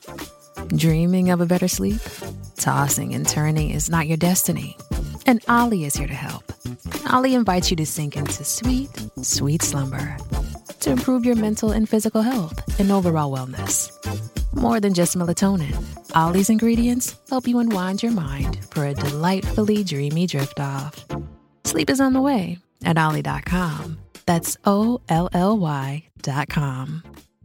Dreaming of a better sleep? Tossing and turning is not your destiny. And Ollie is here to help. Ollie invites you to sink into sweet, sweet slumber to improve your mental and physical health and overall wellness. More than just melatonin, Ollie's ingredients help you unwind your mind for a delightfully dreamy drift off. Sleep is on the way at Ollie.com. That's OLLY.com.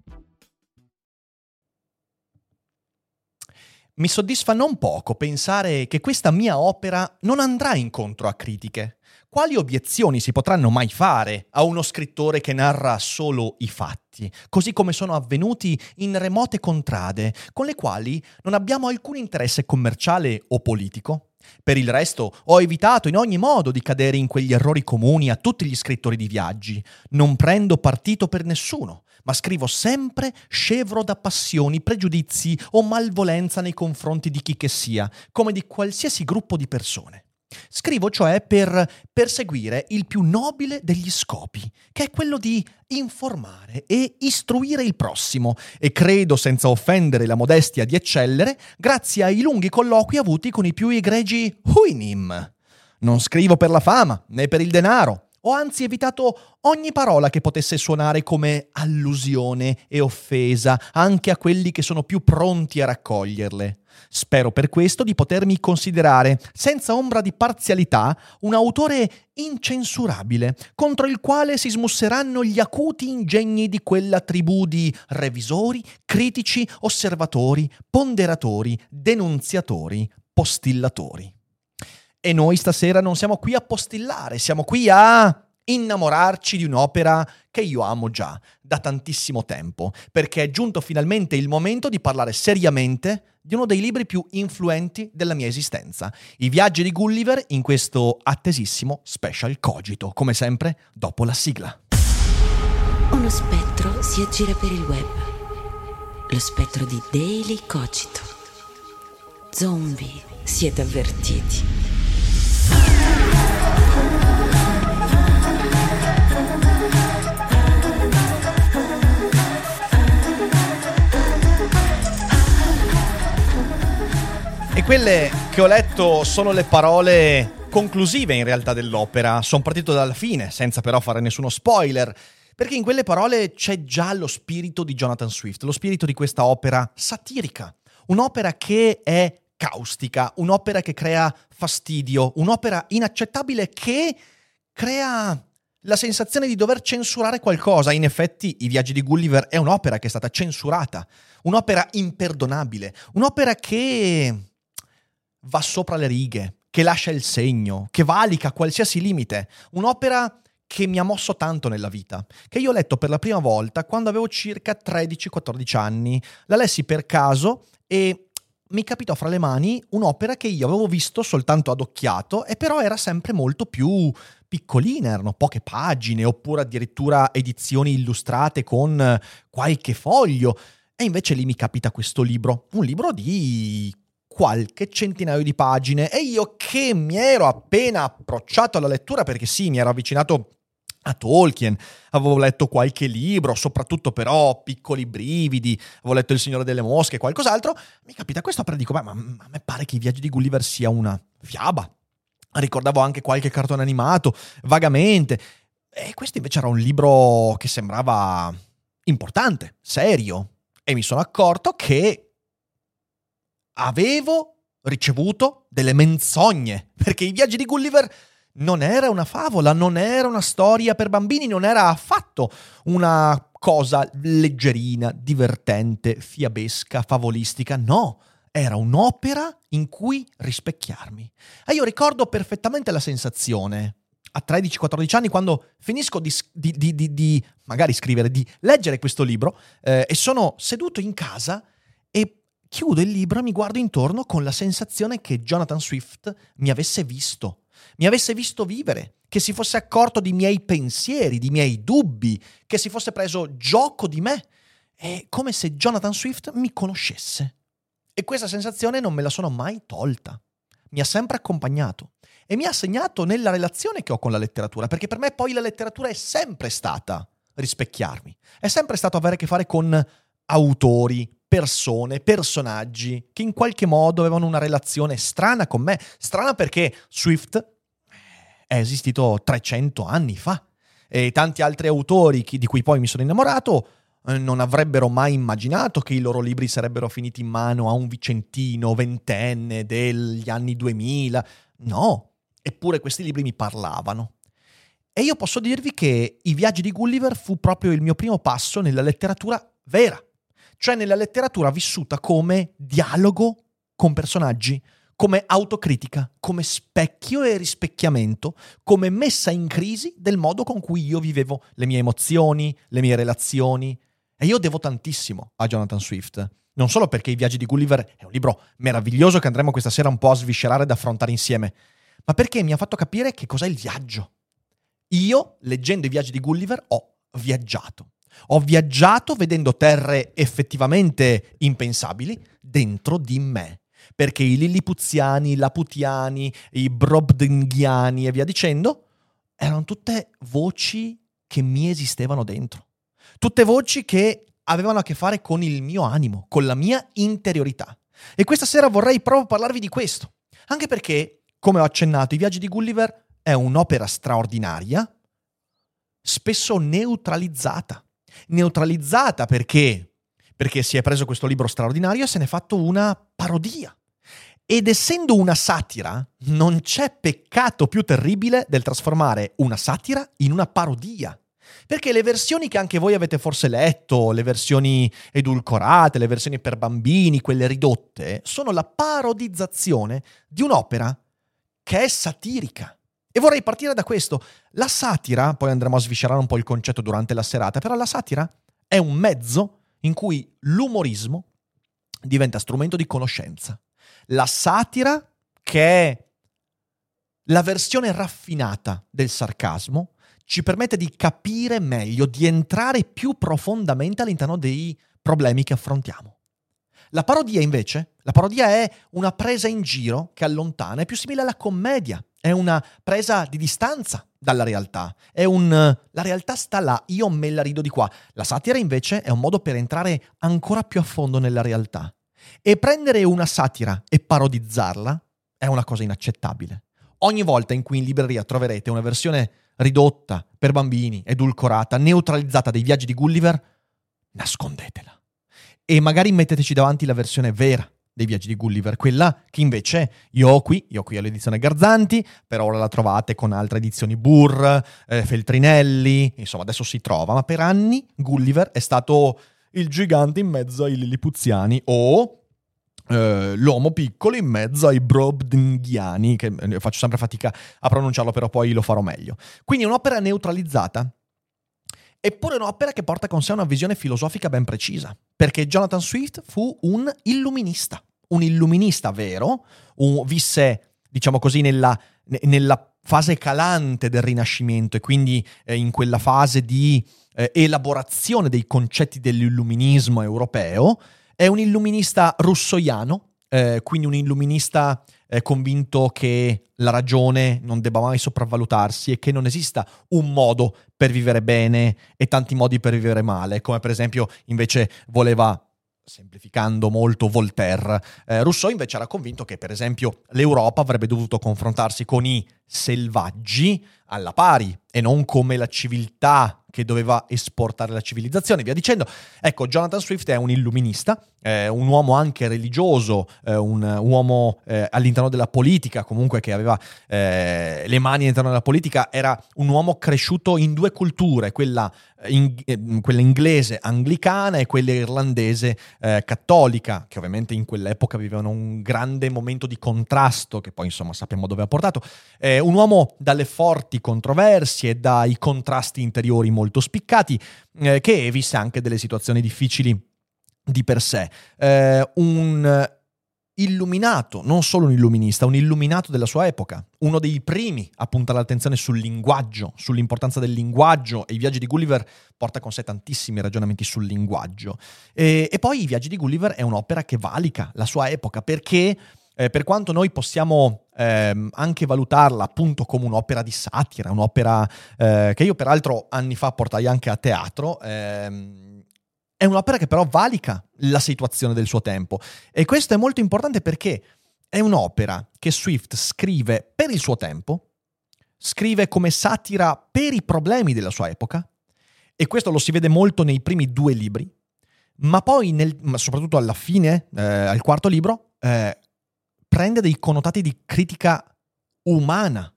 Mi soddisfa non poco pensare che questa mia opera non andrà incontro a critiche. Quali obiezioni si potranno mai fare a uno scrittore che narra solo i fatti, così come sono avvenuti in remote contrade, con le quali non abbiamo alcun interesse commerciale o politico? Per il resto, ho evitato in ogni modo di cadere in quegli errori comuni a tutti gli scrittori di viaggi. Non prendo partito per nessuno, ma scrivo sempre scevro da passioni, pregiudizi o malvolenza nei confronti di chi che sia, come di qualsiasi gruppo di persone. Scrivo cioè per perseguire il più nobile degli scopi, che è quello di informare e istruire il prossimo, e credo senza offendere la modestia di eccellere grazie ai lunghi colloqui avuti con i più egregi huinim. Non scrivo per la fama né per il denaro. Ho anzi evitato ogni parola che potesse suonare come allusione e offesa anche a quelli che sono più pronti a raccoglierle. Spero per questo di potermi considerare, senza ombra di parzialità, un autore incensurabile, contro il quale si smusseranno gli acuti ingegni di quella tribù di revisori, critici, osservatori, ponderatori, denunziatori, postillatori. E noi stasera non siamo qui a postillare, siamo qui a innamorarci di un'opera che io amo già da tantissimo tempo, perché è giunto finalmente il momento di parlare seriamente di uno dei libri più influenti della mia esistenza, I viaggi di Gulliver, in questo attesissimo special Cogito, come sempre dopo la sigla. Uno spettro si aggira per il web, lo spettro di Daily Cogito. Zombie, siete avvertiti. E quelle che ho letto sono le parole conclusive in realtà dell'opera. Sono partito dalla fine, senza però fare nessuno spoiler, perché in quelle parole c'è già lo spirito di Jonathan Swift, lo spirito di questa opera satirica, un'opera che è caustica, un'opera che crea fastidio, un'opera inaccettabile che crea la sensazione di dover censurare qualcosa. In effetti, I viaggi di Gulliver è un'opera che è stata censurata, un'opera imperdonabile, un'opera che va sopra le righe, che lascia il segno, che valica qualsiasi limite, un'opera che mi ha mosso tanto nella vita, che io ho letto per la prima volta quando avevo circa 13-14 anni. La lessi per caso e mi capitò fra le mani un'opera che io avevo visto soltanto ad occhiato, e però era sempre molto più piccolina, erano poche pagine, oppure addirittura edizioni illustrate con qualche foglio. E invece lì mi capita questo libro, un libro di qualche centinaio di pagine, e io che mi ero appena approcciato alla lettura, perché sì, mi ero avvicinato a Tolkien, avevo letto qualche libro, soprattutto però Piccoli brividi, avevo letto Il Signore delle Mosche e qualcos'altro, mi capita questo e dico, ma a me pare che I viaggi di Gulliver sia una fiaba. Ricordavo anche qualche cartone animato, vagamente, e questo invece era un libro che sembrava importante, serio, e mi sono accorto che avevo ricevuto delle menzogne, perché I viaggi di Gulliver non era una favola, non era una storia per bambini, non era affatto una cosa leggerina, divertente, fiabesca, favolistica, no, era un'opera in cui rispecchiarmi. E io ricordo perfettamente la sensazione, a 13-14 anni, quando finisco di magari scrivere, di leggere questo libro, e sono seduto in casa e chiudo il libro e mi guardo intorno con la sensazione che Jonathan Swift mi avesse visto vivere, che si fosse accorto di miei pensieri, di miei dubbi, che si fosse preso gioco di me. È come se Jonathan Swift mi conoscesse. E questa sensazione non me la sono mai tolta. Mi ha sempre accompagnato e mi ha segnato nella relazione che ho con la letteratura, perché per me poi la letteratura è sempre stata rispecchiarmi, è sempre stato avere a che fare con autori, persone, personaggi che in qualche modo avevano una relazione strana con me. Strana perché Swift è esistito 300 anni fa e tanti altri autori di cui poi mi sono innamorato non avrebbero mai immaginato che i loro libri sarebbero finiti in mano a un vicentino ventenne degli anni 2000. No, eppure questi libri mi parlavano. E io posso dirvi che I Viaggi di Gulliver fu proprio il mio primo passo nella letteratura vera, cioè nella letteratura vissuta come dialogo con personaggi, come autocritica, come specchio e rispecchiamento, come messa in crisi del modo con cui io vivevo le mie emozioni, le mie relazioni. E io devo tantissimo a Jonathan Swift, non solo perché I Viaggi di Gulliver è un libro meraviglioso che andremo questa sera un po' a sviscerare ed affrontare insieme, ma perché mi ha fatto capire che cos'è il viaggio. Io, leggendo I Viaggi di Gulliver, ho viaggiato. Ho viaggiato vedendo terre effettivamente impensabili dentro di me. Perché i Lillipuziani, i Laputiani, i Brobdinghiani e via dicendo erano tutte voci che mi esistevano dentro. Tutte voci che avevano a che fare con il mio animo, con la mia interiorità. E questa sera vorrei proprio parlarvi di questo. Anche perché, come ho accennato, I Viaggi di Gulliver è un'opera straordinaria, spesso neutralizzata. Neutralizzata perché si è preso questo libro straordinario e se ne è fatto una parodia. Ed essendo una satira, non c'è peccato più terribile del trasformare una satira in una parodia. Perché le versioni che anche voi avete forse letto, le versioni edulcorate, le versioni per bambini, quelle ridotte, sono la parodizzazione di un'opera che è satirica. E vorrei partire da questo. La satira, poi andremo a sviscerare un po' il concetto durante la serata, però la satira è un mezzo in cui l'umorismo diventa strumento di conoscenza. La satira, che è la versione raffinata del sarcasmo, ci permette di capire meglio, di entrare più profondamente all'interno dei problemi che affrontiamo. La parodia invece, la parodia è una presa in giro che allontana, è più simile alla commedia, è una presa di distanza dalla realtà, la realtà sta là, io me la rido di qua. La satira invece è un modo per entrare ancora più a fondo nella realtà. E prendere una satira e parodizzarla è una cosa inaccettabile. Ogni volta in cui in libreria troverete una versione ridotta, per bambini, edulcorata, neutralizzata dei Viaggi di Gulliver, nascondetela. E magari metteteci davanti la versione vera dei Viaggi di Gulliver, quella che invece io ho qui all'edizione Garzanti, per ora la trovate con altre edizioni Burr, Feltrinelli, insomma adesso si trova, ma per anni Gulliver è stato il gigante in mezzo ai Lillipuziani o l'uomo piccolo in mezzo ai Brobdinghiani, che faccio sempre fatica a pronunciarlo, però poi lo farò meglio. Quindi un'opera neutralizzata, eppure un'opera che porta con sé una visione filosofica ben precisa, perché Jonathan Swift fu un illuminista vero, visse, diciamo così, nella fase calante del Rinascimento e quindi in quella fase di elaborazione dei concetti dell'illuminismo europeo. È un illuminista russoiano, quindi un illuminista convinto che la ragione non debba mai sopravvalutarsi e che non esista un modo per vivere bene e tanti modi per vivere male, come per esempio invece voleva, semplificando molto, Voltaire. Rousseau invece era convinto che per esempio l'Europa avrebbe dovuto confrontarsi con i selvaggi alla pari e non come la civiltà che doveva esportare la civilizzazione, via dicendo. Ecco, Jonathan Swift è un illuminista, un uomo anche religioso, un uomo all'interno della politica, comunque che aveva le mani all'interno della politica, era un uomo cresciuto in due culture, quella inglese anglicana e quella irlandese cattolica, che ovviamente in quell'epoca vivevano un grande momento di contrasto, che poi insomma sappiamo dove ha portato. Un uomo dalle forti controversie e dai contrasti interiori molto spiccati, che visse anche delle situazioni difficili di per sé. Un illuminato, non solo un illuminista, un illuminato della sua epoca, uno dei primi a puntare l'attenzione sul linguaggio, sull'importanza del linguaggio, e I Viaggi di Gulliver porta con sé tantissimi ragionamenti sul linguaggio. E poi I Viaggi di Gulliver è un'opera che valica la sua epoca, perché per quanto noi possiamo anche valutarla appunto come un'opera di satira, un'opera che io peraltro anni fa portai anche a teatro, È un'opera che però valica la situazione del suo tempo. E questo è molto importante perché è un'opera che Swift scrive per il suo tempo, scrive come satira per i problemi della sua epoca, e questo lo si vede molto nei primi 2 libri, ma poi, soprattutto alla fine, al 4º libro, prende dei connotati di critica umana.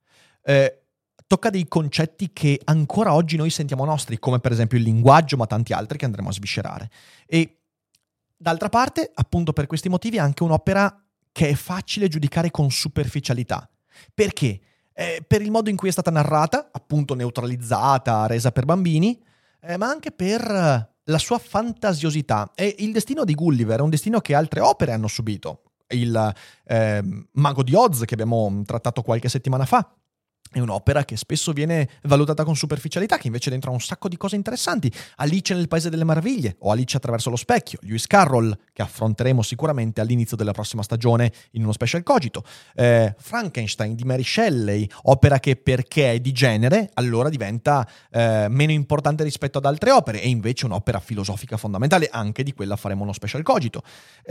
Tocca dei concetti che ancora oggi noi sentiamo nostri, come per esempio il linguaggio, ma tanti altri che andremo a sviscerare. E d'altra parte, appunto per questi motivi, è anche un'opera che è facile giudicare con superficialità. Perché? Per il modo in cui è stata narrata, appunto neutralizzata, resa per bambini, ma anche per la sua fantasiosità. E il destino di Gulliver è un destino che altre opere hanno subito. Il Mago di Oz, che abbiamo trattato qualche settimana fa, è un'opera che spesso viene valutata con superficialità, che invece dentro ha un sacco di cose interessanti. Alice nel Paese delle Meraviglie o Alice attraverso lo specchio, Lewis Carroll, che affronteremo sicuramente all'inizio della prossima stagione in uno special cogito, Frankenstein di Mary Shelley, opera che perché è di genere allora diventa meno importante rispetto ad altre opere, e invece un'opera filosofica fondamentale, anche di quella faremo uno special cogito.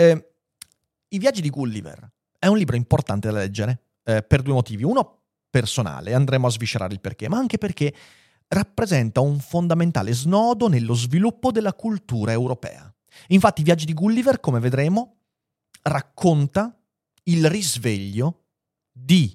I Viaggi di Gulliver è un libro importante da leggere per 2 motivi. Uno personale, andremo a sviscerare il perché, ma anche perché rappresenta un fondamentale snodo nello sviluppo della cultura europea. Infatti i Viaggi di Gulliver, come vedremo, racconta il risveglio di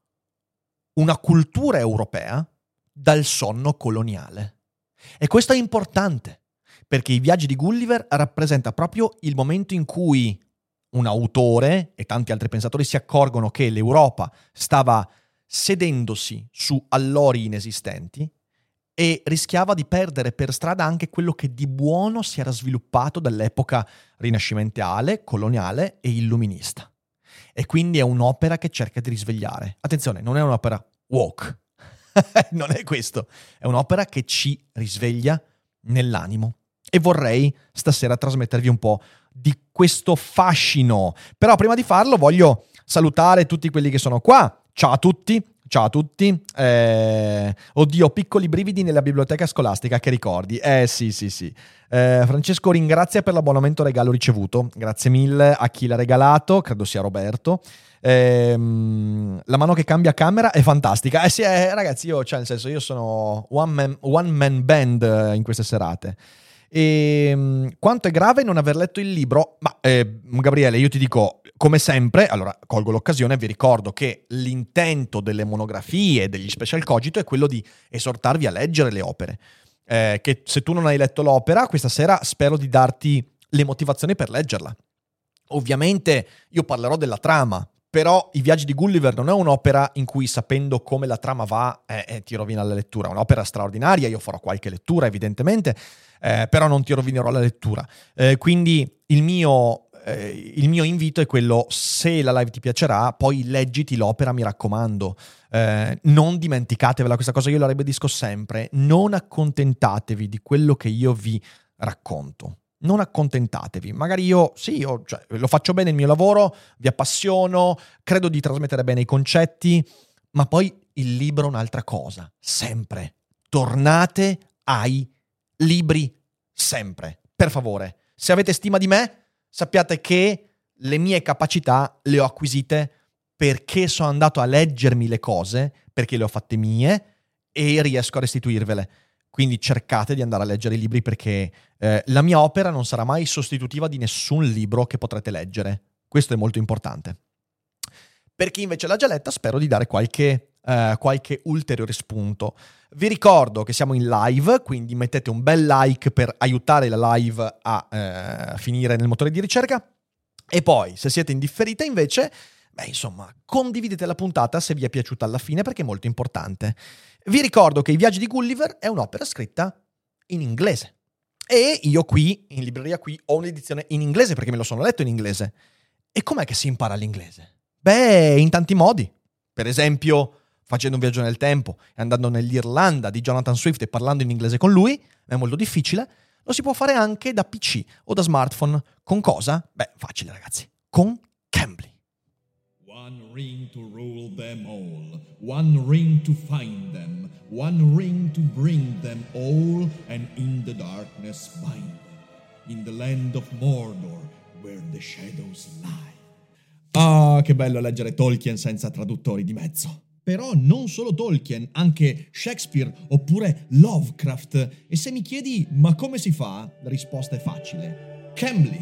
una cultura europea dal sonno coloniale. E questo è importante, perché i Viaggi di Gulliver rappresenta proprio il momento in cui un autore e tanti altri pensatori si accorgono che l'Europa stava sedendosi su allori inesistenti e rischiava di perdere per strada anche quello che di buono si era sviluppato dall'epoca rinascimentale, coloniale e illuminista. E quindi è un'opera che cerca di risvegliare. Attenzione, non è un'opera woke, non è questo, è un'opera che ci risveglia nell'animo. E vorrei stasera trasmettervi un po' di questo fascino. Però prima di farlo voglio salutare tutti quelli che sono qua. Ciao a tutti. Oddio, piccoli brividi nella biblioteca scolastica, che ricordi. Sì. Francesco ringrazia per l'abbonamento regalo ricevuto. Grazie mille a chi l'ha regalato, credo sia Roberto. La mano che cambia camera è fantastica. Sì, ragazzi, io sono one man band in queste serate. E quanto è grave non aver letto il libro? Ma Gabriele, io ti dico, come sempre, allora colgo l'occasione e vi ricordo che l'intento delle monografie e degli special cogito è quello di esortarvi a leggere le opere, che se tu non hai letto l'opera, questa sera spero di darti le motivazioni per leggerla. Ovviamente io parlerò della trama, però I Viaggi di Gulliver non è un'opera in cui, sapendo come la trama va, ti rovina la lettura. È un'opera straordinaria, io farò qualche lettura evidentemente, però non ti rovinerò la lettura. Quindi il mio invito è quello: se la live ti piacerà, poi leggiti l'opera, mi raccomando. Non dimenticatevela questa cosa, io la ribadisco sempre: non accontentatevi di quello che io vi racconto. Non accontentatevi. Magari io lo faccio bene il mio lavoro, vi appassiono, credo di trasmettere bene i concetti, ma poi il libro è un'altra cosa. Sempre. Tornate ai libri, sempre. Per favore. Se avete stima di me, sappiate che le mie capacità le ho acquisite perché sono andato a leggermi le cose, perché le ho fatte mie e riesco a restituirvele. Quindi cercate di andare a leggere i libri, perché la mia opera non sarà mai sostitutiva di nessun libro che potrete leggere. Questo è molto importante. Per chi invece l'ha già letta, spero di dare qualche ulteriore spunto. Vi ricordo che siamo in live, quindi mettete un bel like per aiutare la live a finire nel motore di ricerca. E poi, se siete in differita invece, condividete la puntata se vi è piaciuta alla fine, perché è molto importante. Vi ricordo che I Viaggi di Gulliver è un'opera scritta in inglese. E io qui, in libreria ho un'edizione in inglese, perché me lo sono letto in inglese. E com'è che si impara l'inglese? In tanti modi. Per esempio, facendo un viaggio nel tempo e andando nell'Irlanda di Jonathan Swift e parlando in inglese con lui, è molto difficile. Lo si può fare anche da PC o da smartphone. Con cosa? Facile, ragazzi. Con Cambly. One ring to rule them all, one ring to find them, one ring to bring them all, and in the darkness bind them. in the land of Mordor, where the shadows lie. Ah, che bello leggere Tolkien senza traduttori di mezzo. Però non solo Tolkien, anche Shakespeare oppure Lovecraft. E se mi chiedi ma come si fa? La risposta è facile. Cambly.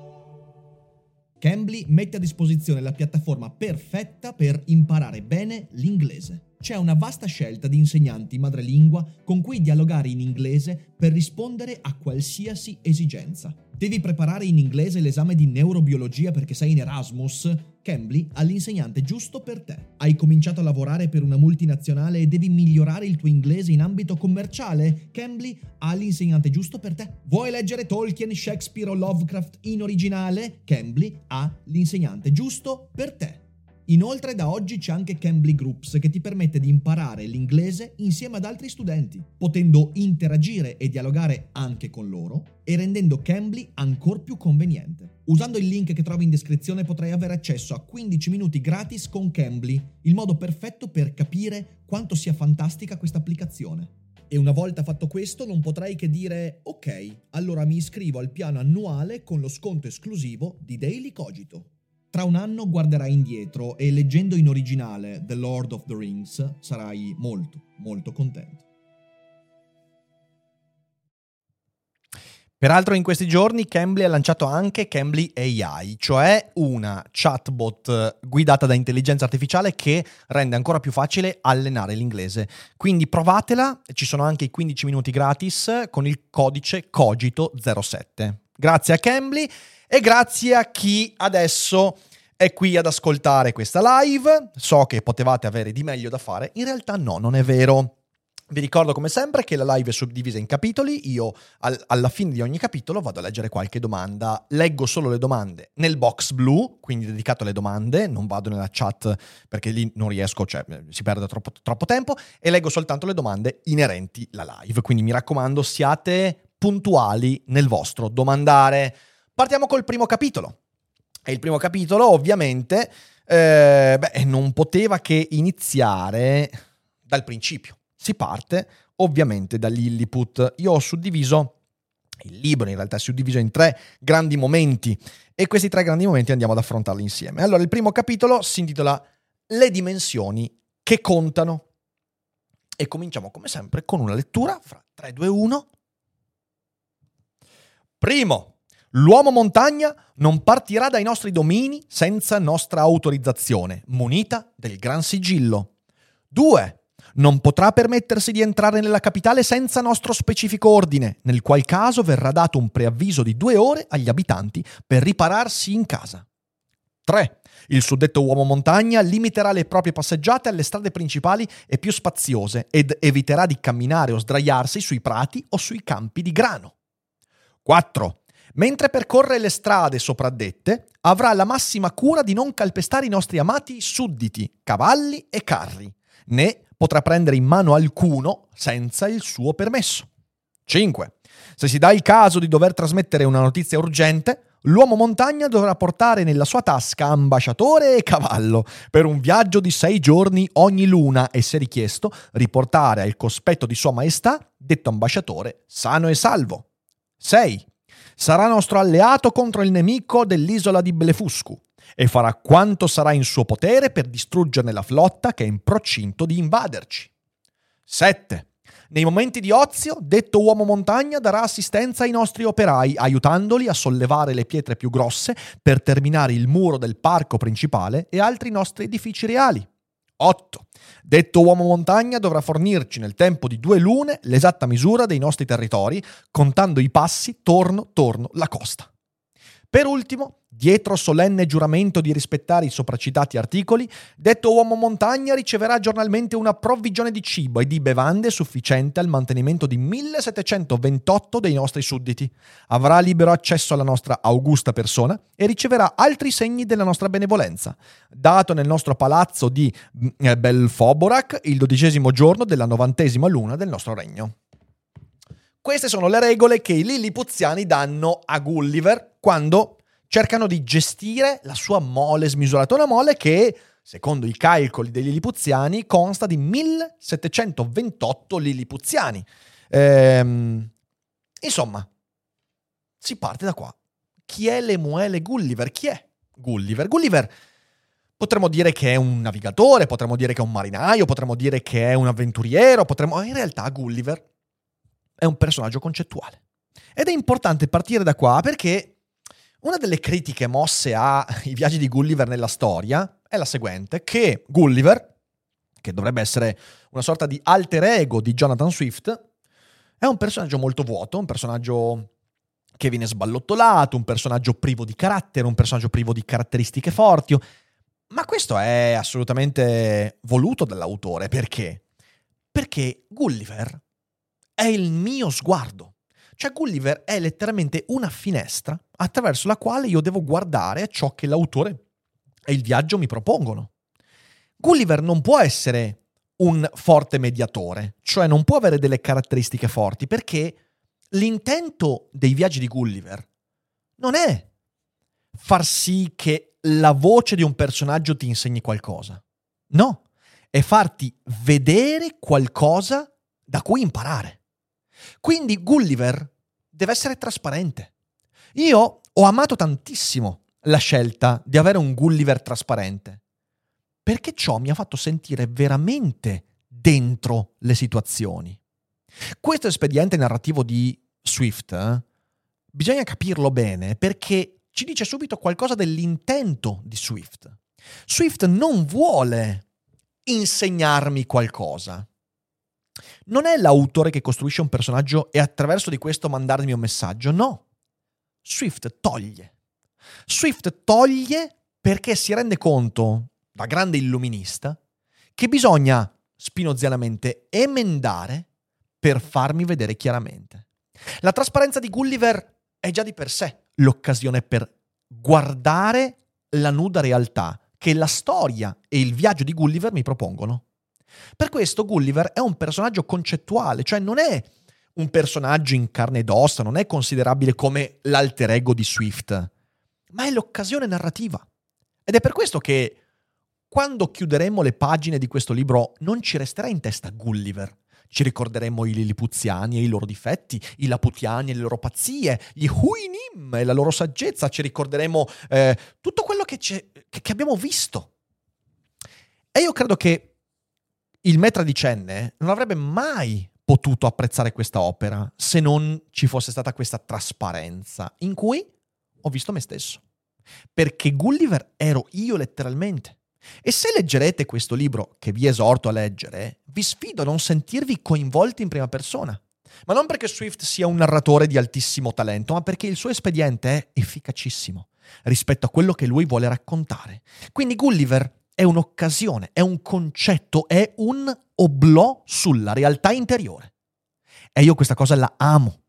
Cambly mette a disposizione la piattaforma perfetta per imparare bene l'inglese. C'è una vasta scelta di insegnanti madrelingua con cui dialogare in inglese per rispondere a qualsiasi esigenza. Devi preparare in inglese l'esame di neurobiologia perché sei in Erasmus? Cambly ha l'insegnante giusto per te. Hai cominciato a lavorare per una multinazionale e devi migliorare il tuo inglese in ambito commerciale? Cambly ha l'insegnante giusto per te. Vuoi leggere Tolkien, Shakespeare o Lovecraft in originale? Cambly ha l'insegnante giusto per te. Inoltre da oggi c'è anche Cambly Groups che ti permette di imparare l'inglese insieme ad altri studenti, potendo interagire e dialogare anche con loro e rendendo Cambly ancora più conveniente. Usando il link che trovi in descrizione potrai avere accesso a 15 minuti gratis con Cambly, il modo perfetto per capire quanto sia fantastica questa applicazione. E una volta fatto questo non potrai che dire ok, allora mi iscrivo al piano annuale con lo sconto esclusivo di Daily Cogito. Tra un anno guarderai indietro e leggendo in originale The Lord of the Rings sarai molto, molto contento. Peraltro in questi giorni Cambly ha lanciato anche Cambly AI, cioè una chatbot guidata da intelligenza artificiale che rende ancora più facile allenare l'inglese. Quindi provatela, ci sono anche i 15 minuti gratis con il codice COGITO07. Grazie a Cambly e grazie a chi adesso è qui ad ascoltare questa live. So che potevate avere di meglio da fare, in realtà no, non è vero. Vi ricordo come sempre che la live è suddivisa in capitoli, io alla fine di ogni capitolo vado a leggere qualche domanda, leggo solo le domande nel box blu, quindi dedicato alle domande, non vado nella chat perché lì non riesco, cioè si perde troppo tempo, e leggo soltanto le domande inerenti alla live, quindi mi raccomando siate puntuali nel vostro domandare. Partiamo col primo capitolo, e il primo capitolo ovviamente non poteva che iniziare dal principio. Si parte ovviamente da Lilliput. Io ho suddiviso il libro, in realtà è suddiviso in 3 grandi momenti e questi 3 grandi momenti andiamo ad affrontarli insieme. Allora, il primo capitolo si intitola Le dimensioni che contano e cominciamo come sempre con una lettura fra 3, 2, 1. Primo, l'uomo montagna non partirà dai nostri domini senza nostra autorizzazione, munita del gran sigillo. 2. Non potrà permettersi di entrare nella capitale senza nostro specifico ordine, nel qual caso verrà dato un preavviso di 2 ore agli abitanti per ripararsi in casa. 3. Il suddetto uomo montagna limiterà le proprie passeggiate alle strade principali e più spaziose ed eviterà di camminare o sdraiarsi sui prati o sui campi di grano. 4. Mentre percorre le strade sopraddette, avrà la massima cura di non calpestare i nostri amati sudditi, cavalli e carri, né potrà prendere in mano alcuno senza il suo permesso. 5. Se si dà il caso di dover trasmettere una notizia urgente, l'uomo montagna dovrà portare nella sua tasca ambasciatore e cavallo per un viaggio di 6 giorni ogni luna e, se richiesto, riportare al cospetto di Sua Maestà, detto ambasciatore, sano e salvo. 6. Sarà nostro alleato contro il nemico dell'isola di Blefuscu e farà quanto sarà in suo potere per distruggerne la flotta che è in procinto di invaderci. 7. Nei momenti di ozio, detto uomo montagna darà assistenza ai nostri operai, aiutandoli a sollevare le pietre più grosse per terminare il muro del parco principale e altri nostri edifici reali. 8. Detto uomo montagna dovrà fornirci nel tempo di 2 lune l'esatta misura dei nostri territori, contando i passi torno la costa. Per ultimo, dietro solenne giuramento di rispettare i sopracitati articoli, detto uomo montagna riceverà giornalmente una provvigione di cibo e di bevande sufficiente al mantenimento di 1728 dei nostri sudditi. Avrà libero accesso alla nostra augusta persona e riceverà altri segni della nostra benevolenza, dato nel nostro palazzo di Belfoborak il 12° giorno della 90ª luna del nostro regno. Queste sono le regole che i lillipuziani danno a Gulliver quando cercano di gestire la sua mole smisurata. Una mole che, secondo i calcoli dei lillipuziani, consta di 1728 lillipuziani. Insomma, si parte da qua. Chi è Lemuel Gulliver? Chi è Gulliver? Gulliver potremmo dire che è un navigatore, potremmo dire che è un marinaio, potremmo dire che è un avventuriero, in realtà Gulliver è un personaggio concettuale. Ed è importante partire da qua perché una delle critiche mosse ai viaggi di Gulliver nella storia è la seguente, che Gulliver, che dovrebbe essere una sorta di alter ego di Jonathan Swift, è un personaggio molto vuoto, un personaggio che viene sballottolato, un personaggio privo di carattere, un personaggio privo di caratteristiche forti. Ma questo è assolutamente voluto dall'autore. Perché? Perché Gulliver è il mio sguardo. Cioè Gulliver è letteralmente una finestra attraverso la quale io devo guardare a ciò che l'autore e il viaggio mi propongono. Gulliver non può essere un forte mediatore, cioè non può avere delle caratteristiche forti, perché l'intento dei viaggi di Gulliver non è far sì che la voce di un personaggio ti insegni qualcosa. No, è farti vedere qualcosa da cui imparare. Quindi Gulliver deve essere trasparente. Io ho amato tantissimo la scelta di avere un Gulliver trasparente, perché ciò mi ha fatto sentire veramente dentro le situazioni. Questo espediente narrativo di Swift bisogna capirlo bene, perché ci dice subito qualcosa dell'intento di Swift. Swift non vuole insegnarmi qualcosa. Non è l'autore che costruisce un personaggio e attraverso di questo mandarmi un messaggio, no. Swift toglie. Swift toglie perché si rende conto, da grande illuminista, che bisogna spinozianamente emendare per farmi vedere chiaramente. La trasparenza di Gulliver è già di per sé l'occasione per guardare la nuda realtà che la storia e il viaggio di Gulliver mi propongono. Per questo Gulliver è un personaggio concettuale, cioè non è un personaggio in carne ed ossa, non è considerabile come l'alter ego di Swift, ma è l'occasione narrativa. Ed è per questo che quando chiuderemo le pagine di questo libro non ci resterà in testa Gulliver. Ci ricorderemo i lilipuziani e i loro difetti, i laputiani e le loro pazzie, gli Huinim e la loro saggezza, ci ricorderemo tutto quello che abbiamo visto. E io credo che il me tredicenne non avrebbe mai potuto apprezzare questa opera se non ci fosse stata questa trasparenza in cui ho visto me stesso. Perché Gulliver ero io letteralmente. E se leggerete questo libro, che vi esorto a leggere, vi sfido a non sentirvi coinvolti in prima persona. Ma non perché Swift sia un narratore di altissimo talento, ma perché il suo espediente è efficacissimo rispetto a quello che lui vuole raccontare. Quindi Gulliver è un'occasione, è un concetto, è un oblò sulla realtà interiore. E io questa cosa la amo.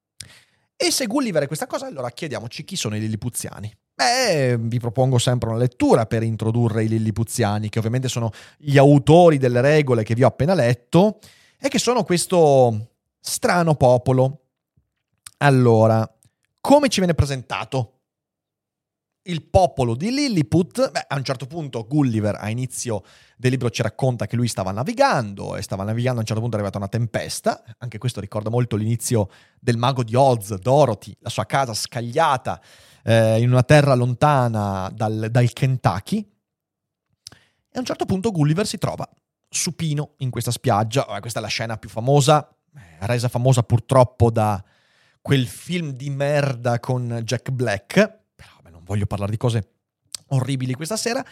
E se Gulliver è questa cosa, allora chiediamoci chi sono i lilipuziani. Vi propongo sempre una lettura per introdurre i lilipuziani, che ovviamente sono gli autori delle regole che vi ho appena letto, e che sono questo strano popolo. Allora, come ci viene presentato il popolo di Lilliput? A un certo punto Gulliver a inizio del libro ci racconta che lui stava navigando, e stava navigando, a un certo punto è arrivata una tempesta. Anche questo ricorda molto l'inizio del Mago di Oz, Dorothy, la sua casa scagliata in una terra lontana dal Kentucky. E a un certo punto Gulliver si trova supino in questa spiaggia. Questa è la scena più famosa, resa famosa purtroppo da quel film di merda con Jack Black. Però non voglio parlare di cose orribili questa sera.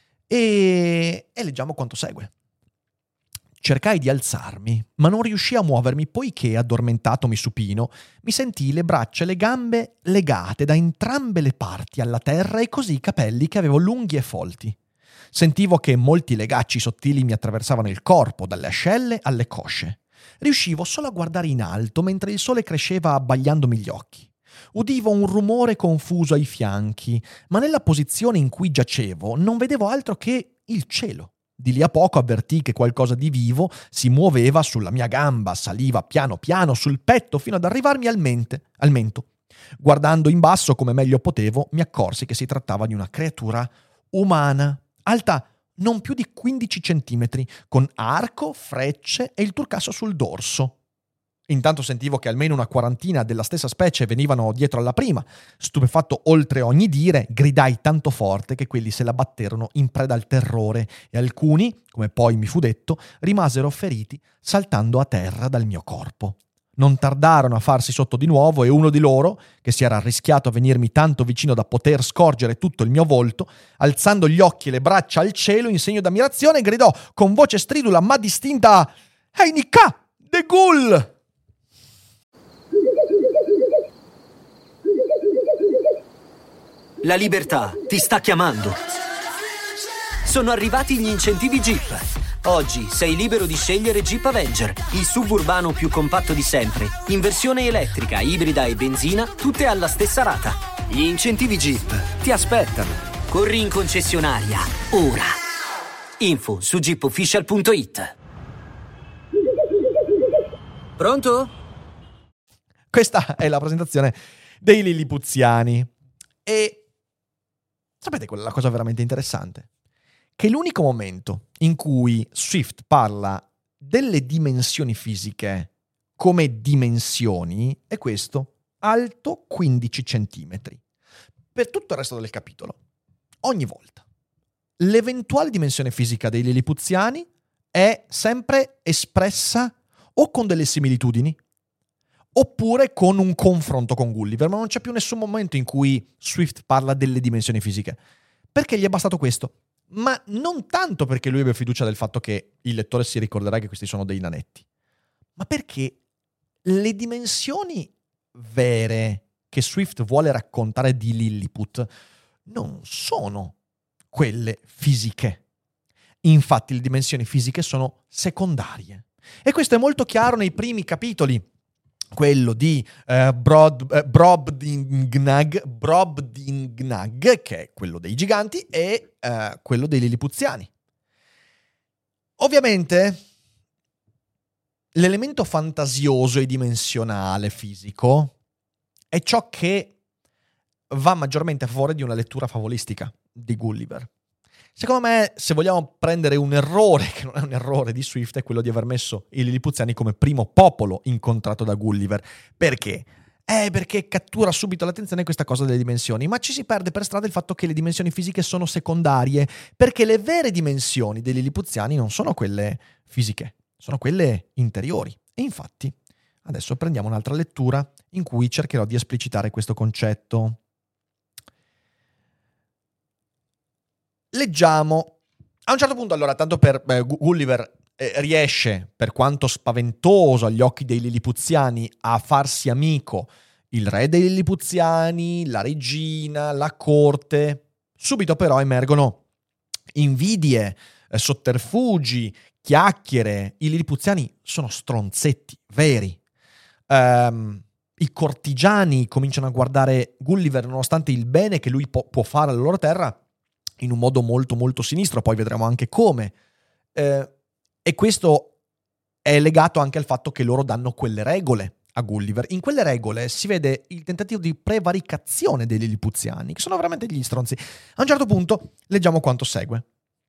E leggiamo quanto segue. Cercai di alzarmi, ma non riuscii a muovermi, poiché, addormentatomi supino, mi sentii le braccia e le gambe legate da entrambe le parti alla terra e così i capelli che avevo lunghi e folti. Sentivo che molti legacci sottili mi attraversavano il corpo, dalle ascelle alle cosce. Riuscivo solo a guardare in alto mentre il sole cresceva abbagliandomi gli occhi. Udivo un rumore confuso ai fianchi, ma nella posizione in cui giacevo non vedevo altro che il cielo. Di lì a poco avvertii che qualcosa di vivo si muoveva sulla mia gamba, saliva piano piano sul petto fino ad arrivarmi al mento. Guardando in basso come meglio potevo, mi accorsi che si trattava di una creatura umana, alta non più di 15 centimetri, con arco, frecce e il turcasso sul dorso. Intanto sentivo che almeno una quarantina della stessa specie venivano dietro alla prima. Stupefatto oltre ogni dire, gridai tanto forte che quelli se la batterono in preda al terrore e alcuni, come poi mi fu detto, rimasero feriti saltando a terra dal mio corpo. Non tardarono a farsi sotto di nuovo e uno di loro, che si era arrischiato a venirmi tanto vicino da poter scorgere tutto il mio volto, alzando gli occhi e le braccia al cielo in segno d'ammirazione, gridò con voce stridula ma distinta: «Ehi Nika, de Ghoul!» La libertà ti sta chiamando. Sono arrivati gli incentivi Jeep. Oggi sei libero di scegliere Jeep Avenger, il suburbano più compatto di sempre, in versione elettrica, ibrida e benzina, tutte alla stessa rata. Gli incentivi Jeep ti aspettano. Corri in concessionaria, ora. Info su jeepofficial.it. Pronto? Questa è la presentazione dei lilipuziani. E sapete quella è la cosa veramente interessante? Che l'unico momento in cui Swift parla delle dimensioni fisiche come dimensioni è questo, alto 15 centimetri. Per tutto il resto del capitolo, ogni volta, l'eventuale dimensione fisica dei lilipuziani è sempre espressa o con delle similitudini oppure con un confronto con Gulliver, ma non c'è più nessun momento in cui Swift parla delle dimensioni fisiche, perché gli è bastato questo. Ma non tanto perché lui abbia fiducia del fatto che il lettore si ricorderà che questi sono dei nanetti, ma perché le dimensioni vere che Swift vuole raccontare di Lilliput non sono quelle fisiche. Infatti le dimensioni fisiche sono secondarie. E questo è molto chiaro nei primi capitoli. Quello di Brobdingnag, che è quello dei giganti, e quello dei lilipuziani. Ovviamente l'elemento fantasioso e dimensionale fisico è ciò che va maggiormente a favore di una lettura favolistica di Gulliver. Secondo me, se vogliamo prendere un errore, che non è un errore di Swift, è quello di aver messo i lilipuziani come primo popolo incontrato da Gulliver. Perché? Perché cattura subito l'attenzione questa cosa delle dimensioni, ma ci si perde per strada il fatto che le dimensioni fisiche sono secondarie, perché le vere dimensioni dei lilipuziani non sono quelle fisiche, sono quelle interiori. E infatti, adesso prendiamo un'altra lettura in cui cercherò di esplicitare questo concetto. Leggiamo. A un certo punto, allora, tanto per Gulliver riesce, per quanto spaventoso agli occhi dei lilipuziani, a farsi amico il re dei lilipuziani, la regina, la corte. Subito però emergono invidie, sotterfugi, chiacchiere. I lilipuziani sono stronzetti veri. I cortigiani cominciano a guardare Gulliver, nonostante il bene che lui può fare alla loro terra, in un modo molto molto sinistro, poi vedremo anche come. E questo è legato anche al fatto che loro danno quelle regole a Gulliver. In quelle regole si vede il tentativo di prevaricazione dei lilipuziani, che sono veramente degli stronzi. A un certo punto leggiamo quanto segue.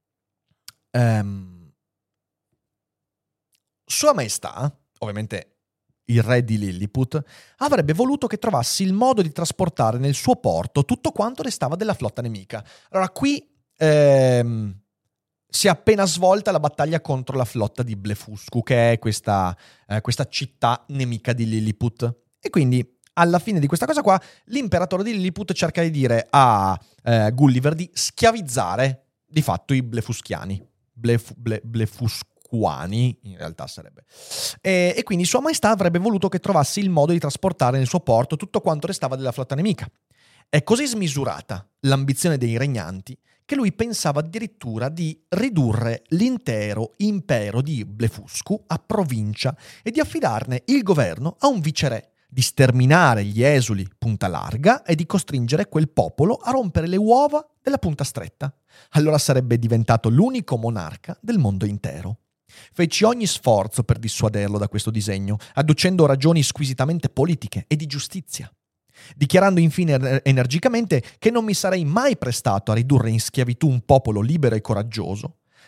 Sua Maestà, ovviamente il re di Lilliput, avrebbe voluto che trovassi il modo di trasportare nel suo porto tutto quanto restava della flotta nemica. Allora, qui si è appena svolta la battaglia contro la flotta di Blefuscu, che è questa città nemica di Lilliput. E quindi, alla fine di questa cosa qua, l'imperatore di Lilliput cerca di dire a Gulliver di schiavizzare, di fatto, i blefuschiani. Blefuscuani, in realtà sarebbe. E quindi Sua Maestà avrebbe voluto che trovassi il modo di trasportare nel suo porto tutto quanto restava della flotta nemica. È così smisurata l'ambizione dei regnanti che lui pensava addirittura di ridurre l'intero impero di Blefuscu a provincia e di affidarne il governo a un viceré, di sterminare gli esuli Punta Larga e di costringere quel popolo a rompere le uova della Punta Stretta. Allora sarebbe diventato l'unico monarca del mondo intero. Feci ogni sforzo per dissuaderlo da questo disegno, adducendo ragioni squisitamente politiche e di giustizia, dichiarando infine energicamente che non mi sarei mai prestato a ridurre in schiavitù un popolo libero e coraggioso,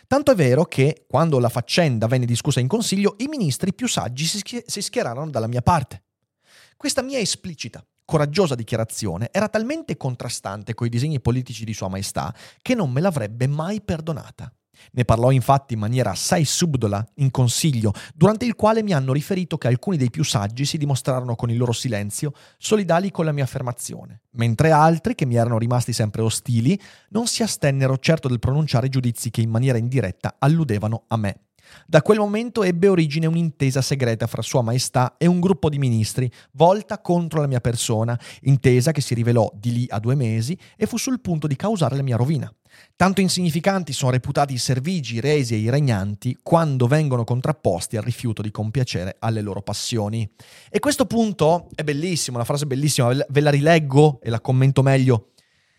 Tanto è vero che, quando la faccenda venne discussa in consiglio, i ministri più saggi si schierarono dalla mia parte. Questa mia esplicita, coraggiosa dichiarazione era talmente contrastante coi disegni politici di Sua Maestà che non me l'avrebbe mai perdonata. Ne parlò infatti in maniera assai subdola in consiglio, durante il quale mi hanno riferito che alcuni dei più saggi si dimostrarono con il loro silenzio solidali con la mia affermazione, mentre altri, che mi erano rimasti sempre ostili, non si astennero certo del pronunciare giudizi che in maniera indiretta alludevano a me. Da quel momento ebbe origine un'intesa segreta fra Sua Maestà e un gruppo di ministri volta contro la mia persona, intesa che si rivelò di lì a 2 mesi e fu sul punto di causare la mia rovina. Tanto insignificanti sono reputati i servigi, i resi e i regnanti quando vengono contrapposti al rifiuto di compiacere alle loro passioni. E questo punto è bellissimo, una frase bellissima, ve la rileggo e la commento meglio.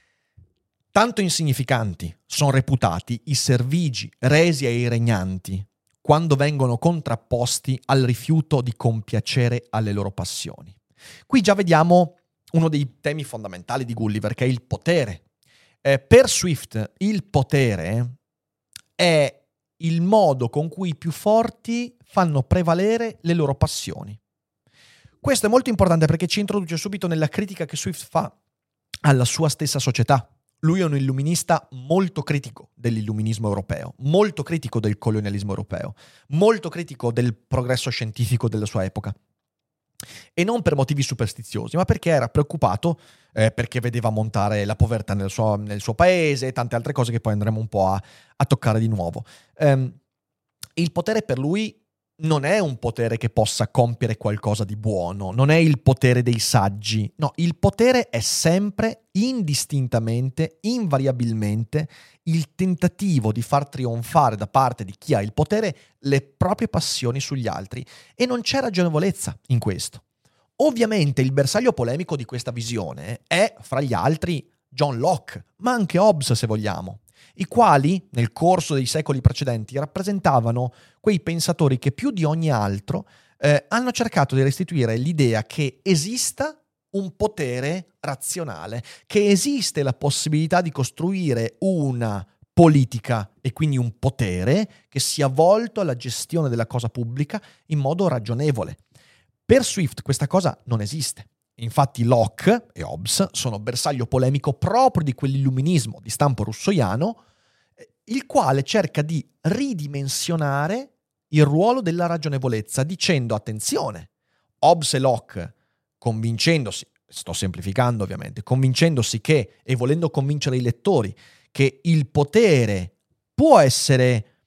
Tanto insignificanti sono reputati i servigi, resi e i regnanti quando vengono contrapposti al rifiuto di compiacere alle loro passioni. Qui già vediamo uno dei temi fondamentali di Gulliver, che è il potere. Per Swift il potere è il modo con cui i più forti fanno prevalere le loro passioni. Questo è molto importante perché ci introduce subito nella critica che Swift fa alla sua stessa società. Lui è un illuminista molto critico dell'illuminismo europeo, molto critico del colonialismo europeo, molto critico del progresso scientifico della sua epoca. E non per motivi superstiziosi, ma perché era preoccupato perché vedeva montare la povertà nel suo paese e tante altre cose che poi andremo un po' a toccare di nuovo. Il potere per lui non è un potere che possa compiere qualcosa di buono, non è il potere dei saggi, no, il potere è sempre, indistintamente, invariabilmente, il tentativo di far trionfare da parte di chi ha il potere le proprie passioni sugli altri, e non c'è ragionevolezza in questo. Ovviamente il bersaglio polemico di questa visione è, fra gli altri, John Locke, ma anche Hobbes se vogliamo, i quali, nel corso dei secoli precedenti, rappresentavano quei pensatori che più di ogni altro hanno cercato di restituire l'idea che esista un potere razionale, che esiste la possibilità di costruire una politica e quindi un potere che sia volto alla gestione della cosa pubblica in modo ragionevole. Per Swift questa cosa non esiste. Infatti Locke e Hobbes sono bersaglio polemico proprio di quell'illuminismo di stampo russoiano, il quale cerca di ridimensionare il ruolo della ragionevolezza dicendo, attenzione, Hobbes e Locke, convincendosi, sto semplificando ovviamente, convincendosi che, e volendo convincere i lettori, che il potere può essere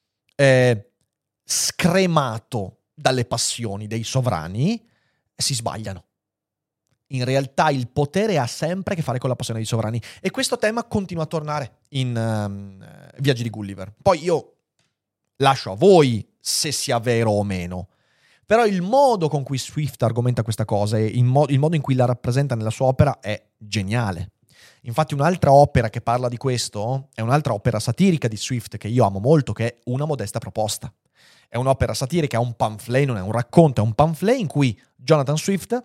scremato dalle passioni dei sovrani, si sbagliano. In realtà il potere ha sempre a che fare con la passione dei sovrani, e questo tema continua a tornare in Viaggi di Gulliver. Poi io lascio a voi se sia vero o meno, però il modo con cui Swift argomenta questa cosa e il modo in cui la rappresenta nella sua opera è geniale. Infatti un'altra opera che parla di questo è un'altra opera satirica di Swift che io amo molto, che è Una modesta proposta. È un'opera satirica, è un pamphlet, non è un racconto, è un pamphlet in cui Jonathan Swift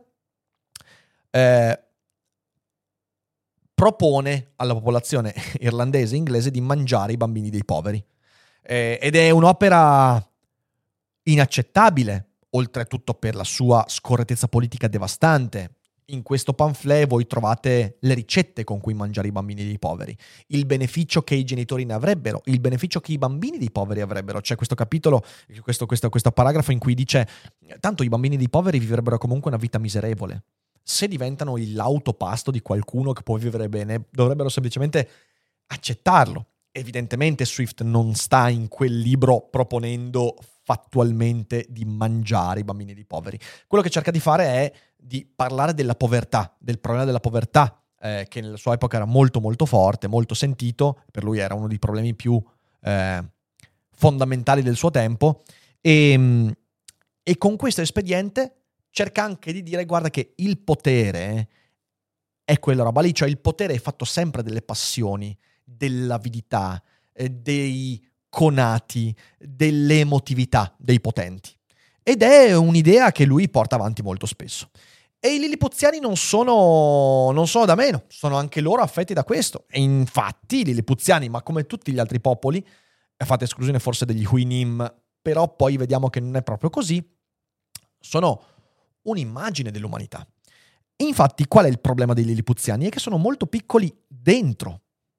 propone alla popolazione irlandese e inglese di mangiare i bambini dei poveri. Ed è un'opera inaccettabile, oltretutto per la sua scorrettezza politica devastante. In questo pamphlet voi trovate le ricette con cui mangiare i bambini dei poveri, il beneficio che i genitori ne avrebbero, il beneficio che i bambini dei poveri avrebbero. C'è questo capitolo, questo paragrafo in cui dice: tanto i bambini dei poveri vivrebbero comunque una vita miserevole. Se diventano l'autopasto di qualcuno che può vivere bene, dovrebbero semplicemente accettarlo. Evidentemente Swift non sta in quel libro proponendo fattualmente di mangiare i bambini dei poveri. Quello che cerca di fare è di parlare della povertà, del problema della povertà, che nella sua epoca era molto molto forte, molto sentito, per lui era uno dei problemi più fondamentali del suo tempo, e con questo espediente cerca anche di dire: guarda che il potere è quella roba lì, cioè il potere è fatto sempre delle passioni, dell'avidità, dei conati, dell'emotività dei potenti. Ed è un'idea che lui porta avanti molto spesso. E i lilipuziani non sono da meno, sono anche loro affetti da questo. E infatti i lilipuziani, ma come tutti gli altri popoli, fate esclusione forse degli Huinim, però poi vediamo che non è proprio così, sono un'immagine dell'umanità. Infatti, qual è il problema dei lilipuziani? È che sono molto piccoli dentro.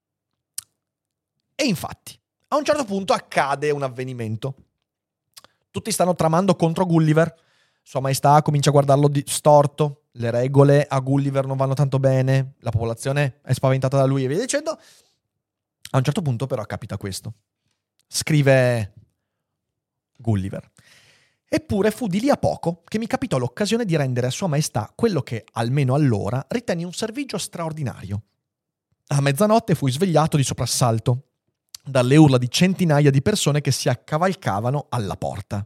E infatti, a un certo punto accade un avvenimento. Tutti stanno tramando contro Gulliver. Sua Maestà comincia a guardarlo storto. Le regole a Gulliver non vanno tanto bene. La popolazione è spaventata da lui e via dicendo. A un certo punto però capita questo. Scrive Gulliver: eppure fu di lì a poco che mi capitò l'occasione di rendere a Sua Maestà quello che, almeno allora, ritenni un servigio straordinario. A mezzanotte fui svegliato di soprassalto dalle urla di centinaia di persone che si accalcavano alla porta.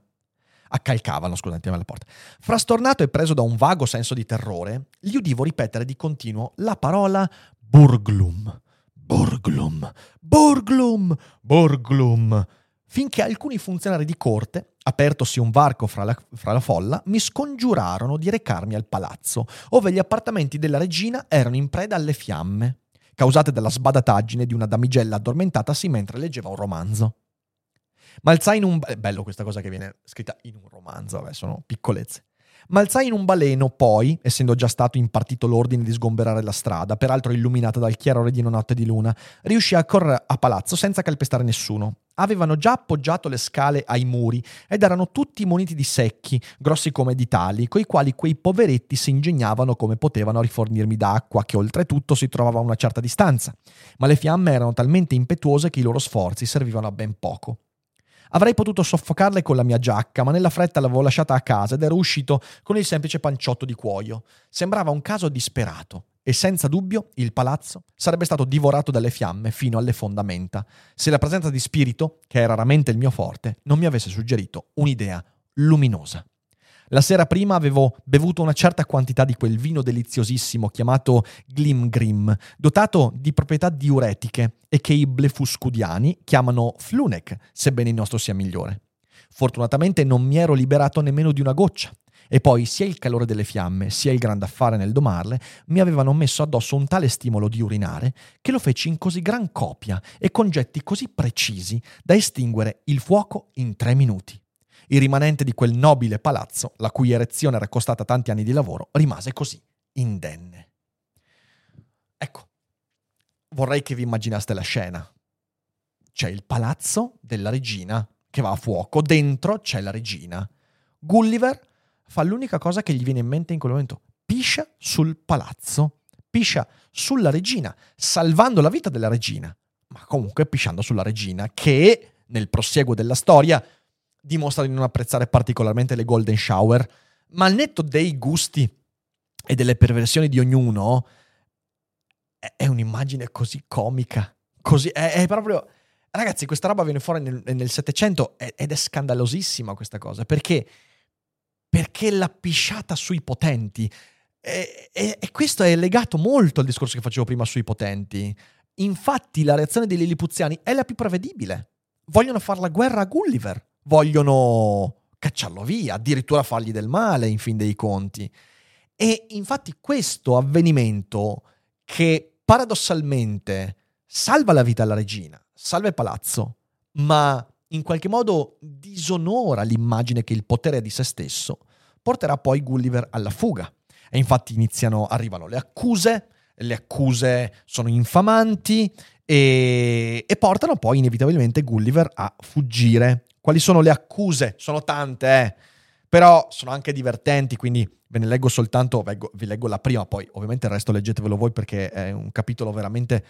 Frastornato e preso da un vago senso di terrore, gli udivo ripetere di continuo la parola Burglum, Burglum, Burglum, Burglum, finché alcuni funzionari di corte, apertosi un varco fra la folla, mi scongiurarono di recarmi al palazzo, ove gli appartamenti della regina erano in preda alle fiamme, causate dalla sbadataggine di una damigella addormentatasi mentre leggeva un romanzo. M'alzai in un... È bello questa cosa che viene scritta in un romanzo, vabbè, sono piccolezze. M'alzai in un baleno, poi, essendo già stato impartito l'ordine di sgomberare la strada, peraltro illuminata dal chiarore di una notte di luna, riuscii a correre a palazzo senza calpestare nessuno. Avevano già appoggiato le scale ai muri ed erano tutti muniti di secchi, grossi come ditali, coi quali quei poveretti si ingegnavano come potevano a rifornirmi d'acqua, che oltretutto si trovava a una certa distanza. Ma le fiamme erano talmente impetuose che i loro sforzi servivano a ben poco. Avrei potuto soffocarle con la mia giacca, ma nella fretta l'avevo lasciata a casa ed ero uscito con il semplice panciotto di cuoio. Sembrava un caso disperato e senza dubbio il palazzo sarebbe stato divorato dalle fiamme fino alle fondamenta, se la presenza di spirito, che è raramente il mio forte, non mi avesse suggerito un'idea luminosa. La sera prima avevo bevuto una certa quantità di quel vino deliziosissimo chiamato Glimgrim, dotato di proprietà diuretiche e che i blefuscudiani chiamano Flunek, sebbene il nostro sia migliore. Fortunatamente non mi ero liberato nemmeno di una goccia, e poi sia il calore delle fiamme sia il grande affare nel domarle mi avevano messo addosso un tale stimolo di urinare che lo feci in così gran copia e con getti così precisi da estinguere il fuoco in 3 minuti. Il rimanente di quel nobile palazzo, la cui erezione era costata tanti anni di lavoro, rimase così indenne. Ecco, vorrei che vi immaginaste la scena. C'è il palazzo della regina che va a fuoco, dentro c'è la regina. Gulliver fa l'unica cosa che gli viene in mente in quel momento: piscia sul palazzo, piscia sulla regina, salvando la vita della regina, ma comunque pisciando sulla regina, che nel prosieguo della storia dimostra di non apprezzare particolarmente le golden shower, ma al netto dei gusti e delle perversioni di ognuno, è un'immagine così comica, così è proprio... Ragazzi, questa roba viene fuori nel 700 ed è scandalosissima questa cosa, perché la pisciata sui potenti, e questo è legato molto al discorso che facevo prima sui potenti. Infatti la reazione dei lilipuziani è la più prevedibile. Vogliono fare la guerra a Gulliver, vogliono cacciarlo via, addirittura fargli del male in fin dei conti. E infatti questo avvenimento, che paradossalmente salva la vita alla regina, salva il palazzo, ma in qualche modo disonora l'immagine che il potere è di se stesso, porterà poi Gulliver alla fuga. E infatti arrivano le accuse sono infamanti e portano poi inevitabilmente Gulliver a fuggire. Quali sono le accuse? Sono tante, però sono anche divertenti, quindi ve ne leggo soltanto, vi leggo la prima, poi ovviamente il resto leggetevelo voi perché è un capitolo veramente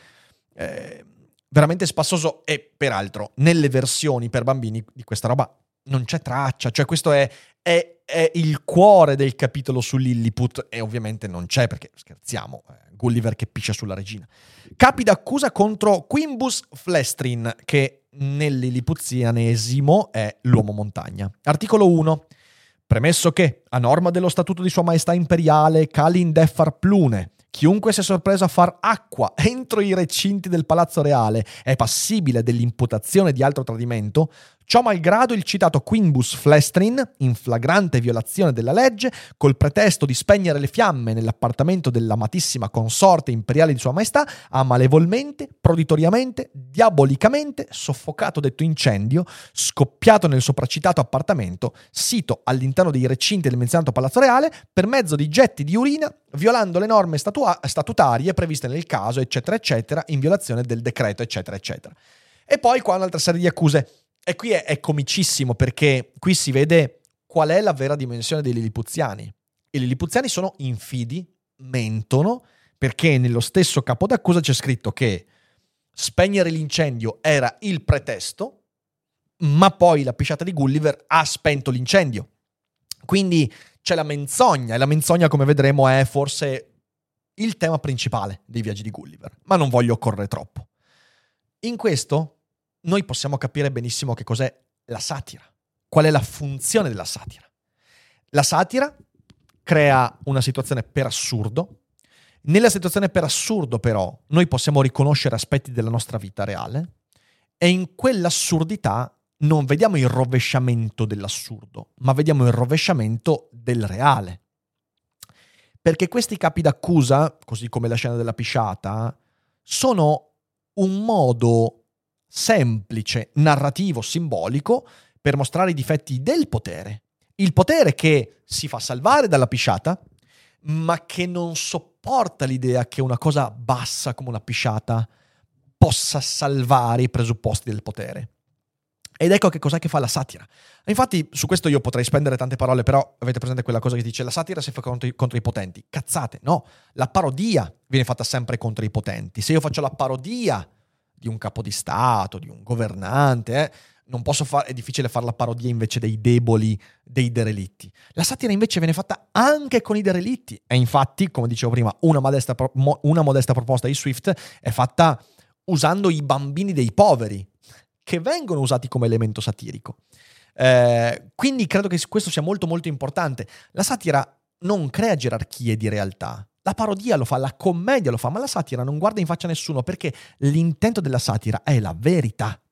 spassoso, e peraltro nelle versioni per bambini di questa roba non c'è traccia, cioè questo è il cuore del capitolo su Lilliput, e ovviamente non c'è, perché scherziamo, Gulliver che piscia sulla regina. Capi d'accusa contro Quimbus Flestrin, che nel lilipuzianesimo è l'uomo montagna. Articolo 1. Premesso che, a norma dello statuto di Sua Maestà Imperiale Calin Deffar Plune, chiunque sia sorpreso a far acqua entro i recinti del Palazzo Reale è passibile dell'imputazione di altro tradimento, Ciò malgrado il citato Quinbus Flestrin, in flagrante violazione della legge, col pretesto di spegnere le fiamme nell'appartamento dell'amatissima consorte imperiale di Sua Maestà, ha malevolmente, proditoriamente, diabolicamente soffocato detto incendio, scoppiato nel sopracitato appartamento, sito all'interno dei recinti del menzionato Palazzo Reale, per mezzo di getti di urina, violando le norme statutarie previste nel caso, eccetera, eccetera, in violazione del decreto, eccetera, eccetera. E poi qua un'altra serie di accuse. E qui è comicissimo, perché qui si vede qual è la vera dimensione dei lilipuziani. I lilipuziani sono infidi, mentono, perché nello stesso capo d'accusa c'è scritto che spegnere l'incendio era il pretesto, ma poi la pisciata di Gulliver ha spento l'incendio. Quindi c'è la menzogna, e la menzogna, come vedremo, è forse il tema principale dei viaggi di Gulliver, ma non voglio correre troppo. In questo noi possiamo capire benissimo che cos'è la satira, qual è la funzione della satira. La satira crea una situazione per assurdo. Nella situazione per assurdo, però, noi possiamo riconoscere aspetti della nostra vita reale, e in quell'assurdità non vediamo il rovesciamento dell'assurdo, ma vediamo il rovesciamento del reale. Perché questi capi d'accusa, così come la scena della pisciata, sono un modo semplice, narrativo, simbolico, per mostrare i difetti del potere. Il potere che si fa salvare dalla pisciata, ma che non sopporta l'idea che una cosa bassa come una pisciata possa salvare i presupposti del potere. Ed ecco che cos'è che fa la satira. Infatti, su questo io potrei spendere tante parole, però avete presente quella cosa che dice la satira si fa contro i potenti? Cazzate, no. La parodia viene fatta sempre contro i potenti. Se io faccio la parodia di un capo di Stato, di un governante, non posso è difficile fare la parodia invece dei deboli, dei derelitti. La satira invece viene fatta anche con i derelitti. E infatti, come dicevo prima, una modesta proposta di Swift è fatta usando i bambini dei poveri, che vengono usati come elemento satirico. Quindi credo che questo sia molto molto importante. La satira non crea gerarchie di realtà. La parodia lo fa, la commedia lo fa, ma la satira non guarda in faccia a nessuno, perché l'intento della satira è la verità.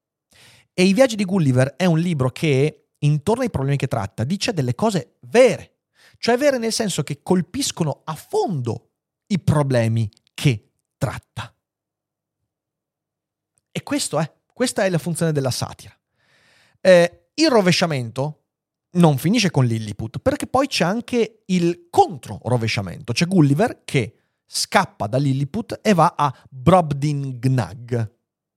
E I viaggi di Gulliver è un libro che, intorno ai problemi che tratta, dice delle cose vere. Cioè vere nel senso che colpiscono a fondo i problemi che tratta. E questa è la funzione della satira. Il rovesciamento non finisce con Lilliput, perché poi c'è anche il contro-rovesciamento. C'è Gulliver che scappa da Lilliput e va a Brobdingnag.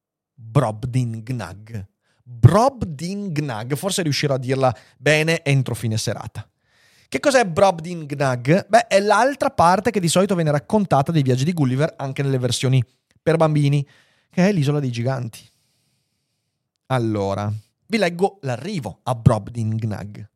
Brobdingnag, forse riuscirò a dirla bene entro fine serata. Che cos'è Brobdingnag? Beh, è l'altra parte che di solito viene raccontata dei viaggi di Gulliver, anche nelle versioni per bambini, che è l'isola dei giganti. Allora, vi leggo l'arrivo a Brobdingnag.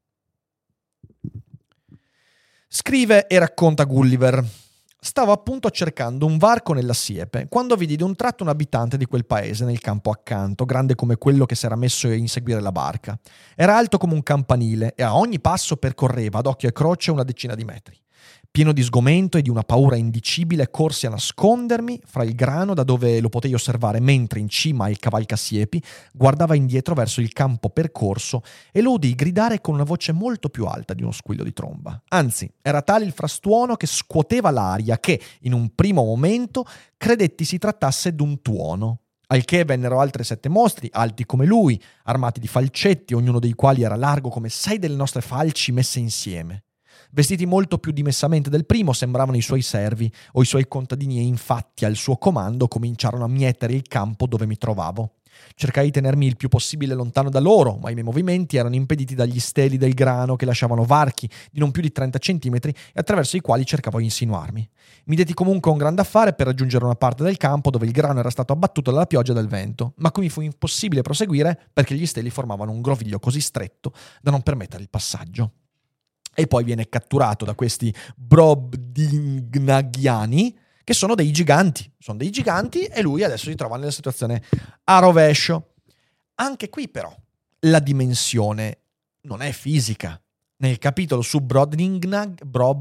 Scrive e racconta Gulliver: stavo appunto cercando un varco nella siepe quando vidi di un tratto un abitante di quel paese nel campo accanto, grande come quello che s'era messo a inseguire la barca. Era alto come un campanile e a ogni passo percorreva ad occhio e croce una decina di metri. Pieno di sgomento e di una paura indicibile, corsi a nascondermi fra il grano da dove lo potei osservare, mentre in cima al cavalcasiepi guardava indietro verso il campo percorso e lo udii gridare con una voce molto più alta di uno squillo di tromba. Anzi, era tale il frastuono che scuoteva l'aria che, in un primo momento, credetti si trattasse d'un tuono. Al che vennero altri 7 mostri, alti come lui, armati di falcetti, ognuno dei quali era largo come 6 delle nostre falci messe insieme. Vestiti molto più dimessamente del primo, sembravano i suoi servi o i suoi contadini, e infatti al suo comando cominciarono a mietere il campo dove mi trovavo. Cercai di tenermi il più possibile lontano da loro, ma i miei movimenti erano impediti dagli steli del grano che lasciavano varchi di non più di 30 centimetri e attraverso i quali cercavo di insinuarmi. Mi detti comunque un grande affare per raggiungere una parte del campo dove il grano era stato abbattuto dalla pioggia e dal vento, ma qui mi fu impossibile proseguire perché gli steli formavano un groviglio così stretto da non permettere il passaggio. E poi viene catturato da questi Brobdingnagiani, che sono dei giganti. Sono dei giganti e lui adesso si trova nella situazione a rovescio. Anche qui però la dimensione non è fisica. Nel capitolo su Brobdingnag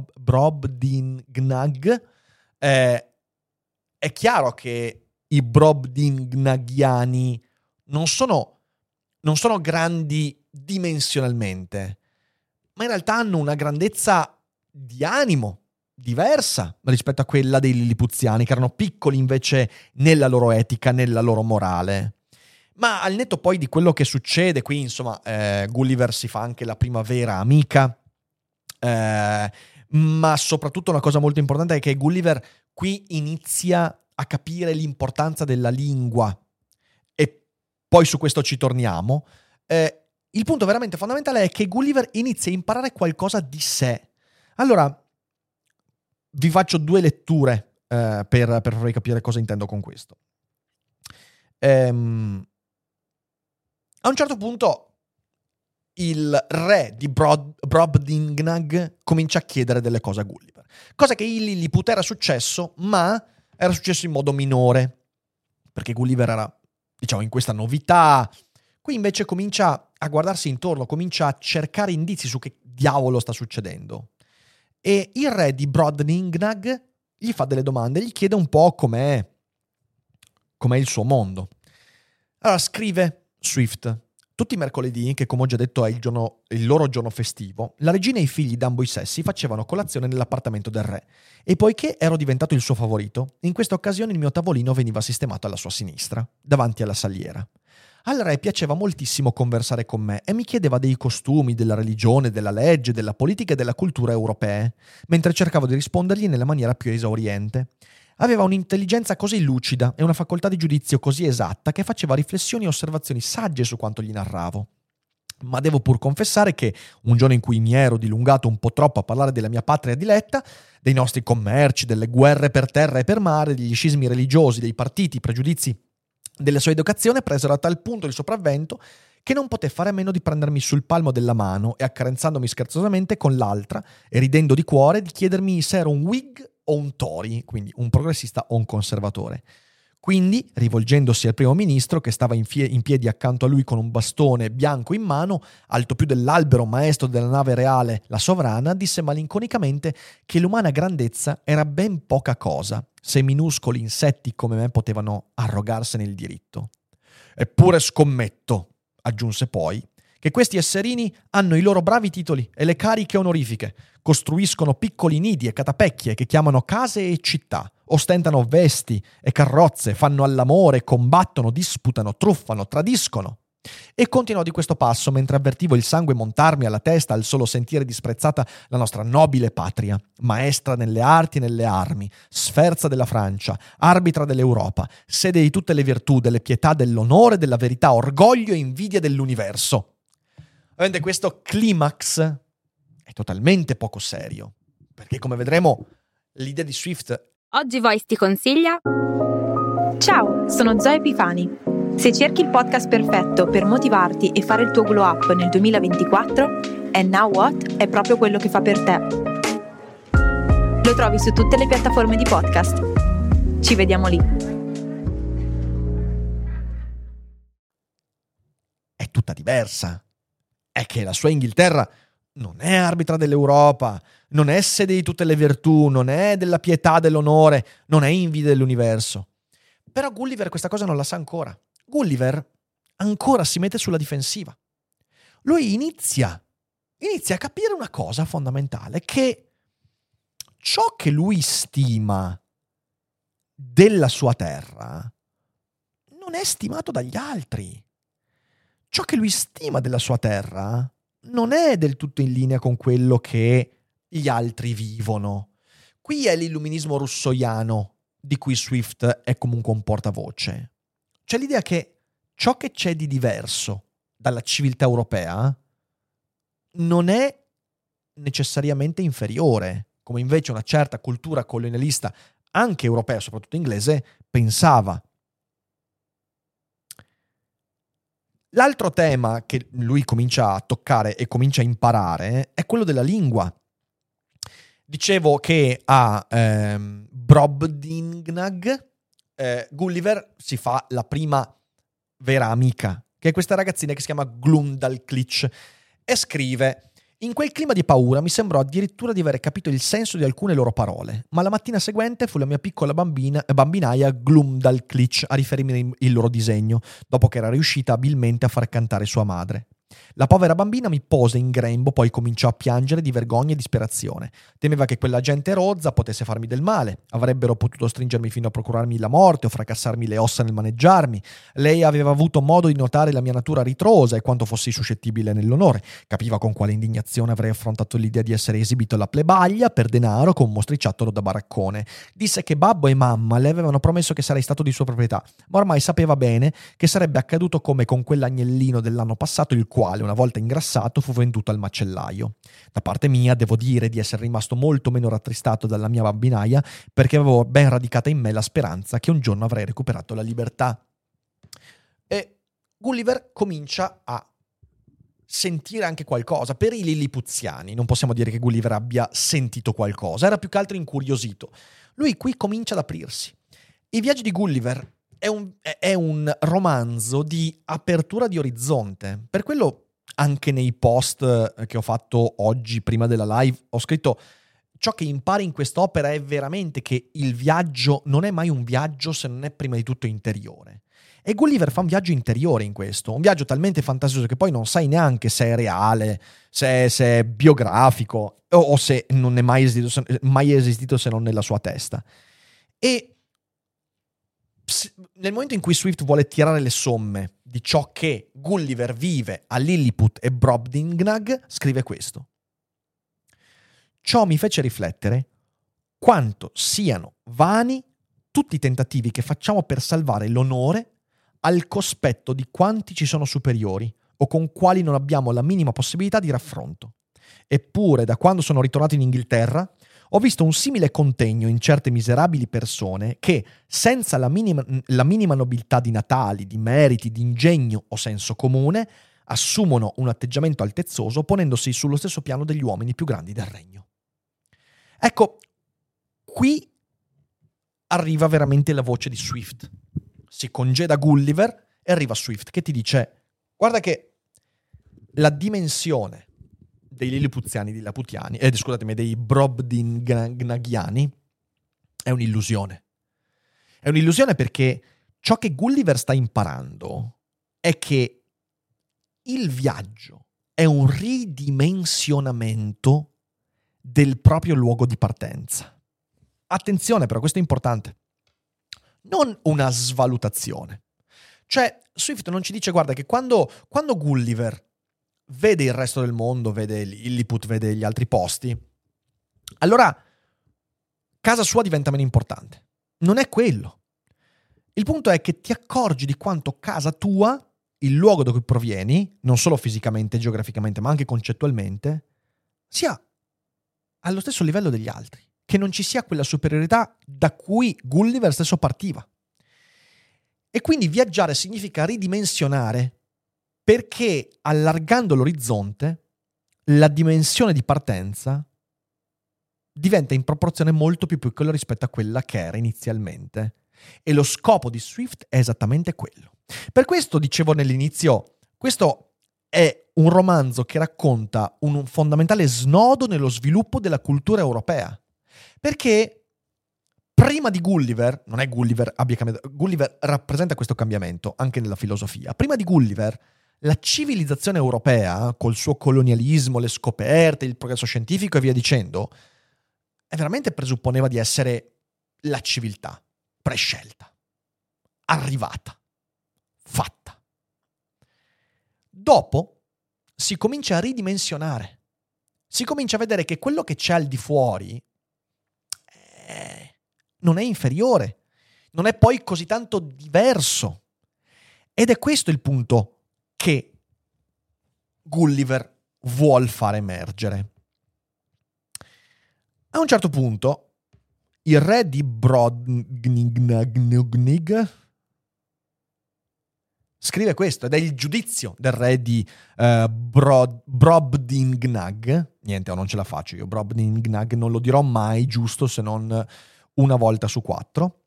è chiaro che i Brobdingnagiani non sono non sono grandi dimensionalmente, ma in realtà hanno una grandezza di animo diversa rispetto a quella dei lilipuziani, che erano piccoli invece nella loro etica, nella loro morale. Ma al netto poi di quello che succede qui, insomma, Gulliver si fa anche la prima vera amica, ma soprattutto una cosa molto importante è che Gulliver qui inizia a capire l'importanza della lingua, e poi su questo ci torniamo. Il punto veramente fondamentale è che Gulliver inizia a imparare qualcosa di sé. Allora, vi faccio 2 letture per farvi capire cosa intendo con questo. A un certo punto il re di Brobdingnag comincia a chiedere delle cose a Gulliver, cosa che in Lilliput era successo, ma era successo in modo minore, perché Gulliver era, diciamo, in questa novità. Qui invece comincia a guardarsi intorno, comincia a cercare indizi su che diavolo sta succedendo. E il re di Brobdingnag gli fa delle domande, gli chiede un po' com'è il suo mondo. Allora scrive Swift: tutti i mercoledì, che come ho già detto è il loro giorno festivo, la regina e i figli d'ambo i sessi facevano colazione nell'appartamento del re, e poiché ero diventato il suo favorito, in questa occasione il mio tavolino veniva sistemato alla sua sinistra, davanti alla saliera. Al re piaceva moltissimo conversare con me e mi chiedeva dei costumi, della religione, della legge, della politica e della cultura europee, mentre cercavo di rispondergli nella maniera più esauriente. Aveva un'intelligenza così lucida e una facoltà di giudizio così esatta che faceva riflessioni e osservazioni sagge su quanto gli narravo. Ma devo pur confessare che, un giorno in cui mi ero dilungato un po' troppo a parlare della mia patria diletta, dei nostri commerci, delle guerre per terra e per mare, degli scismi religiosi, dei partiti, i pregiudizi della sua educazione, presero a tal punto il sopravvento che non poté fare a meno di prendermi sul palmo della mano e, accarezzandomi scherzosamente con l'altra e ridendo di cuore, di chiedermi se ero un Whig o un Tory, quindi un progressista o un conservatore. Quindi, rivolgendosi al primo ministro, che stava in piedi accanto a lui con un bastone bianco in mano, alto più dell'albero maestro della nave reale, la sovrana, disse malinconicamente che l'umana grandezza era ben poca cosa, se minuscoli insetti come me potevano arrogarsene il diritto. Eppure scommetto, aggiunse poi, che questi esserini hanno i loro bravi titoli e le cariche onorifiche, costruiscono piccoli nidi e catapecchie che chiamano case e città, ostentano vesti e carrozze, fanno all'amore, combattono, disputano, truffano, tradiscono. E continuò di questo passo mentre avvertivo il sangue montarmi alla testa al solo sentire disprezzata la nostra nobile patria, maestra nelle arti e nelle armi, sferza della Francia, arbitra dell'Europa, sede di tutte le virtù, delle pietà, dell'onore, della verità, orgoglio e invidia dell'universo. Ovviamente questo climax è totalmente poco serio, perché come vedremo l'idea di Swift... Oggi Voice ti consiglia... Ciao, sono Zoe Epifani. Se cerchi il podcast perfetto per motivarti e fare il tuo glow up nel 2024, And Now What è proprio quello che fa per te. Lo trovi su tutte le piattaforme di podcast. Ci vediamo lì. È tutta diversa. È che la sua Inghilterra non è arbitra dell'Europa, non è sede di tutte le virtù, non è della pietà, dell'onore, non è invidia dell'universo. Però Gulliver questa cosa non la sa ancora. Gulliver ancora si mette sulla difensiva. Lui inizia a capire una cosa fondamentale, che ciò che lui stima della sua terra non è stimato dagli altri. Ciò che lui stima della sua terra non è del tutto in linea con quello che gli altri vivono. Qui è l'illuminismo russoiano di cui Swift è comunque un portavoce. C'è l'idea che ciò che c'è di diverso dalla civiltà europea non è necessariamente inferiore, come invece una certa cultura colonialista, anche europea, soprattutto inglese, pensava. L'altro tema che lui comincia a toccare e comincia a imparare è quello della lingua. Dicevo che a Brobdingnag Gulliver si fa la prima vera amica, che è questa ragazzina che si chiama Glumdalclitch, e scrive: In quel clima di paura mi sembrò addirittura di aver capito il senso di alcune loro parole, ma la mattina seguente fu la mia piccola bambinaia Glumdalclich a riferirmi il loro disegno, dopo che era riuscita abilmente a far cantare sua madre. La povera bambina mi pose in grembo, poi cominciò a piangere di vergogna e disperazione. Temeva che quella gente rozza potesse farmi del male. Avrebbero potuto stringermi fino a procurarmi la morte o fracassarmi le ossa nel maneggiarmi. Lei aveva avuto modo di notare la mia natura ritrosa e quanto fossi suscettibile nell'onore. Capiva con quale indignazione avrei affrontato l'idea di essere esibito alla plebaglia per denaro con un mostriciattolo da baraccone. Disse che babbo e mamma le avevano promesso che sarei stato di sua proprietà, ma ormai sapeva bene che sarebbe accaduto come con quell'agnellino dell'anno passato, il quale, una volta ingrassato, fu venduto al macellaio. Da parte mia, devo dire di essere rimasto molto meno rattristato dalla mia bambinaia, perché avevo ben radicata in me la speranza che un giorno avrei recuperato la libertà. E Gulliver comincia a sentire anche qualcosa. Per i lillipuziani non possiamo dire che Gulliver abbia sentito qualcosa, era più che altro incuriosito. Lui qui comincia ad aprirsi. I viaggi di Gulliver è un romanzo di apertura di orizzonte. Per quello anche nei post che ho fatto oggi prima della live ho scritto: ciò che impari in quest'opera è veramente che il viaggio non è mai un viaggio se non è prima di tutto interiore. E Gulliver fa un viaggio interiore in questo, un viaggio talmente fantasioso che poi non sai neanche se è reale, se è biografico o se non è mai esistito se non nella sua testa. E nel momento in cui Swift vuole tirare le somme di ciò che Gulliver vive a Lilliput e Brobdingnag, scrive questo: ciò mi fece riflettere quanto siano vani tutti i tentativi che facciamo per salvare l'onore al cospetto di quanti ci sono superiori o con quali non abbiamo la minima possibilità di raffronto. Eppure, da quando sono ritornato in Inghilterra, ho visto un simile contegno in certe miserabili persone che, senza la minima nobiltà di natali, di meriti, di ingegno o senso comune, assumono un atteggiamento altezzoso ponendosi sullo stesso piano degli uomini più grandi del regno. Ecco, qui arriva veramente la voce di Swift. Si congeda Gulliver e arriva Swift che ti dice: guarda che la dimensione dei lillipuziani, dei brobdingnagiani è un'illusione. È un'illusione perché ciò che Gulliver sta imparando è che il viaggio è un ridimensionamento del proprio luogo di partenza. Attenzione però, questo è importante. Non una svalutazione. Cioè, Swift non ci dice, guarda, che quando Gulliver vede il resto del mondo, vede Lilliput, vede gli altri posti, allora casa sua diventa meno importante. Non è quello. Il punto è che ti accorgi di quanto casa tua, il luogo da cui provieni, non solo fisicamente, geograficamente, ma anche concettualmente, sia allo stesso livello degli altri, che non ci sia quella superiorità da cui Gulliver stesso partiva. E quindi viaggiare significa ridimensionare, perché allargando l'orizzonte, la dimensione di partenza diventa in proporzione molto più piccola rispetto a quella che era inizialmente. E lo scopo di Swift è esattamente quello. Per questo dicevo nell'inizio, questo è un romanzo che racconta un fondamentale snodo nello sviluppo della cultura europea. Perché prima di Gulliver, non è Gulliver abbia cambiato, Gulliver rappresenta questo cambiamento anche nella filosofia. Prima di Gulliver, la civilizzazione europea, col suo colonialismo, le scoperte, il progresso scientifico e via dicendo, veramente presupponeva di essere la civiltà prescelta, arrivata, fatta. Dopo si comincia a ridimensionare, si comincia a vedere che quello che c'è al di fuori non è inferiore, non è poi così tanto diverso. Ed è questo il punto che Gulliver vuol far emergere. A un certo punto il re di Brobdingnag scrive questo, ed è il giudizio del re di Brobdingnag. Niente, non ce la faccio io. Brobdingnag non lo dirò mai giusto, se non una volta su 4.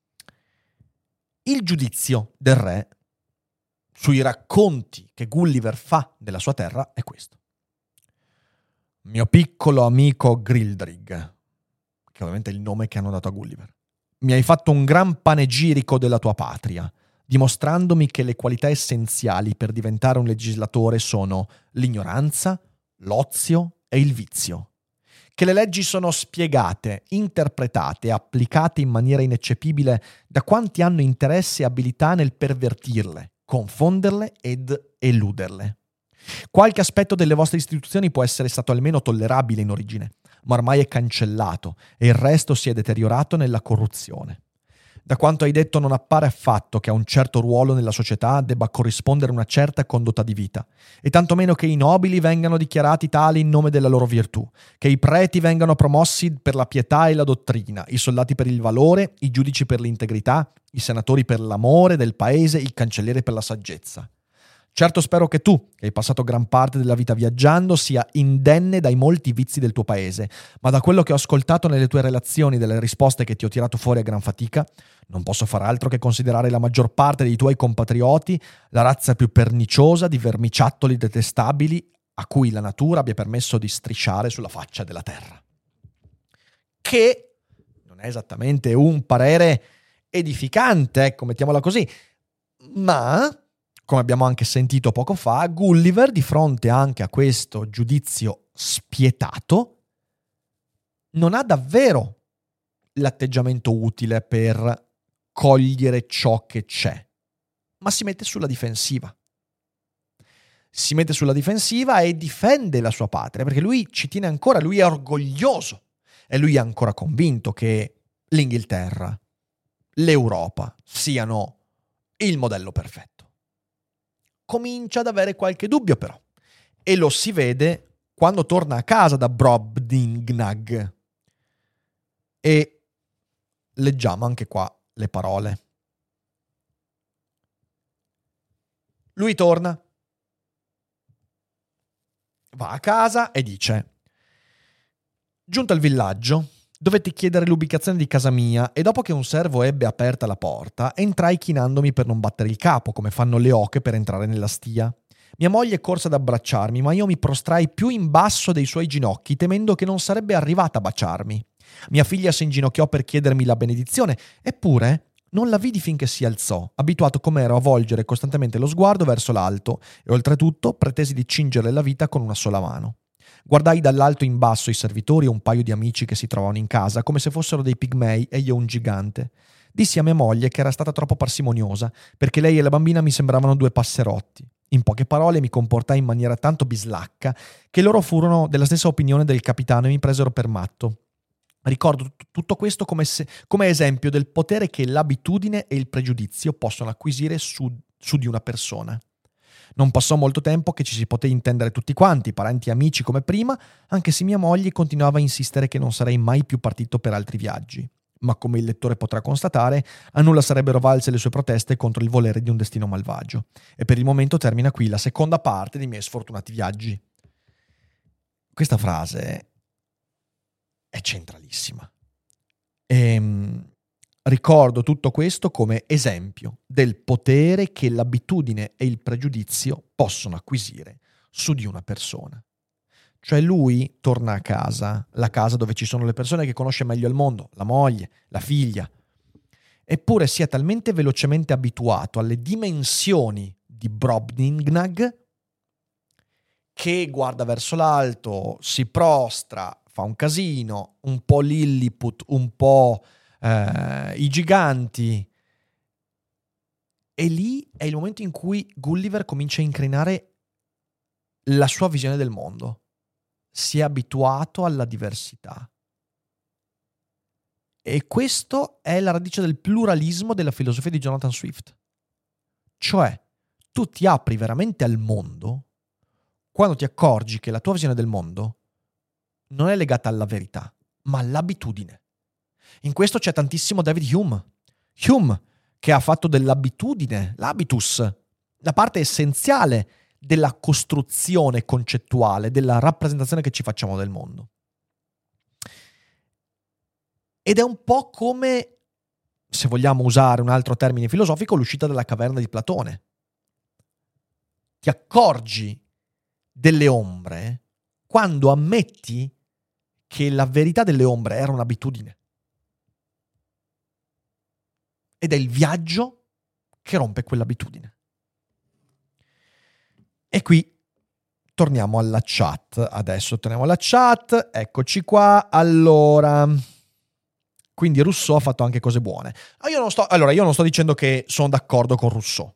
Il giudizio del re sui racconti che Gulliver fa della sua terra è questo. mio piccolo amico Grildrig, che ovviamente è il nome che hanno dato a Gulliver, mi hai fatto un gran panegirico della tua patria, dimostrandomi che le qualità essenziali per diventare un legislatore sono l'ignoranza, l'ozio e il vizio. Che le leggi sono spiegate, interpretate e applicate in maniera ineccepibile da quanti hanno interesse e abilità nel pervertirle, confonderle ed eluderle. Qualche aspetto delle vostre istituzioni può essere stato almeno tollerabile in origine, ma ormai è cancellato e il resto si è deteriorato nella corruzione. Da quanto hai detto non appare affatto che a un certo ruolo nella società debba corrispondere una certa condotta di vita, e tantomeno che i nobili vengano dichiarati tali in nome della loro virtù, che i preti vengano promossi per la pietà e la dottrina, i soldati per il valore, i giudici per l'integrità, i senatori per l'amore del paese, il cancelliere per la saggezza. Certo spero che tu, che hai passato gran parte della vita viaggiando, sia indenne dai molti vizi del tuo paese, ma da quello che ho ascoltato nelle tue relazioni e delle risposte che ti ho tirato fuori a gran fatica, non posso far altro che considerare la maggior parte dei tuoi compatrioti la razza più perniciosa di vermiciattoli detestabili a cui la natura abbia permesso di strisciare sulla faccia della terra. Che non è esattamente un parere edificante, ecco, mettiamola così, ma, come abbiamo anche sentito poco fa, Gulliver, di fronte anche a questo giudizio spietato, non ha davvero l'atteggiamento utile per cogliere ciò che c'è, ma si mette sulla difensiva. Si mette sulla difensiva e difende la sua patria, perché lui ci tiene ancora, lui è orgoglioso e lui è ancora convinto che l'Inghilterra, l'Europa siano il modello perfetto. Comincia ad avere qualche dubbio però, e lo si vede quando torna a casa da Brobdingnag. E leggiamo anche qua le parole. Lui torna, va a casa e dice: giunto al villaggio, dovetti chiedere l'ubicazione di casa mia e dopo che un servo ebbe aperta la porta, entrai chinandomi per non battere il capo, come fanno le oche per entrare nella stia. Mia moglie corse ad abbracciarmi, ma io mi prostrai più in basso dei suoi ginocchi, temendo che non sarebbe arrivata a baciarmi. Mia figlia si inginocchiò per chiedermi la benedizione, eppure non la vidi finché si alzò, abituato com'ero a volgere costantemente lo sguardo verso l'alto, e oltretutto pretesi di cingerle la vita con una sola mano. Guardai dall'alto in basso i servitori e un paio di amici che si trovavano in casa, come se fossero dei pigmei e io un gigante. Dissi a mia moglie che era stata troppo parsimoniosa, perché lei e la bambina mi sembravano due passerotti. In poche parole mi comportai in maniera tanto bislacca che loro furono della stessa opinione del capitano e mi presero per matto. Ricordo tutto questo come esempio del potere che l'abitudine e il pregiudizio possono acquisire su di una persona. Non passò molto tempo che ci si poté intendere tutti quanti, parenti e amici come prima, anche se mia moglie continuava a insistere che non sarei mai più partito per altri viaggi. Ma come il lettore potrà constatare, a nulla sarebbero valse le sue proteste contro il volere di un destino malvagio. E per il momento termina qui la seconda parte dei miei sfortunati viaggi. Questa frase è centralissima. Ricordo tutto questo come esempio del potere che l'abitudine e il pregiudizio possono acquisire su di una persona. Cioè lui torna a casa, la casa dove ci sono le persone che conosce meglio al mondo, la moglie, la figlia, eppure si è talmente velocemente abituato alle dimensioni di Brobdingnag che guarda verso l'alto, si prostra, fa un casino, un po' Lilliput, un po' i giganti. E lì è il momento in cui Gulliver comincia a incrinare la sua visione del mondo. Si è abituato alla diversità. E questo è la radice del pluralismo della filosofia di Jonathan Swift. Cioè, tu ti apri veramente al mondo quando ti accorgi che la tua visione del mondo non è legata alla verità, ma all'abitudine. In questo c'è tantissimo David Hume. Hume, che ha fatto dell'abitudine, l'habitus, la parte essenziale della costruzione concettuale, della rappresentazione che ci facciamo del mondo. Ed è un po' come, se vogliamo usare un altro termine filosofico, l'uscita dalla caverna di Platone. Ti accorgi delle ombre quando ammetti che la verità delle ombre era un'abitudine. Ed è il viaggio che rompe quell'abitudine. E qui torniamo alla chat. Adesso torniamo alla chat. Eccoci qua. Allora, quindi Rousseau ha fatto anche cose buone. Io non sto dicendo che sono d'accordo con Rousseau.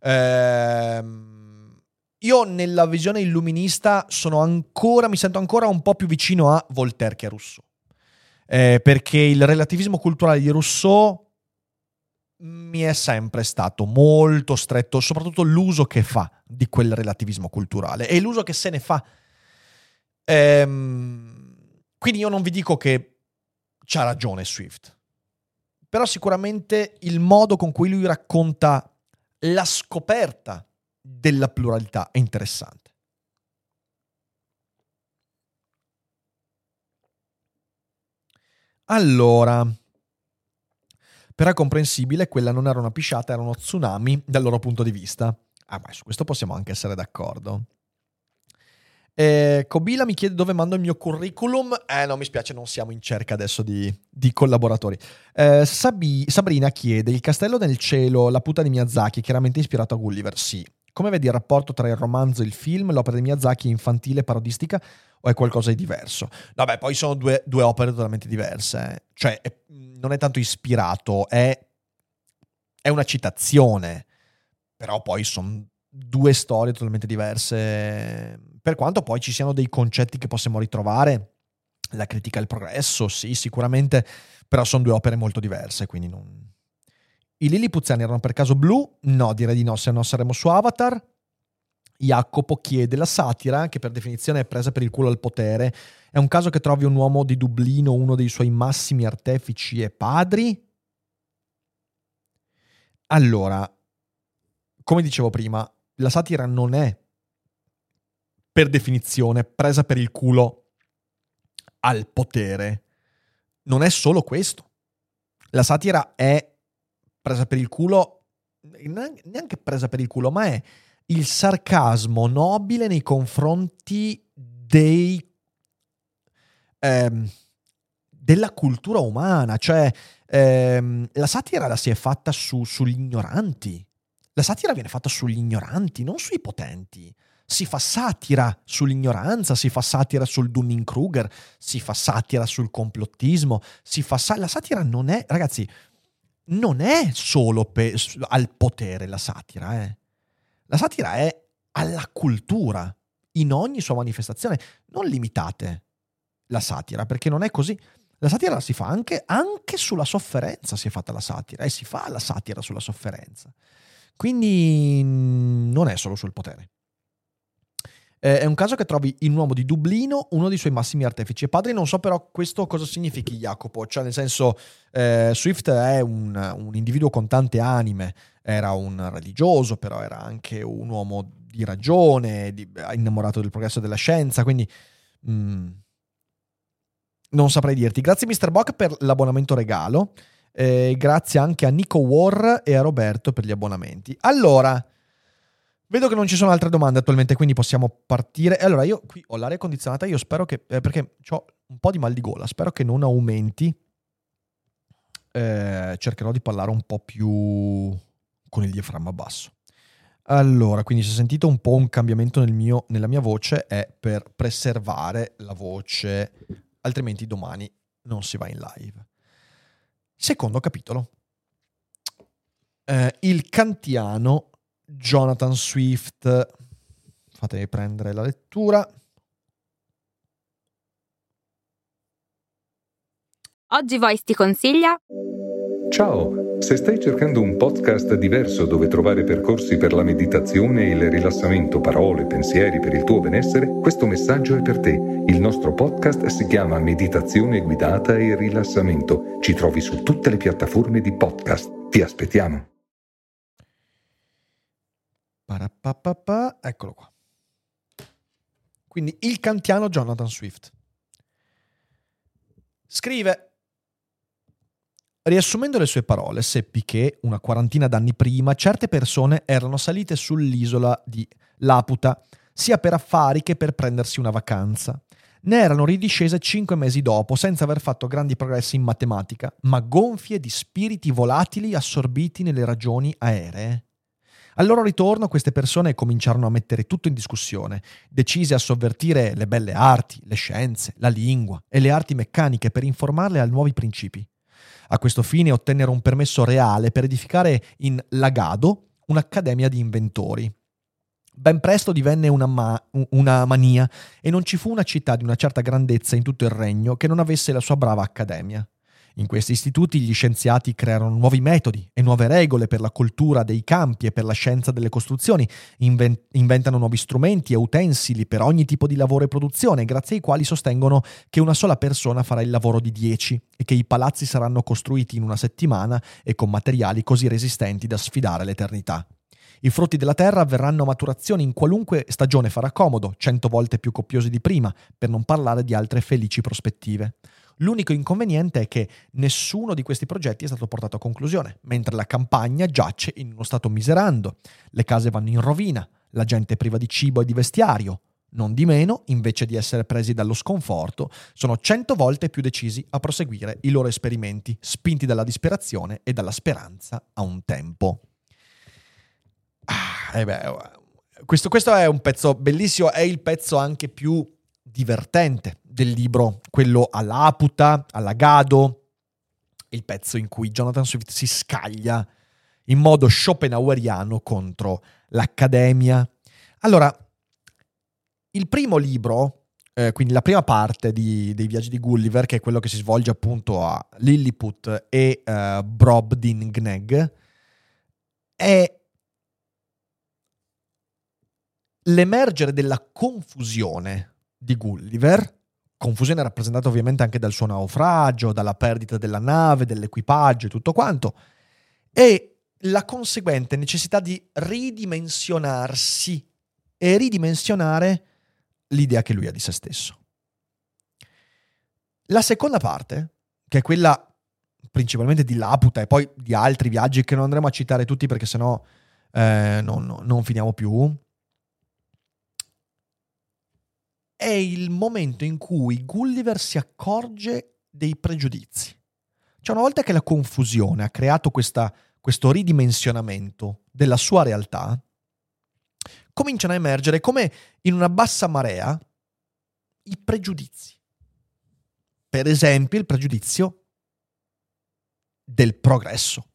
Io nella visione illuminista mi sento ancora un po' più vicino a Voltaire che a Rousseau. Perché il relativismo culturale di Rousseau mi è sempre stato molto stretto, soprattutto l'uso che fa di quel relativismo culturale e l'uso che se ne fa. Quindi io non vi dico che c'ha ragione Swift, però sicuramente il modo con cui lui racconta la scoperta della pluralità è interessante. Allora, però è comprensibile, quella non era una pisciata, era uno tsunami dal loro punto di vista. Su questo possiamo anche essere d'accordo. Kobila mi chiede dove mando il mio curriculum. No, mi spiace, non siamo in cerca adesso di collaboratori. Sabrina chiede: il castello nel cielo, la puta di Miyazaki, chiaramente ispirato a Gulliver. Sì. Come vedi il rapporto tra il romanzo e il film? L'opera di Miyazaki è infantile, parodistica o è qualcosa di diverso? Vabbè, poi sono due opere totalmente diverse. Cioè, non è tanto ispirato, è una citazione. Però poi sono due storie totalmente diverse. Per quanto poi ci siano dei concetti che possiamo ritrovare, la critica al progresso, sì, sicuramente, però sono due opere molto diverse, quindi non... I Lilipuziani erano per caso blu? No, direi di no, se no saremmo su Avatar. Jacopo chiede: la satira, che per definizione è presa per il culo al potere, è un caso che trovi un uomo di Dublino uno dei suoi massimi artefici e padri? Allora, come dicevo prima, la satira non è per definizione presa per il culo al potere. Non è solo questo. La satira è presa per il culo, neanche presa per il culo, ma è il sarcasmo nobile nei confronti della cultura umana. Cioè, la satira la si è fatta sugli ignoranti. La satira viene fatta sugli ignoranti, non sui potenti. Si fa satira sull'ignoranza, si fa satira sul Dunning-Kruger, si fa satira sul complottismo, la satira non è, ragazzi, non è solo al potere la satira, La satira è alla cultura, in ogni sua manifestazione. Non limitate la satira, perché non è così. La satira la si fa anche sulla sofferenza, si è fatta la satira, e si fa la satira sulla sofferenza. Quindi non è solo sul potere. È un caso che trovi in un uomo di Dublino uno dei suoi massimi artefici e padri. Non so però questo cosa significhi, Jacopo. Cioè, nel senso, Swift è un individuo con tante anime. Era un religioso, però era anche un uomo di ragione, innamorato del progresso della scienza. Quindi non saprei dirti. Grazie Mr. Bock per l'abbonamento regalo. Grazie anche a Nico War e a Roberto per gli abbonamenti. Allora, vedo che non ci sono altre domande attualmente, quindi possiamo partire. Allora, io qui ho l'aria condizionata, io spero che... perché ho un po' di mal di gola, spero che non aumenti. Cercherò di parlare un po' più con il diaframma basso. Allora, quindi se sentite un po' un cambiamento nella mia voce è per preservare la voce, altrimenti domani non si va in live. Secondo capitolo. Il kantiano Jonathan Swift. Fatemi prendere la lettura. Oggi Voice ti consiglia... Ciao, se stai cercando un podcast diverso dove trovare percorsi per la meditazione e il rilassamento, parole, pensieri per il tuo benessere, questo messaggio è per te. Il nostro podcast si chiama Meditazione guidata e rilassamento. Ci trovi su tutte le piattaforme di podcast. Ti aspettiamo. Eccolo qua. Quindi il kantiano Jonathan Swift scrive: riassumendo le sue parole, seppi che una quarantina d'anni prima certe persone erano salite sull'isola di Laputa sia per affari che per prendersi una vacanza. Ne erano ridiscese 5 mesi dopo, senza aver fatto grandi progressi in matematica, ma gonfie di spiriti volatili assorbiti nelle ragioni aeree. Al loro ritorno queste persone cominciarono a mettere tutto in discussione, decise a sovvertire le belle arti, le scienze, la lingua e le arti meccaniche per informarle a nuovi principi. A questo fine ottennero un permesso reale per edificare in Lagado un'accademia di inventori. Ben presto divenne una mania e non ci fu una città di una certa grandezza in tutto il regno che non avesse la sua brava accademia. In questi istituti gli scienziati crearono nuovi metodi e nuove regole per la coltura dei campi e per la scienza delle costruzioni, inventano nuovi strumenti e utensili per ogni tipo di lavoro e produzione, grazie ai quali sostengono che una sola persona farà il lavoro di 10 e che i palazzi saranno costruiti in una settimana e con materiali così resistenti da sfidare l'eternità. I frutti della terra avverranno a maturazione in qualunque stagione farà comodo, 100 volte più copiosi di prima, per non parlare di altre felici prospettive. L'unico inconveniente è che nessuno di questi progetti è stato portato a conclusione, mentre la campagna giace in uno stato miserando, le case vanno in rovina, la gente è priva di cibo e di vestiario. Non di meno, invece di essere presi dallo sconforto, sono 100 volte più decisi a proseguire i loro esperimenti, spinti dalla disperazione e dalla speranza a un tempo. Questo è un pezzo bellissimo, è il pezzo anche più divertente del libro, quello a Laputa, a Lagado, il pezzo in cui Jonathan Swift si scaglia in modo schopenhaueriano contro l'Accademia. Allora, il primo libro, quindi la prima parte dei viaggi di Gulliver, che è quello che si svolge appunto a Lilliput e Brobdingnag, è l'emergere della confusione di Gulliver, confusione rappresentata ovviamente anche dal suo naufragio, dalla perdita della nave, dell'equipaggio e tutto quanto, e la conseguente necessità di ridimensionarsi e ridimensionare l'idea che lui ha di se stesso. La seconda parte, che è quella principalmente di Laputa e poi di altri viaggi che non andremo a citare tutti perché sennò non finiamo più, è il momento in cui Gulliver si accorge dei pregiudizi. Cioè, una volta che la confusione ha creato questo ridimensionamento della sua realtà, cominciano a emergere come in una bassa marea i pregiudizi. Per esempio, il pregiudizio del progresso,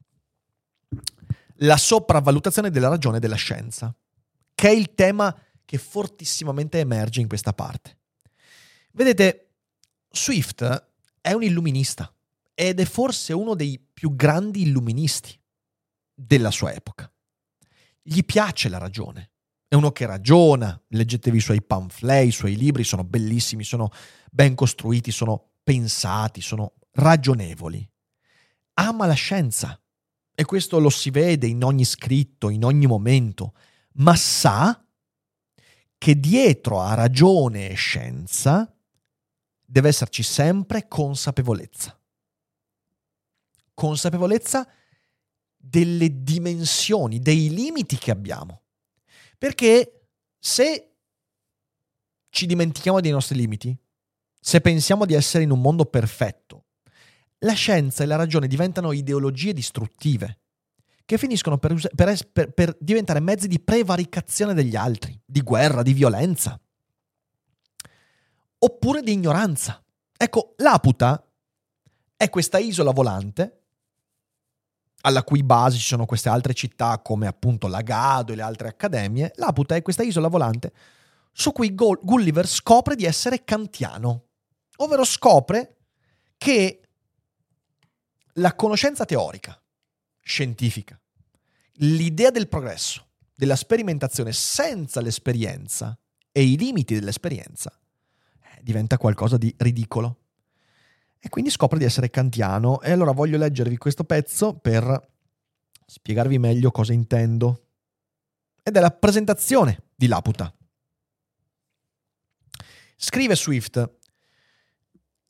la sopravvalutazione della ragione e della scienza, che è il tema che fortissimamente emerge in questa parte. Vedete, Swift è un illuminista ed è forse uno dei più grandi illuministi della sua epoca. Gli piace la ragione. È uno che ragiona, leggetevi i suoi pamphlet, i suoi libri, sono bellissimi, sono ben costruiti, sono pensati, sono ragionevoli. Ama la scienza e questo lo si vede in ogni scritto, in ogni momento, ma sa che dietro a ragione e scienza deve esserci sempre consapevolezza. Consapevolezza delle dimensioni, dei limiti che abbiamo. Perché se ci dimentichiamo dei nostri limiti, se pensiamo di essere in un mondo perfetto, la scienza e la ragione diventano ideologie distruttive che finiscono per diventare mezzi di prevaricazione degli altri, di guerra, di violenza, oppure di ignoranza. Ecco, Laputa è questa isola volante, alla cui base ci sono queste altre città come appunto Lagado e le altre accademie. Laputa è questa isola volante su cui Gulliver scopre di essere kantiano, ovvero scopre che la conoscenza teorica, scientifica, l'idea del progresso, della sperimentazione senza l'esperienza e i limiti dell'esperienza diventa qualcosa di ridicolo. E quindi scopre di essere kantiano. E allora voglio leggervi questo pezzo per spiegarvi meglio cosa intendo. Ed è la presentazione di Laputa. Scrive Swift: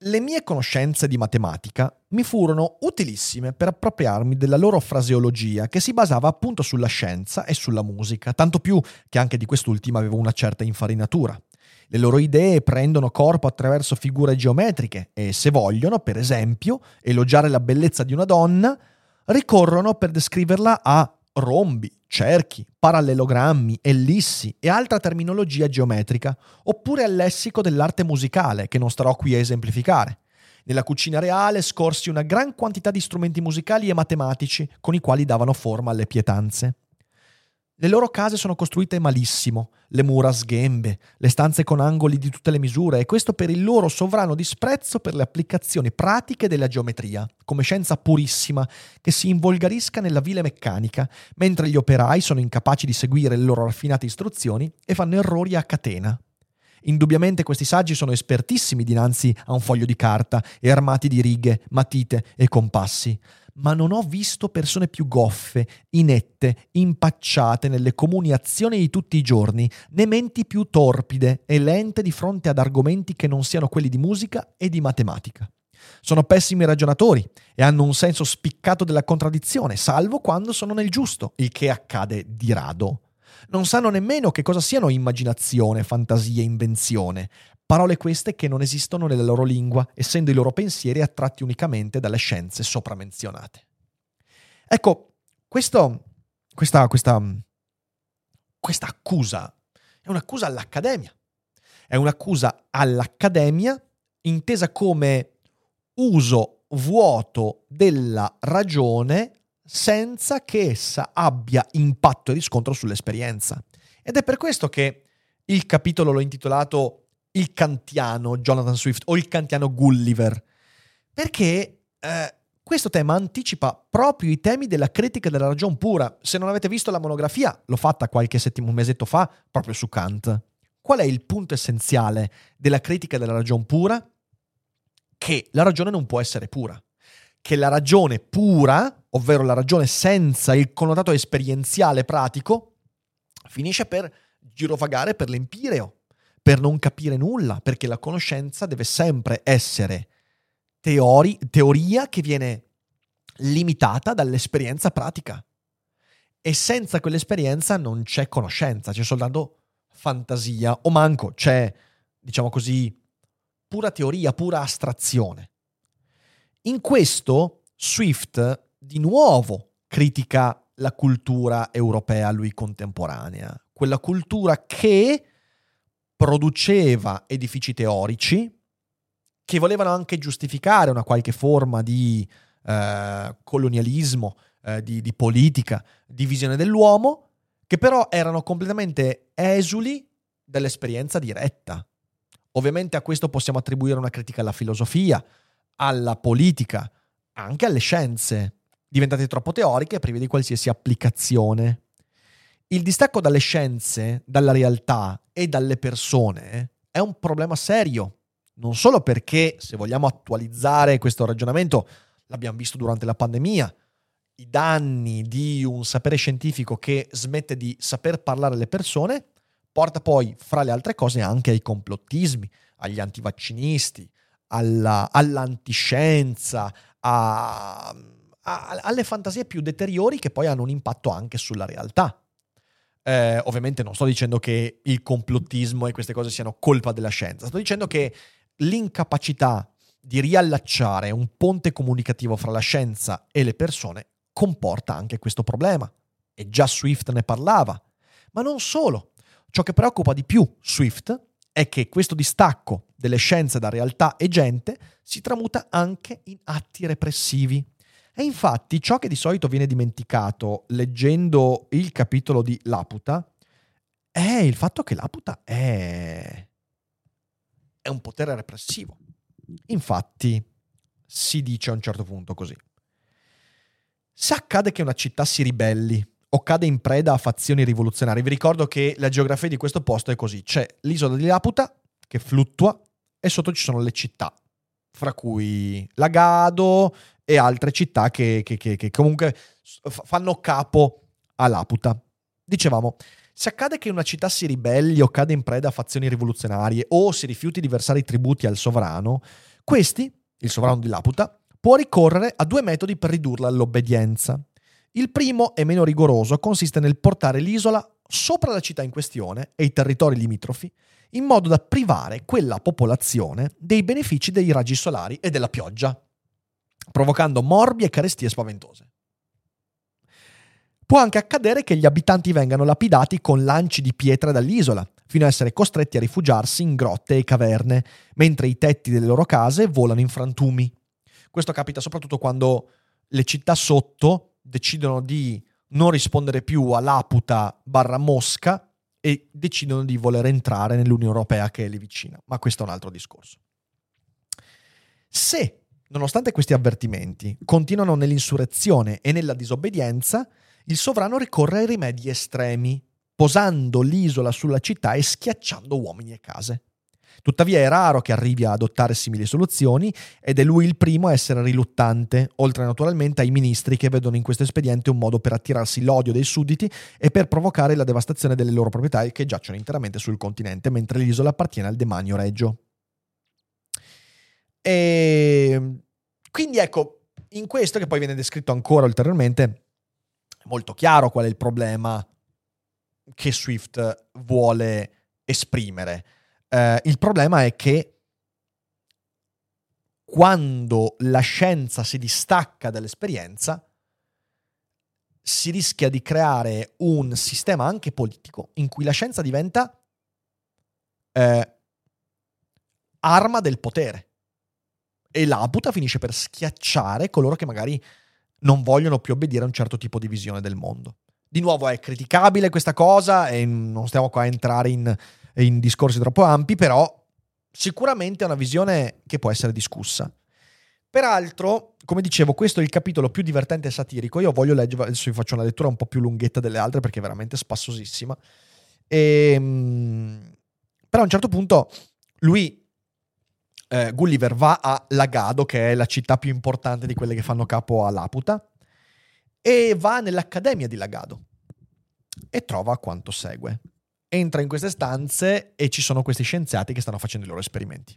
Le mie conoscenze di matematica mi furono utilissime per appropriarmi della loro fraseologia che si basava appunto sulla scienza e sulla musica, tanto più che anche di quest'ultima avevo una certa infarinatura. Le loro idee prendono corpo attraverso figure geometriche e, se vogliono, per esempio, elogiare la bellezza di una donna, ricorrono per descriverla a rombi, cerchi, parallelogrammi, ellissi e altra terminologia geometrica, oppure al lessico dell'arte musicale, che non starò qui a esemplificare. Nella cucina reale scorsi una gran quantità di strumenti musicali e matematici con i quali davano forma alle pietanze. Le loro case sono costruite malissimo, le mura a sghembe, le stanze con angoli di tutte le misure, e questo per il loro sovrano disprezzo per le applicazioni pratiche della geometria, come scienza purissima che si involgarisca nella vile meccanica, mentre gli operai sono incapaci di seguire le loro raffinate istruzioni e fanno errori a catena. Indubbiamente questi saggi sono espertissimi dinanzi a un foglio di carta e armati di righe, matite e compassi, ma non ho visto persone più goffe, inette, impacciate nelle comuni azioni di tutti i giorni, né menti più torpide e lente di fronte ad argomenti che non siano quelli di musica e di matematica. Sono pessimi ragionatori e hanno un senso spiccato della contraddizione, salvo quando sono nel giusto, il che accade di rado. Non sanno nemmeno che cosa siano immaginazione, fantasia e invenzione, parole queste che non esistono nella loro lingua, essendo i loro pensieri attratti unicamente dalle scienze sopramenzionate. Ecco, questa accusa è un'accusa all'Accademia. È un'accusa all'Accademia intesa come uso vuoto della ragione senza che essa abbia impatto e riscontro sull'esperienza. Ed è per questo che il capitolo l'ho intitolato Il kantiano Jonathan Swift o il kantiano Gulliver, perché questo tema anticipa proprio i temi della critica della ragion pura. Se non avete visto la monografia, l'ho fatta un mesetto fa, proprio su Kant. Qual è il punto essenziale della critica della ragion pura? Che la ragione non può essere pura. Che la ragione pura, ovvero la ragione senza il connotato esperienziale pratico, finisce per girovagare per l'empireo, per non capire nulla, perché la conoscenza deve sempre essere teoria che viene limitata dall'esperienza pratica. E senza quell'esperienza non c'è conoscenza, c'è soltanto fantasia, o manco c'è, diciamo così, pura teoria, pura astrazione. In questo Swift di nuovo critica la cultura europea a lui contemporanea, quella cultura che produceva edifici teorici che volevano anche giustificare una qualche forma di colonialismo, di politica, di visione dell'uomo, che però erano completamente esuli dall'esperienza diretta. Ovviamente a questo possiamo attribuire una critica alla filosofia, alla politica, anche alle scienze, diventate troppo teoriche e prive di qualsiasi applicazione. Il distacco dalle scienze, dalla realtà e dalle persone è un problema serio, non solo perché, se vogliamo attualizzare questo ragionamento, l'abbiamo visto durante la pandemia, i danni di un sapere scientifico che smette di saper parlare alle persone porta poi, fra le altre cose, anche ai complottismi, agli antivaccinisti, all'antiscienza, alle fantasie più deteriori che poi hanno un impatto anche sulla realtà. Ovviamente non sto dicendo che il complottismo e queste cose siano colpa della scienza, sto dicendo che l'incapacità di riallacciare un ponte comunicativo fra la scienza e le persone comporta anche questo problema. E già Swift ne parlava. Ma non solo. Ciò che preoccupa di più Swift è che questo distacco delle scienze da realtà e gente si tramuta anche in atti repressivi. E infatti ciò che di solito viene dimenticato leggendo il capitolo di Laputa è il fatto che Laputa è un potere repressivo. Infatti si dice a un certo punto così: se accade che una città si ribelli o cade in preda a fazioni rivoluzionarie, vi ricordo che la geografia di questo posto è così: c'è l'isola di Laputa che fluttua e sotto ci sono le città, fra cui Lagado e altre città che comunque fanno capo a Laputa. Dicevamo, se accade che una città si ribelli o cade in preda a fazioni rivoluzionarie o si rifiuti di versare i tributi al sovrano, Questi, il sovrano di Laputa, può ricorrere a 2 metodi per ridurla all'obbedienza. Il primo è meno rigoroso, consiste nel portare l'isola sopra la città in questione e i territori limitrofi, in modo da privare quella popolazione dei benefici dei raggi solari e della pioggia, provocando morbi e carestie spaventose. Può anche accadere che gli abitanti vengano lapidati con lanci di pietre dall'isola, fino a essere costretti a rifugiarsi in grotte e caverne, mentre i tetti delle loro case volano in frantumi. Questo capita soprattutto quando le città sotto decidono di non rispondere più a Laputa / Mosca e decidono di voler entrare nell'Unione Europea che è lì vicina. Ma questo è un altro discorso. Se, nonostante questi avvertimenti, continuano nell'insurrezione e nella disobbedienza, il sovrano ricorre ai rimedi estremi, posando l'isola sulla città e schiacciando uomini e case. Tuttavia è raro che arrivi a adottare simili soluzioni ed è lui il primo a essere riluttante, oltre naturalmente ai ministri che vedono in questo espediente un modo per attirarsi l'odio dei sudditi e per provocare la devastazione delle loro proprietà che giacciono interamente sul continente, mentre l'isola appartiene al demanio regio. E quindi ecco, in questo, che poi viene descritto ancora ulteriormente, è molto chiaro qual è il problema che Swift vuole esprimere. Il problema è che quando la scienza si distacca dall'esperienza, si rischia di creare un sistema anche politico in cui la scienza diventa arma del potere. E Laputa finisce per schiacciare coloro che magari non vogliono più obbedire a un certo tipo di visione del mondo. Di nuovo è criticabile questa cosa e non stiamo qua a entrare in discorsi troppo ampi, però sicuramente è una visione che può essere discussa. Peraltro, come dicevo, questo è il capitolo più divertente e satirico. Io voglio leggere, adesso vi faccio una lettura un po' più lunghetta delle altre perché è veramente spassosissima. Però a un certo punto Gulliver va a Lagado, che è la città più importante di quelle che fanno capo a Laputa, e va nell'accademia di Lagado e trova quanto segue. Entra in queste stanze e ci sono questi scienziati che stanno facendo i loro esperimenti.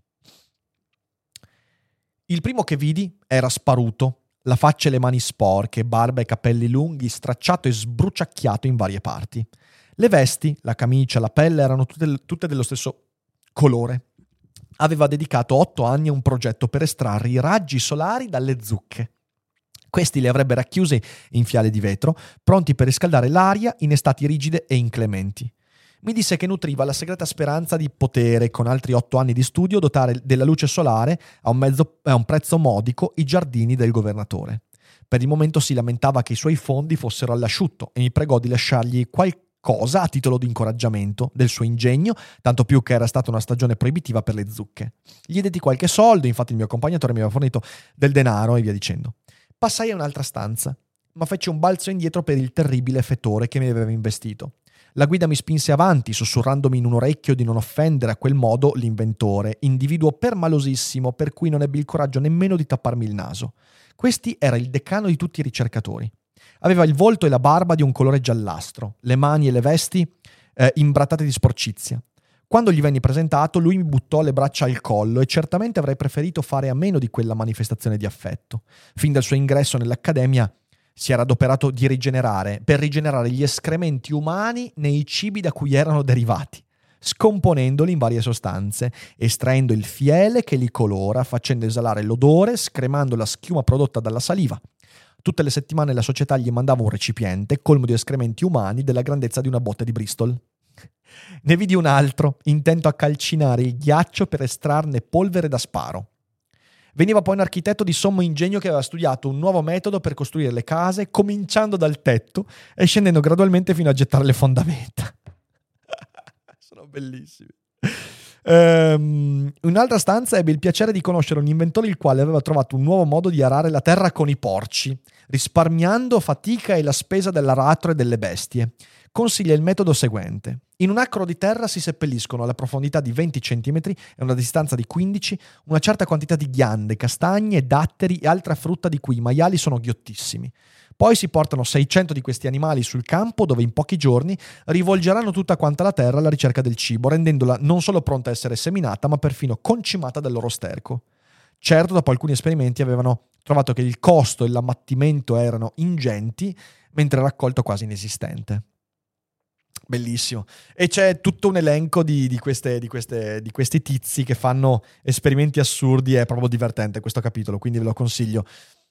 Il primo che vidi era sparuto, la faccia e le mani sporche, barba e capelli lunghi, stracciato e sbruciacchiato in varie parti. Le vesti, la camicia, la pelle erano tutte dello stesso colore. Aveva dedicato 8 anni a un progetto per estrarre i raggi solari dalle zucche. Questi li avrebbe racchiusi in fiale di vetro, pronti per riscaldare l'aria in estati rigide e inclementi. Mi disse che nutriva la segreta speranza di potere, con altri 8 anni di studio, dotare della luce solare a un prezzo modico i giardini del governatore. Per il momento si lamentava che i suoi fondi fossero all'asciutto e mi pregò di lasciargli qualcosa a titolo di incoraggiamento del suo ingegno, tanto più che era stata una stagione proibitiva per le zucche. Gli detti qualche soldo, infatti il mio accompagnatore mi aveva fornito del denaro e via dicendo. Passai a un'altra stanza, ma feci un balzo indietro per il terribile fetore che mi aveva investito. La guida mi spinse avanti, sussurrandomi in un orecchio di non offendere a quel modo l'inventore, individuo permalosissimo per cui non ebbi il coraggio nemmeno di tapparmi il naso. Questi era il decano di tutti i ricercatori. Aveva il volto e la barba di un colore giallastro, le mani e le vesti imbrattate di sporcizia. Quando gli venni presentato, lui mi buttò le braccia al collo e certamente avrei preferito fare a meno di quella manifestazione di affetto. Fin dal suo ingresso nell'accademia si era adoperato per rigenerare gli escrementi umani nei cibi da cui erano derivati, scomponendoli in varie sostanze, estraendo il fiele che li colora, facendo esalare l'odore, scremando la schiuma prodotta dalla saliva. Tutte le settimane la società gli mandava un recipiente colmo di escrementi umani della grandezza di una botte di Bristol. Ne vidi un altro, intento a calcinare il ghiaccio per estrarne polvere da sparo. Veniva poi un architetto di sommo ingegno che aveva studiato un nuovo metodo per costruire le case, cominciando dal tetto e scendendo gradualmente fino a gettare le fondamenta. Sono bellissimi. Un'altra stanza ebbe il piacere di conoscere un inventore il quale aveva trovato un nuovo modo di arare la terra con i porci, risparmiando fatica e la spesa dell'aratro e delle bestie. Consiglia il metodo seguente. In un acro di terra si seppelliscono alla profondità di 20 cm e una distanza di 15 una certa quantità di ghiande, castagne, datteri e altra frutta di cui i maiali sono ghiottissimi. Poi si portano 600 di questi animali sul campo dove in pochi giorni rivolgeranno tutta quanta la terra alla ricerca del cibo, rendendola non solo pronta a essere seminata ma perfino concimata dal loro sterco. Certo, dopo alcuni esperimenti avevano trovato che il costo e l'ammattimento erano ingenti, mentre il raccolto quasi inesistente. Bellissimo. E c'è tutto un elenco di questi tizi che fanno esperimenti assurdi. È proprio divertente questo capitolo, quindi ve lo consiglio.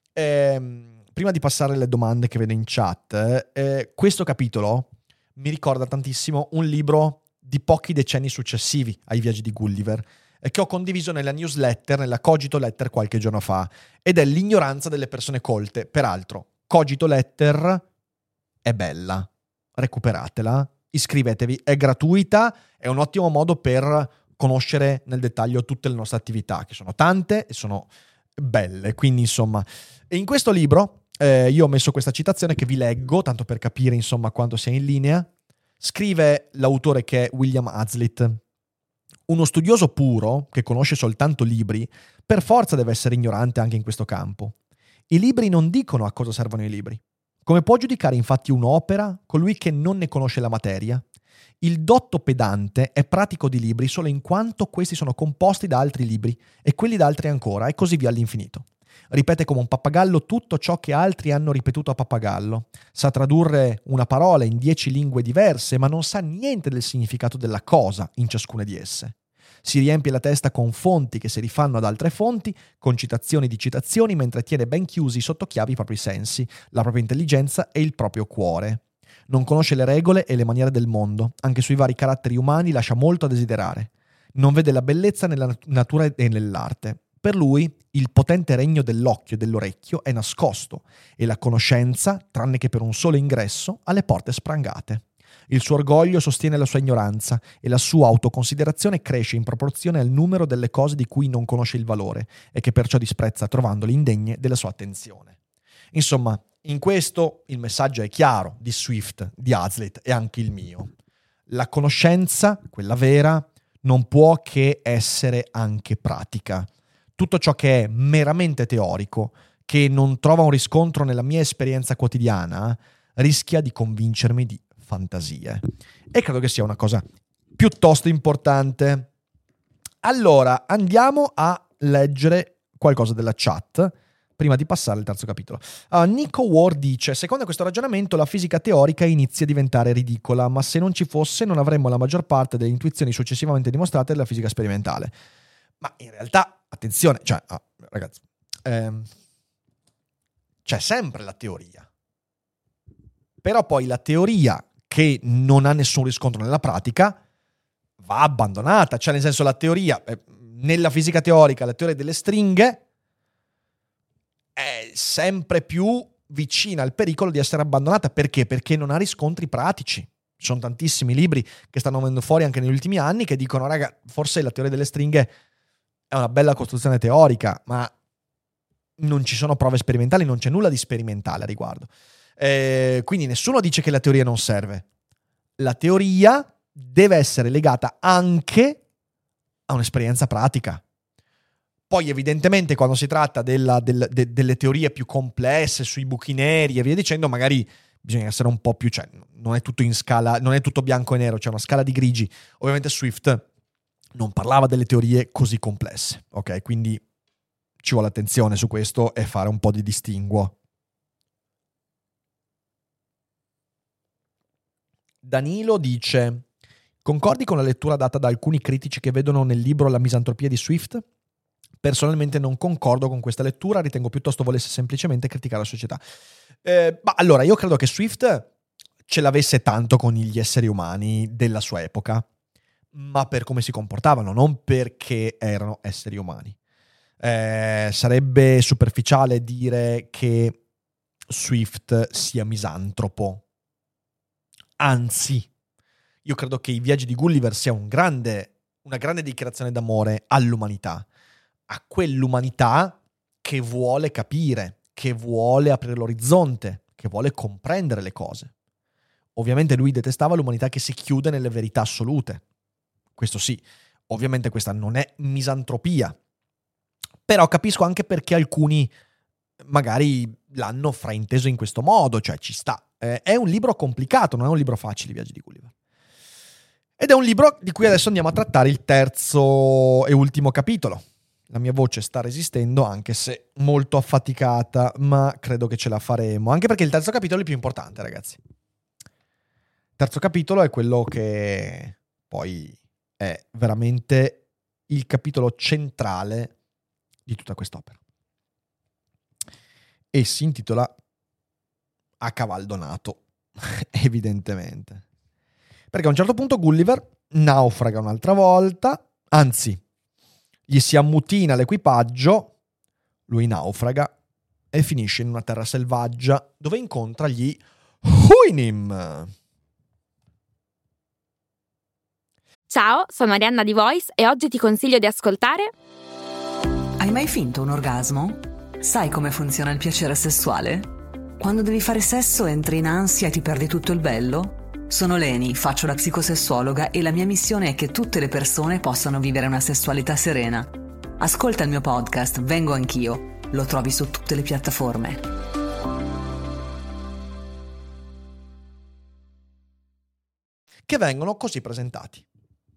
Prima di passare alle domande che vedo in chat, questo capitolo mi ricorda tantissimo un libro di pochi decenni successivi ai viaggi di Gulliver, che ho condiviso nella newsletter, nella Cogito Letter qualche giorno fa, ed è L'ignoranza delle persone colte. Peraltro, Cogito Letter è bella, recuperatela, iscrivetevi, è gratuita, è un ottimo modo per conoscere nel dettaglio tutte le nostre attività, che sono tante e sono belle. Quindi insomma, e in questo libro io ho messo questa citazione che vi leggo, tanto per capire insomma quanto sia in linea. Scrive l'autore, che è William Hazlitt: uno studioso puro, che conosce soltanto libri, per forza deve essere ignorante anche in questo campo. I libri non dicono a cosa servono i libri. Come può giudicare infatti un'opera colui che non ne conosce la materia? Il dotto pedante è pratico di libri solo in quanto questi sono composti da altri libri e quelli da altri ancora, e così via all'infinito. Ripete come un pappagallo tutto ciò che altri hanno ripetuto a pappagallo. Sa tradurre una parola in 10 lingue diverse, ma non sa niente del significato della cosa in ciascuna di esse. Si riempie la testa con fonti che si rifanno ad altre fonti, con citazioni di citazioni, mentre tiene ben chiusi sotto chiave i propri sensi, la propria intelligenza e il proprio cuore. Non conosce le regole e le maniere del mondo, anche sui vari caratteri umani lascia molto a desiderare. Non vede la bellezza nella natura e nell'arte. Per lui il potente regno dell'occhio e dell'orecchio è nascosto e la conoscenza, tranne che per un solo ingresso, ha le porte sprangate. Il suo orgoglio sostiene la sua ignoranza e la sua autoconsiderazione cresce in proporzione al numero delle cose di cui non conosce il valore e che perciò disprezza trovandole indegne della sua attenzione. Insomma, in questo il messaggio è chiaro di Swift, di Hazlitt e anche il mio. La conoscenza, quella vera, non può che essere anche pratica. Tutto ciò che è meramente teorico, che non trova un riscontro nella mia esperienza quotidiana, rischia di convincermi di fantasie. E credo che sia una cosa piuttosto importante. Allora, andiamo a leggere qualcosa della chat prima di passare al terzo capitolo. Nico Ward dice: secondo questo ragionamento la fisica teorica inizia a diventare ridicola, ma se non ci fosse non avremmo la maggior parte delle intuizioni successivamente dimostrate della fisica sperimentale. Ma in realtà, attenzione, ragazzi, c'è sempre la teoria. Però poi la teoria che non ha nessun riscontro nella pratica va abbandonata. Cioè, nel senso, la teoria, nella fisica teorica, la teoria delle stringhe è sempre più vicina al pericolo di essere abbandonata. Perché? Perché non ha riscontri pratici. Ci sono tantissimi libri che stanno venendo fuori anche negli ultimi anni che dicono: raga, forse la teoria delle stringhe è una bella costruzione teorica, ma non ci sono prove sperimentali, non c'è nulla di sperimentale a riguardo. Quindi nessuno dice che la teoria non serve. La teoria deve essere legata anche a un'esperienza pratica. Poi evidentemente quando si tratta delle teorie più complesse sui buchi neri e via dicendo, magari bisogna essere un po' più, cioè non è tutto in scala, non è tutto bianco e nero, c'è una scala di grigi. Ovviamente Swift non parlava delle teorie così complesse, ok? Quindi ci vuole attenzione su questo e fare un po' di distinguo. Danilo dice: concordi con la lettura data da alcuni critici che vedono nel libro la misantropia di Swift? Personalmente non concordo con questa lettura, ritengo piuttosto volesse semplicemente criticare la società. Allora, io credo che Swift ce l'avesse tanto con gli esseri umani della sua epoca, ma per come si comportavano, non perché erano esseri umani. Sarebbe superficiale dire che Swift sia misantropo. Anzi, io credo che I Viaggi di Gulliver sia una grande dichiarazione d'amore all'umanità, a quell'umanità che vuole capire, che vuole aprire l'orizzonte, che vuole comprendere le cose. Ovviamente lui detestava l'umanità che si chiude nelle verità assolute. Questo sì, ovviamente questa non è misantropia, però capisco anche perché alcuni magari l'hanno frainteso in questo modo, cioè ci sta. È un libro complicato, non è un libro facile, I Viaggi di Gulliver. Ed è un libro di cui adesso andiamo a trattare il terzo e ultimo capitolo, La mia voce sta resistendo, anche se molto affaticata, ma credo che ce la faremo. Anche perché il terzo capitolo è il più importante, ragazzi. Il terzo capitolo è quello che poi è veramente il capitolo centrale di tutta quest'opera. E si intitola A cavaldonato, evidentemente. Perché a un certo punto Gulliver naufraga un'altra volta, anzi, gli si ammutina l'equipaggio, lui naufraga e finisce in una terra selvaggia dove incontra gli Huinim. Ciao, sono Arianna di Voice e oggi ti consiglio di ascoltare... Hai mai finto un orgasmo? Sai come funziona il piacere sessuale? Quando devi fare sesso entri in ansia e ti perdi tutto il bello? Sono Leni, faccio la psicosessuologa e la mia missione è che tutte le persone possano vivere una sessualità serena. Ascolta il mio podcast Vengo Anch'io, lo trovi su tutte le piattaforme. Che vengono così presentati.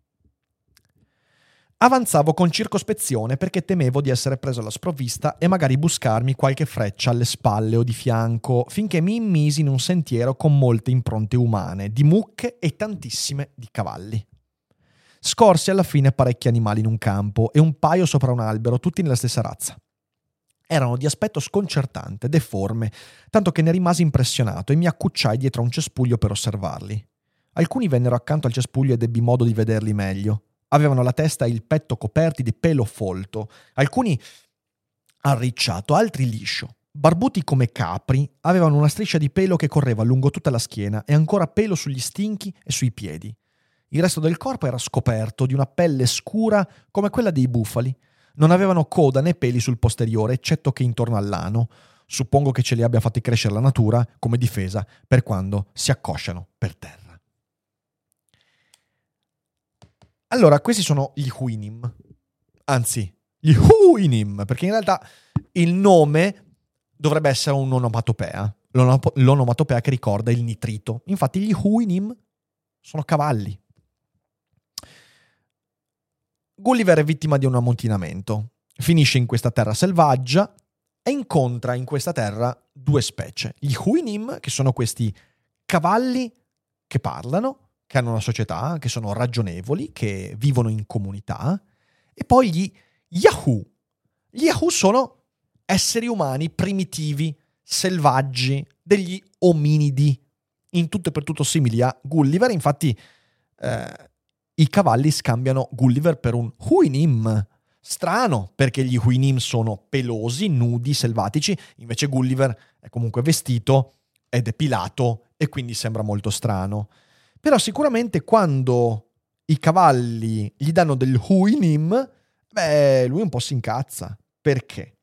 Avanzavo con circospezione perché temevo di essere preso alla sprovvista e magari buscarmi qualche freccia alle spalle o di fianco, finché mi immisi in un sentiero con molte impronte umane, di mucche e tantissime di cavalli. Scorsi alla fine parecchi animali in un campo e un paio sopra un albero, tutti nella stessa razza. Erano di aspetto sconcertante, deforme, tanto che ne rimasi impressionato e mi accucciai dietro a un cespuglio per osservarli. Alcuni vennero accanto al cespuglio ed ebbi modo di vederli meglio. Avevano la testa e il petto coperti di pelo folto, alcuni arricciato, altri liscio. Barbuti come capri, avevano una striscia di pelo che correva lungo tutta la schiena e ancora pelo sugli stinchi e sui piedi. Il resto del corpo era scoperto di una pelle scura come quella dei bufali. Non avevano coda né peli sul posteriore, eccetto che intorno all'ano. Suppongo che ce li abbia fatti crescere la natura come difesa per quando si accosciano per terra. Allora, questi sono gli Huinim, anzi, gli Huinim, perché in realtà il nome dovrebbe essere un'onomatopea, l'onomatopea che ricorda il nitrito. Infatti gli Huinim sono cavalli. Gulliver è vittima di un ammutinamento, finisce in questa terra selvaggia e incontra in questa terra due specie. Gli Huinim, che sono questi cavalli che parlano, che hanno una società, che sono ragionevoli, che vivono in comunità, e poi gli Yahoo. Gli Yahoo sono esseri umani primitivi, selvaggi, degli ominidi, in tutto e per tutto simili a Gulliver. Infatti i cavalli scambiano Gulliver per un Huinim. Strano, perché gli Huinim sono pelosi, nudi, selvatici, invece Gulliver è comunque vestito, è depilato e quindi sembra molto strano. Però sicuramente quando i cavalli gli danno del Huinim, lui un po' si incazza. Perché?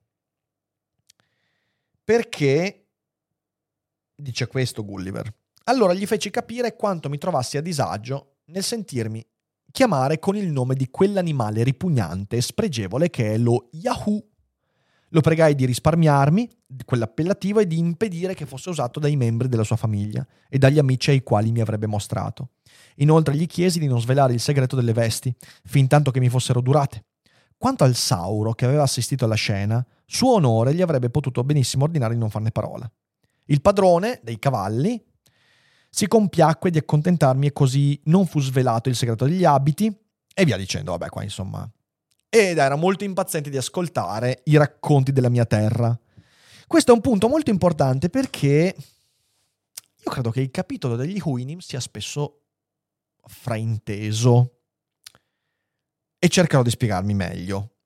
Perché, dice questo Gulliver, allora gli feci capire quanto mi trovassi a disagio nel sentirmi chiamare con il nome di quell'animale ripugnante e spregevole che è lo Yahoo. Lo pregai di risparmiarmi quell'appellativo e di impedire che fosse usato dai membri della sua famiglia e dagli amici ai quali mi avrebbe mostrato. Inoltre gli chiesi di non svelare il segreto delle vesti, fin tanto che mi fossero durate. Quanto al Sauro, che aveva assistito alla scena, suo onore gli avrebbe potuto benissimo ordinare di non farne parola. Il padrone dei cavalli si compiacque di accontentarmi e così non fu svelato il segreto degli abiti e via dicendo. Vabbè, qua insomma... Ed era molto impaziente di ascoltare i racconti della mia terra. Questo è un punto molto importante perché io credo che il capitolo degli Huinim sia spesso frainteso e cercherò di spiegarmi meglio.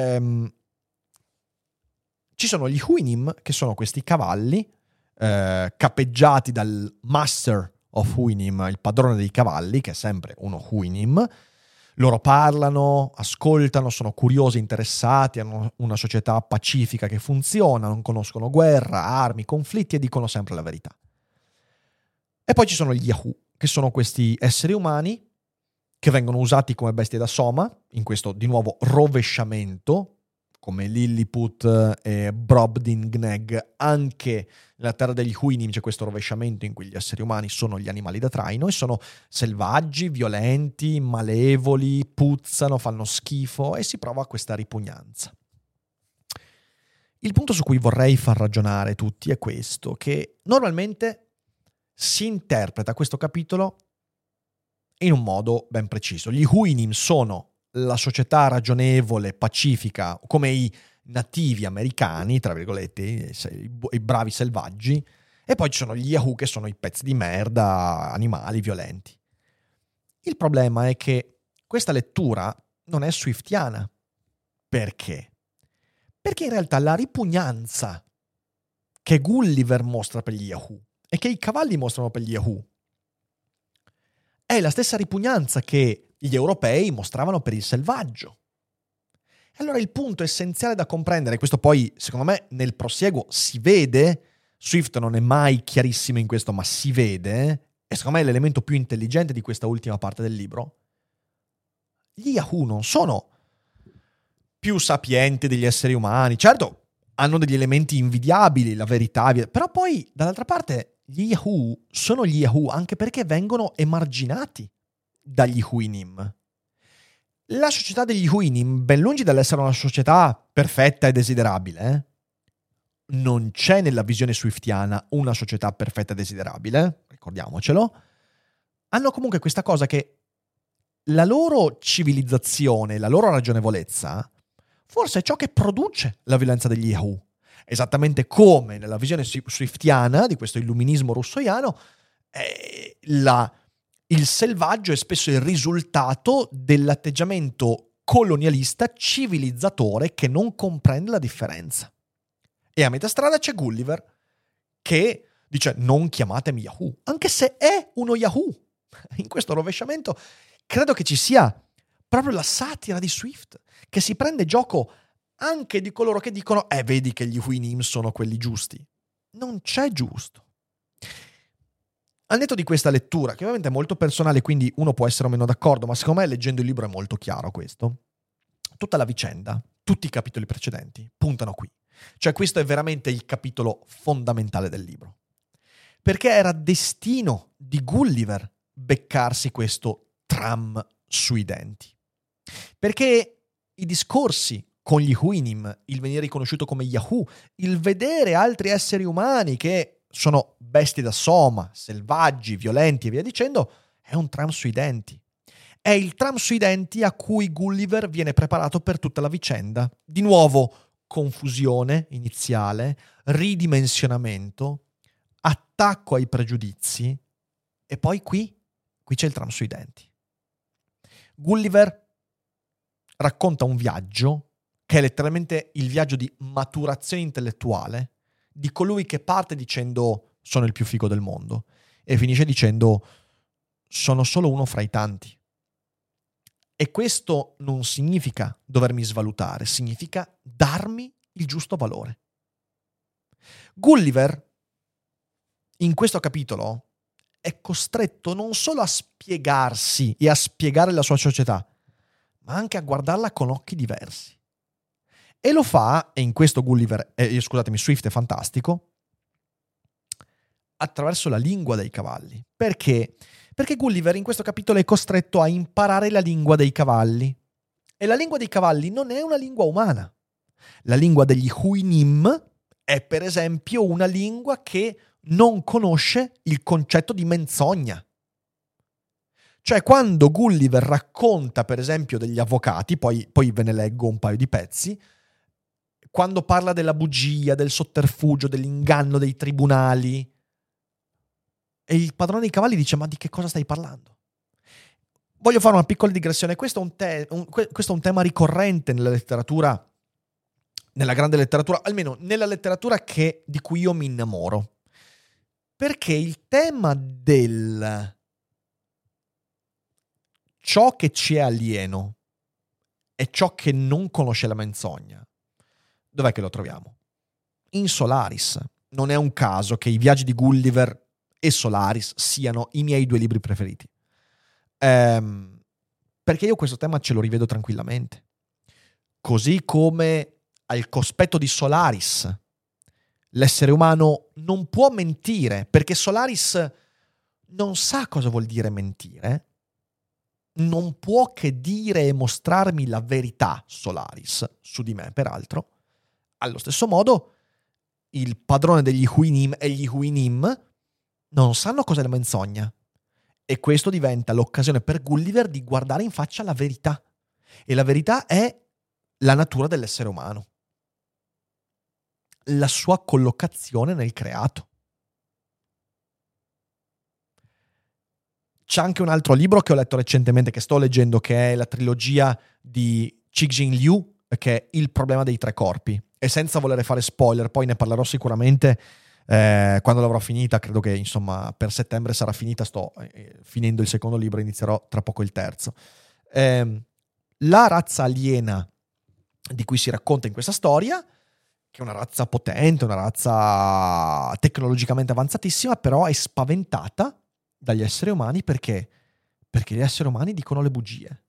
Ci sono gli Huinim, che sono questi cavalli capeggiati dal Master of Huinim, il padrone dei cavalli, che è sempre uno Huinim. Loro parlano, ascoltano, sono curiosi, interessati, hanno una società pacifica che funziona, non conoscono guerra, armi, conflitti e dicono sempre la verità. E poi ci sono gli Yahoo, che sono questi esseri umani che vengono usati come bestie da soma, in questo di nuovo rovesciamento, come Lilliput e Brobdingnag, anche nella terra degli Huinim c'è questo rovesciamento in cui gli esseri umani sono gli animali da traino e sono selvaggi, violenti, malevoli, puzzano, fanno schifo e si prova questa ripugnanza. Il punto su cui vorrei far ragionare tutti è questo, che normalmente si interpreta questo capitolo in un modo ben preciso. Gli Huinim sono la società ragionevole, pacifica, come i nativi americani, tra virgolette, i bravi selvaggi, e poi ci sono gli Yahoo che sono i pezzi di merda, animali violenti. Il problema è che questa lettura non è swiftiana. Perché? Perché in realtà la ripugnanza che Gulliver mostra per gli Yahoo e che i cavalli mostrano per gli Yahoo è la stessa ripugnanza che gli europei mostravano per il selvaggio. E allora il punto essenziale da comprendere, questo poi secondo me nel prosieguo si vede, Swift non è mai chiarissimo in questo, ma si vede, e secondo me è l'elemento più intelligente di questa ultima parte del libro, gli Yahoo non sono più sapienti degli esseri umani, certo hanno degli elementi invidiabili, la verità, però poi dall'altra parte gli Yahoo sono gli Yahoo anche perché vengono emarginati dagli Huinim. La società degli Huinim, ben lungi dall'essere una società perfetta e desiderabile, non c'è nella visione swiftiana una società perfetta e desiderabile, ricordiamocelo, hanno comunque questa cosa che la loro civilizzazione, la loro ragionevolezza, forse è ciò che produce la violenza degli Yahoo. Esattamente come nella visione swiftiana di questo illuminismo russoiano, il selvaggio è spesso il risultato dell'atteggiamento colonialista civilizzatore che non comprende la differenza. E a metà strada c'è Gulliver che dice non chiamatemi Yahoo, anche se è uno Yahoo. In questo rovesciamento credo che ci sia proprio la satira di Swift, che si prende gioco anche di coloro che dicono vedi che gli Huinim sono quelli giusti. Non c'è giusto. Al netto di questa lettura, che ovviamente è molto personale, quindi uno può essere o meno d'accordo, ma secondo me leggendo il libro è molto chiaro questo, tutta la vicenda, tutti i capitoli precedenti puntano qui. Cioè questo è veramente il capitolo fondamentale del libro. Perché era destino di Gulliver beccarsi questo tram sui denti. Perché i discorsi con gli Huinim, il venire riconosciuto come Yahoo, il vedere altri esseri umani che sono bestie da soma, selvaggi, violenti e via dicendo, è un tram sui denti. È il tram sui denti a cui Gulliver viene preparato per tutta la vicenda. Di nuovo, confusione iniziale, ridimensionamento, attacco ai pregiudizi e poi qui c'è il tram sui denti. Gulliver racconta un viaggio che è letteralmente il viaggio di maturazione intellettuale di colui che parte dicendo sono il più figo del mondo e finisce dicendo sono solo uno fra i tanti. E questo non significa dovermi svalutare, significa darmi il giusto valore. Gulliver, in questo capitolo, è costretto non solo a spiegarsi e a spiegare la sua società, ma anche a guardarla con occhi diversi. E lo fa, e in questo Swift è fantastico, attraverso la lingua dei cavalli. Perché? Perché Gulliver in questo capitolo è costretto a imparare la lingua dei cavalli. E la lingua dei cavalli non è una lingua umana. La lingua degli Huinim è, per esempio, una lingua che non conosce il concetto di menzogna. Cioè, quando Gulliver racconta, per esempio, degli avvocati, poi ve ne leggo un paio di pezzi, quando parla della bugia, del sotterfugio, dell'inganno dei tribunali, e il padrone dei cavalli dice: ma di che cosa stai parlando? Voglio fare una piccola digressione. Questo è un tema ricorrente nella letteratura, nella grande letteratura, almeno nella letteratura di cui io mi innamoro. Perché il tema del ciò che ci è alieno e ciò che non conosce la menzogna, dov'è che lo troviamo? In Solaris. Non è un caso che i viaggi di Gulliver e Solaris siano i miei due libri preferiti. Perché io questo tema ce lo rivedo tranquillamente. Così come al cospetto di Solaris. L'essere umano non può mentire, perché Solaris non sa cosa vuol dire mentire. Non può che dire e mostrarmi la verità, Solaris, su di me, peraltro. Allo stesso modo, il padrone degli Huinim e gli Huinim non sanno cos'è la menzogna. E questo diventa l'occasione per Gulliver di guardare in faccia la verità. E la verità è la natura dell'essere umano. La sua collocazione nel creato. C'è anche un altro libro che ho letto recentemente, che sto leggendo, che è la trilogia di Cixin Liu, che è Il problema dei tre corpi. E senza voler fare spoiler, poi ne parlerò sicuramente quando l'avrò finita. Credo che insomma per settembre sarà finita. Sto finendo il secondo libro, inizierò tra poco il terzo. La razza aliena di cui si racconta in questa storia, che è una razza potente, una razza tecnologicamente avanzatissima, però è spaventata dagli esseri umani perché gli esseri umani dicono le bugie.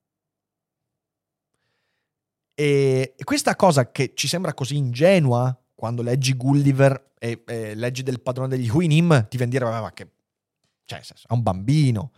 E questa cosa che ci sembra così ingenua quando leggi Gulliver e leggi del padrone degli Huinim, ti viene a dire ma che, cioè, è un bambino.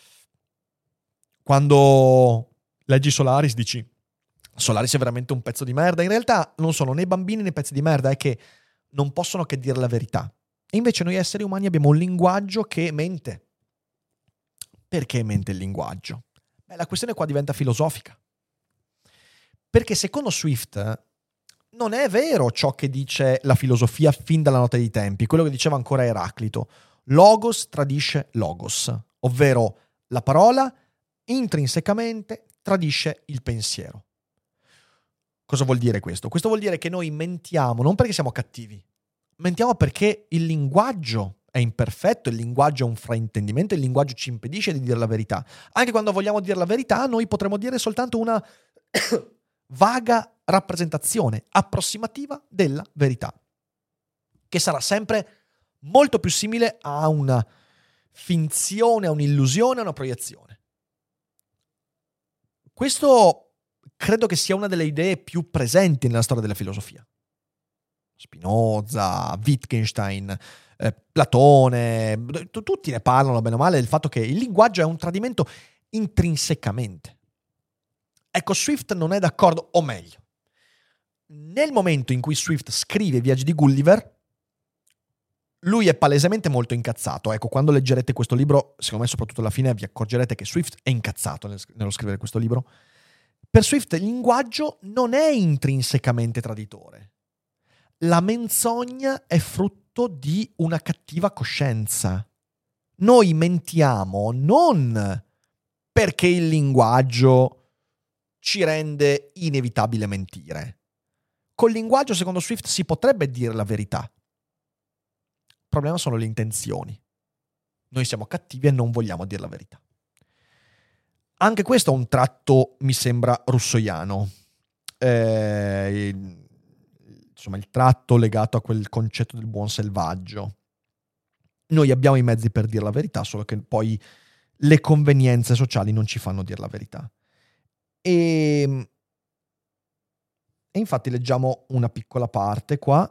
Quando leggi Solaris dici Solaris è veramente un pezzo di merda. In realtà non sono né bambini né pezzi di merda, è che non possono che dire la verità. E invece noi esseri umani abbiamo un linguaggio che mente. Perché mente il linguaggio? La questione qua diventa filosofica. Perché secondo Swift non è vero ciò che dice la filosofia fin dalla notte dei tempi, quello che diceva ancora Eraclito. Logos tradisce logos, ovvero la parola intrinsecamente tradisce il pensiero. Cosa vuol dire questo? Questo vuol dire che noi mentiamo non perché siamo cattivi, mentiamo perché il linguaggio è imperfetto, il linguaggio è un fraintendimento, il linguaggio ci impedisce di dire la verità. Anche quando vogliamo dire la verità, noi potremo dire soltanto una vaga rappresentazione approssimativa della verità, che sarà sempre molto più simile a una finzione, a un'illusione, a una proiezione. Questo credo che sia una delle idee più presenti nella storia della filosofia. Spinoza, Wittgenstein, Platone, tutti ne parlano bene o male del fatto che il linguaggio è un tradimento intrinsecamente. Ecco, Swift non è d'accordo, o meglio, nel momento in cui Swift scrive I Viaggi di Gulliver, lui è palesemente molto incazzato. Ecco, quando leggerete questo libro, secondo me soprattutto alla fine vi accorgerete che Swift è incazzato nello scrivere questo libro. Per Swift il linguaggio non è intrinsecamente traditore. La menzogna è frutto di una cattiva coscienza. Noi mentiamo non perché il linguaggio ci rende inevitabile mentire. Col linguaggio, secondo Swift, si potrebbe dire la verità. Il problema sono le intenzioni. Noi siamo cattivi e non vogliamo dire la verità. Anche questo è un tratto, mi sembra, russoiano. Insomma, il tratto legato a quel concetto del buon selvaggio. Noi abbiamo i mezzi per dire la verità, solo che poi le convenienze sociali non ci fanno dire la verità. E infatti leggiamo una piccola parte qua.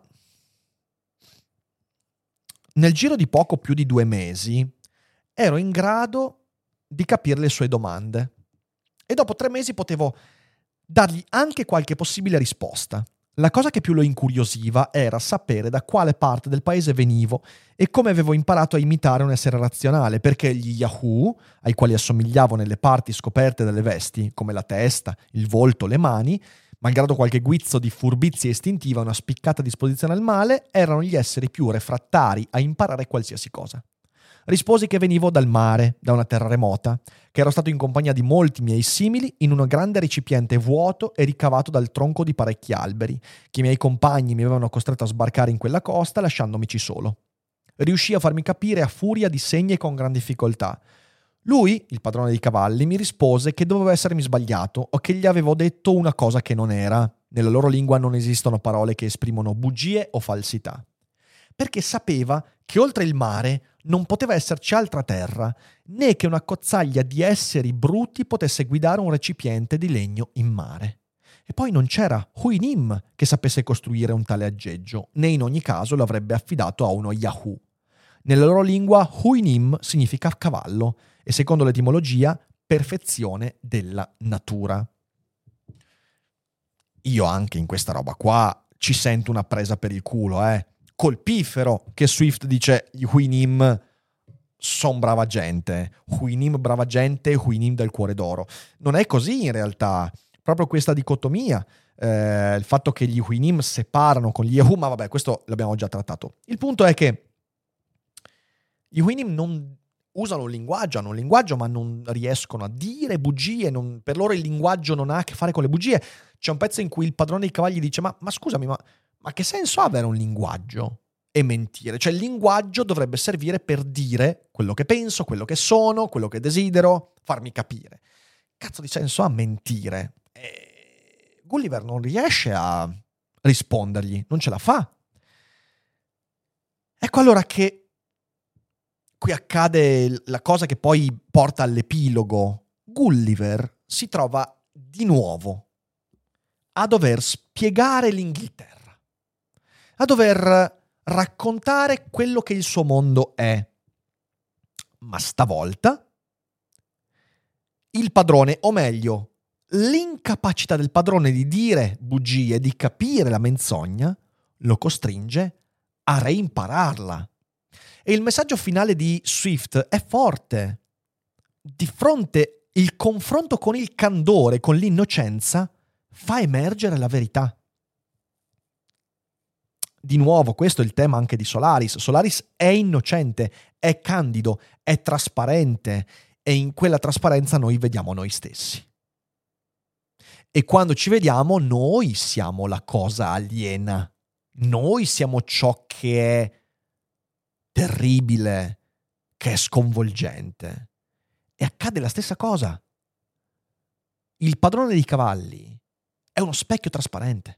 Nel giro di poco più di 2 mesi ero in grado di capire le sue domande e dopo 3 mesi potevo dargli anche qualche possibile risposta. La cosa che più lo incuriosiva era sapere da quale parte del paese venivo e come avevo imparato a imitare un essere razionale, perché gli Yahoo, ai quali assomigliavo nelle parti scoperte delle vesti, come la testa, il volto, le mani, malgrado qualche guizzo di furbizia istintiva e una spiccata disposizione al male, erano gli esseri più refrattari a imparare qualsiasi cosa. Risposi che venivo dal mare, da una terra remota, che ero stato in compagnia di molti miei simili in un grande recipiente vuoto e ricavato dal tronco di parecchi alberi, che i miei compagni mi avevano costretto a sbarcare in quella costa lasciandomici solo. Riuscì a farmi capire a furia di segni e con gran difficoltà. Lui, il padrone dei cavalli, mi rispose che dovevo essermi sbagliato o che gli avevo detto una cosa che non era. Nella loro lingua non esistono parole che esprimono bugie o falsità. Perché sapeva che oltre il mare non poteva esserci altra terra, né che una cozzaglia di esseri bruti potesse guidare un recipiente di legno in mare. E poi non c'era Huinim che sapesse costruire un tale aggeggio, né in ogni caso lo avrebbe affidato a uno Yahoo. Nella loro lingua Huinim significa cavallo e secondo l'etimologia perfezione della natura. Io anche in questa roba qua ci sento una presa per il culo, Colpifero che Swift dice gli Huinim son brava gente, Huinim brava gente, Huinim del cuore d'oro. Non è così in realtà, proprio questa dicotomia, il fatto che gli Huinim separano con gli Yahoo, ma vabbè, questo l'abbiamo già trattato. Il punto è che gli Huinim non usano un linguaggio, hanno un linguaggio ma non riescono a dire bugie, per loro il linguaggio non ha a che fare con le bugie. C'è un pezzo in cui il padrone dei cavalli dice ma scusami, ma che senso ha avere un linguaggio e mentire? Cioè il linguaggio dovrebbe servire per dire quello che penso, quello che sono, quello che desidero, farmi capire. Cazzo di senso ha mentire? Gulliver non riesce a rispondergli, non ce la fa. Ecco allora che qui accade la cosa che poi porta all'epilogo. Gulliver si trova di nuovo a dover spiegare l'Inghilterra, a dover raccontare quello che il suo mondo è. Ma stavolta il padrone, o meglio, l'incapacità del padrone di dire bugie, di capire la menzogna, lo costringe a reimpararla. E il messaggio finale di Swift è forte. Di fronte il confronto con il candore, con l'innocenza, fa emergere la verità. Di nuovo, questo è il tema anche di Solaris. Solaris è innocente, è candido, è trasparente e in quella trasparenza noi vediamo noi stessi. E quando ci vediamo, noi siamo la cosa aliena. Noi siamo ciò che è terribile, che è sconvolgente. E accade la stessa cosa. Il padrone dei cavalli è uno specchio trasparente.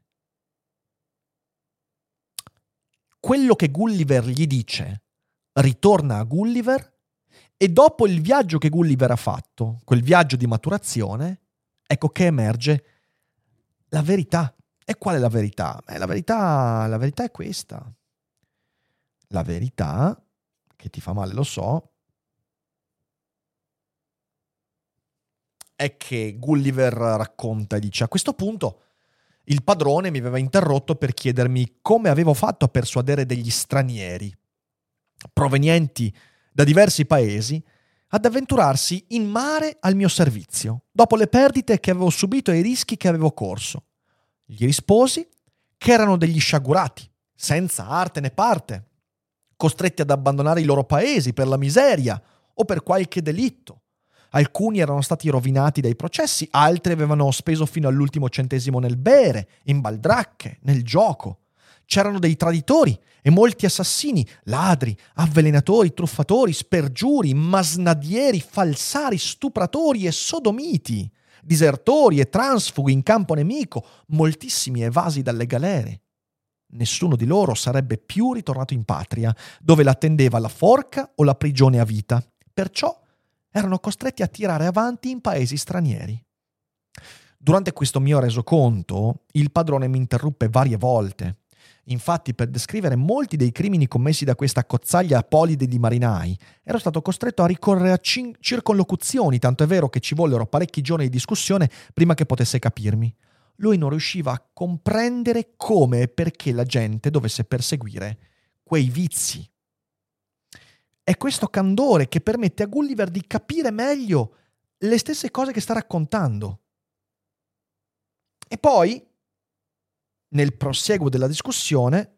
Quello che Gulliver gli dice ritorna a Gulliver e dopo il viaggio che Gulliver ha fatto, quel viaggio di maturazione, ecco che emerge la verità. E qual è la verità? La verità è questa. La verità, che ti fa male lo so, è che Gulliver racconta e dice: a questo punto il padrone mi aveva interrotto per chiedermi come avevo fatto a persuadere degli stranieri provenienti da diversi paesi ad avventurarsi in mare al mio servizio, dopo le perdite che avevo subito e i rischi che avevo corso. Gli risposi che erano degli sciagurati, senza arte né parte, costretti ad abbandonare i loro paesi per la miseria o per qualche delitto. Alcuni erano stati rovinati dai processi, altri avevano speso fino all'ultimo centesimo nel bere, in baldracche, nel gioco. C'erano dei traditori e molti assassini, ladri, avvelenatori, truffatori, spergiuri, masnadieri, falsari, stupratori e sodomiti, disertori e transfughi in campo nemico, moltissimi evasi dalle galere. Nessuno di loro sarebbe più ritornato in patria, dove l'attendeva la forca o la prigione a vita. Perciò erano costretti a tirare avanti in paesi stranieri. Durante questo mio resoconto, il padrone mi interruppe varie volte. Infatti, per descrivere molti dei crimini commessi da questa cozzaglia polide di marinai, ero stato costretto a ricorrere a circonlocuzioni, tanto è vero che ci vollero parecchi giorni di discussione prima che potesse capirmi. Lui non riusciva a comprendere come e perché la gente dovesse perseguire quei vizi. È questo candore che permette a Gulliver di capire meglio le stesse cose che sta raccontando. E poi, nel prosieguo della discussione,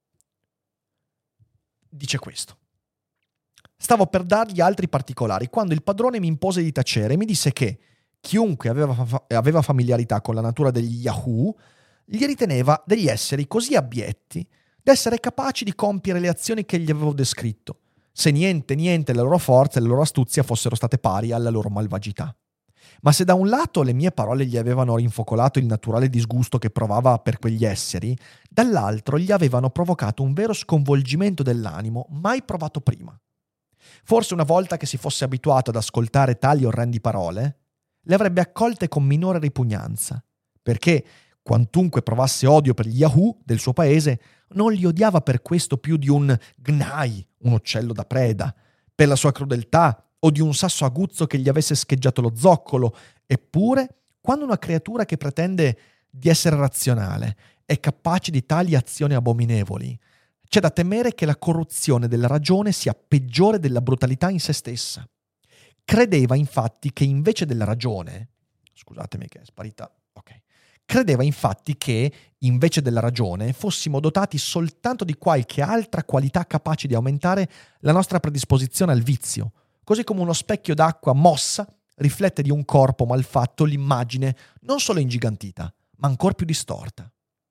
dice questo. Stavo per dargli altri particolari quando il padrone mi impose di tacere e mi disse che chiunque aveva familiarità con la natura degli Yahoo gli riteneva degli esseri così abietti da essere capaci di compiere le azioni che gli avevo descritto, se niente la loro forza e la loro astuzia fossero state pari alla loro malvagità. Ma se da un lato le mie parole gli avevano rinfocolato il naturale disgusto che provava per quegli esseri, dall'altro gli avevano provocato un vero sconvolgimento dell'animo mai provato prima. Forse una volta che si fosse abituato ad ascoltare tali orrendi parole, le avrebbe accolte con minore ripugnanza, perché quantunque provasse odio per gli Yahoo del suo paese, non li odiava per questo più di un gnai, un uccello da preda, per la sua crudeltà o di un sasso aguzzo che gli avesse scheggiato lo zoccolo. Eppure, quando una creatura che pretende di essere razionale è capace di tali azioni abominevoli, c'è da temere che la corruzione della ragione sia peggiore della brutalità in se stessa. Credeva infatti che invece della ragione, scusatemi che è sparita, ok. Credeva infatti che, invece della ragione, fossimo dotati soltanto di qualche altra qualità capace di aumentare la nostra predisposizione al vizio, così come uno specchio d'acqua mossa riflette di un corpo malfatto l'immagine non solo ingigantita, ma ancor più distorta.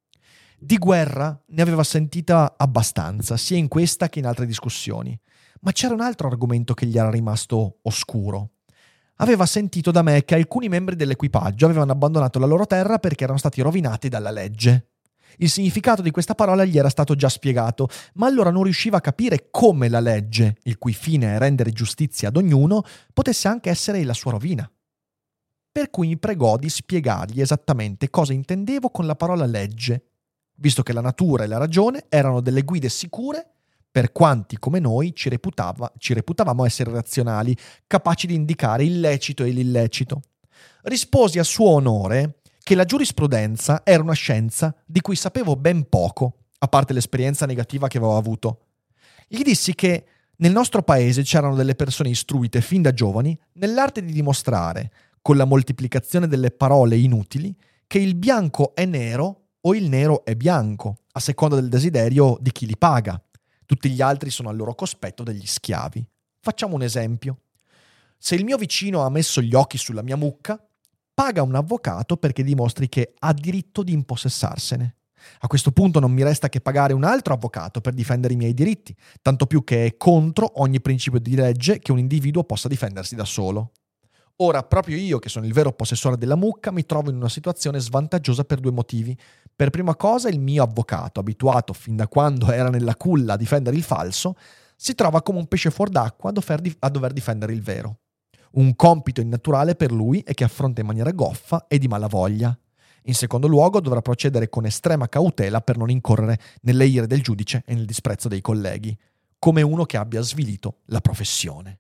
Di guerra ne aveva sentita abbastanza, sia in questa che in altre discussioni, ma c'era un altro argomento che gli era rimasto oscuro. Aveva sentito da me che alcuni membri dell'equipaggio avevano abbandonato la loro terra perché erano stati rovinati dalla legge. Il significato di questa parola gli era stato già spiegato, ma allora non riusciva a capire come la legge, il cui fine è rendere giustizia ad ognuno, potesse anche essere la sua rovina. Per cui mi pregò di spiegargli esattamente cosa intendevo con la parola legge, visto che la natura e la ragione erano delle guide sicure per quanti come noi ci reputavamo essere razionali, capaci di indicare il lecito e l'illecito. Risposi a suo onore che la giurisprudenza era una scienza di cui sapevo ben poco, a parte l'esperienza negativa che avevo avuto. Gli dissi che nel nostro paese c'erano delle persone istruite fin da giovani nell'arte di dimostrare, con la moltiplicazione delle parole inutili, che il bianco è nero o il nero è bianco, a seconda del desiderio di chi li paga. Tutti gli altri sono al loro cospetto degli schiavi. Facciamo un esempio. Se il mio vicino ha messo gli occhi sulla mia mucca, paga un avvocato perché dimostri che ha diritto di impossessarsene. A questo punto non mi resta che pagare un altro avvocato per difendere i miei diritti, tanto più che è contro ogni principio di legge che un individuo possa difendersi da solo. Ora, proprio io, che sono il vero possessore della mucca, mi trovo in una situazione svantaggiosa per due motivi. Per prima cosa, il mio avvocato, abituato fin da quando era nella culla a difendere il falso, si trova come un pesce fuor d'acqua a dover difendere il vero. Un compito innaturale per lui e che affronta in maniera goffa e di malavoglia. In secondo luogo, dovrà procedere con estrema cautela per non incorrere nelle ire del giudice e nel disprezzo dei colleghi, come uno che abbia svilito la professione.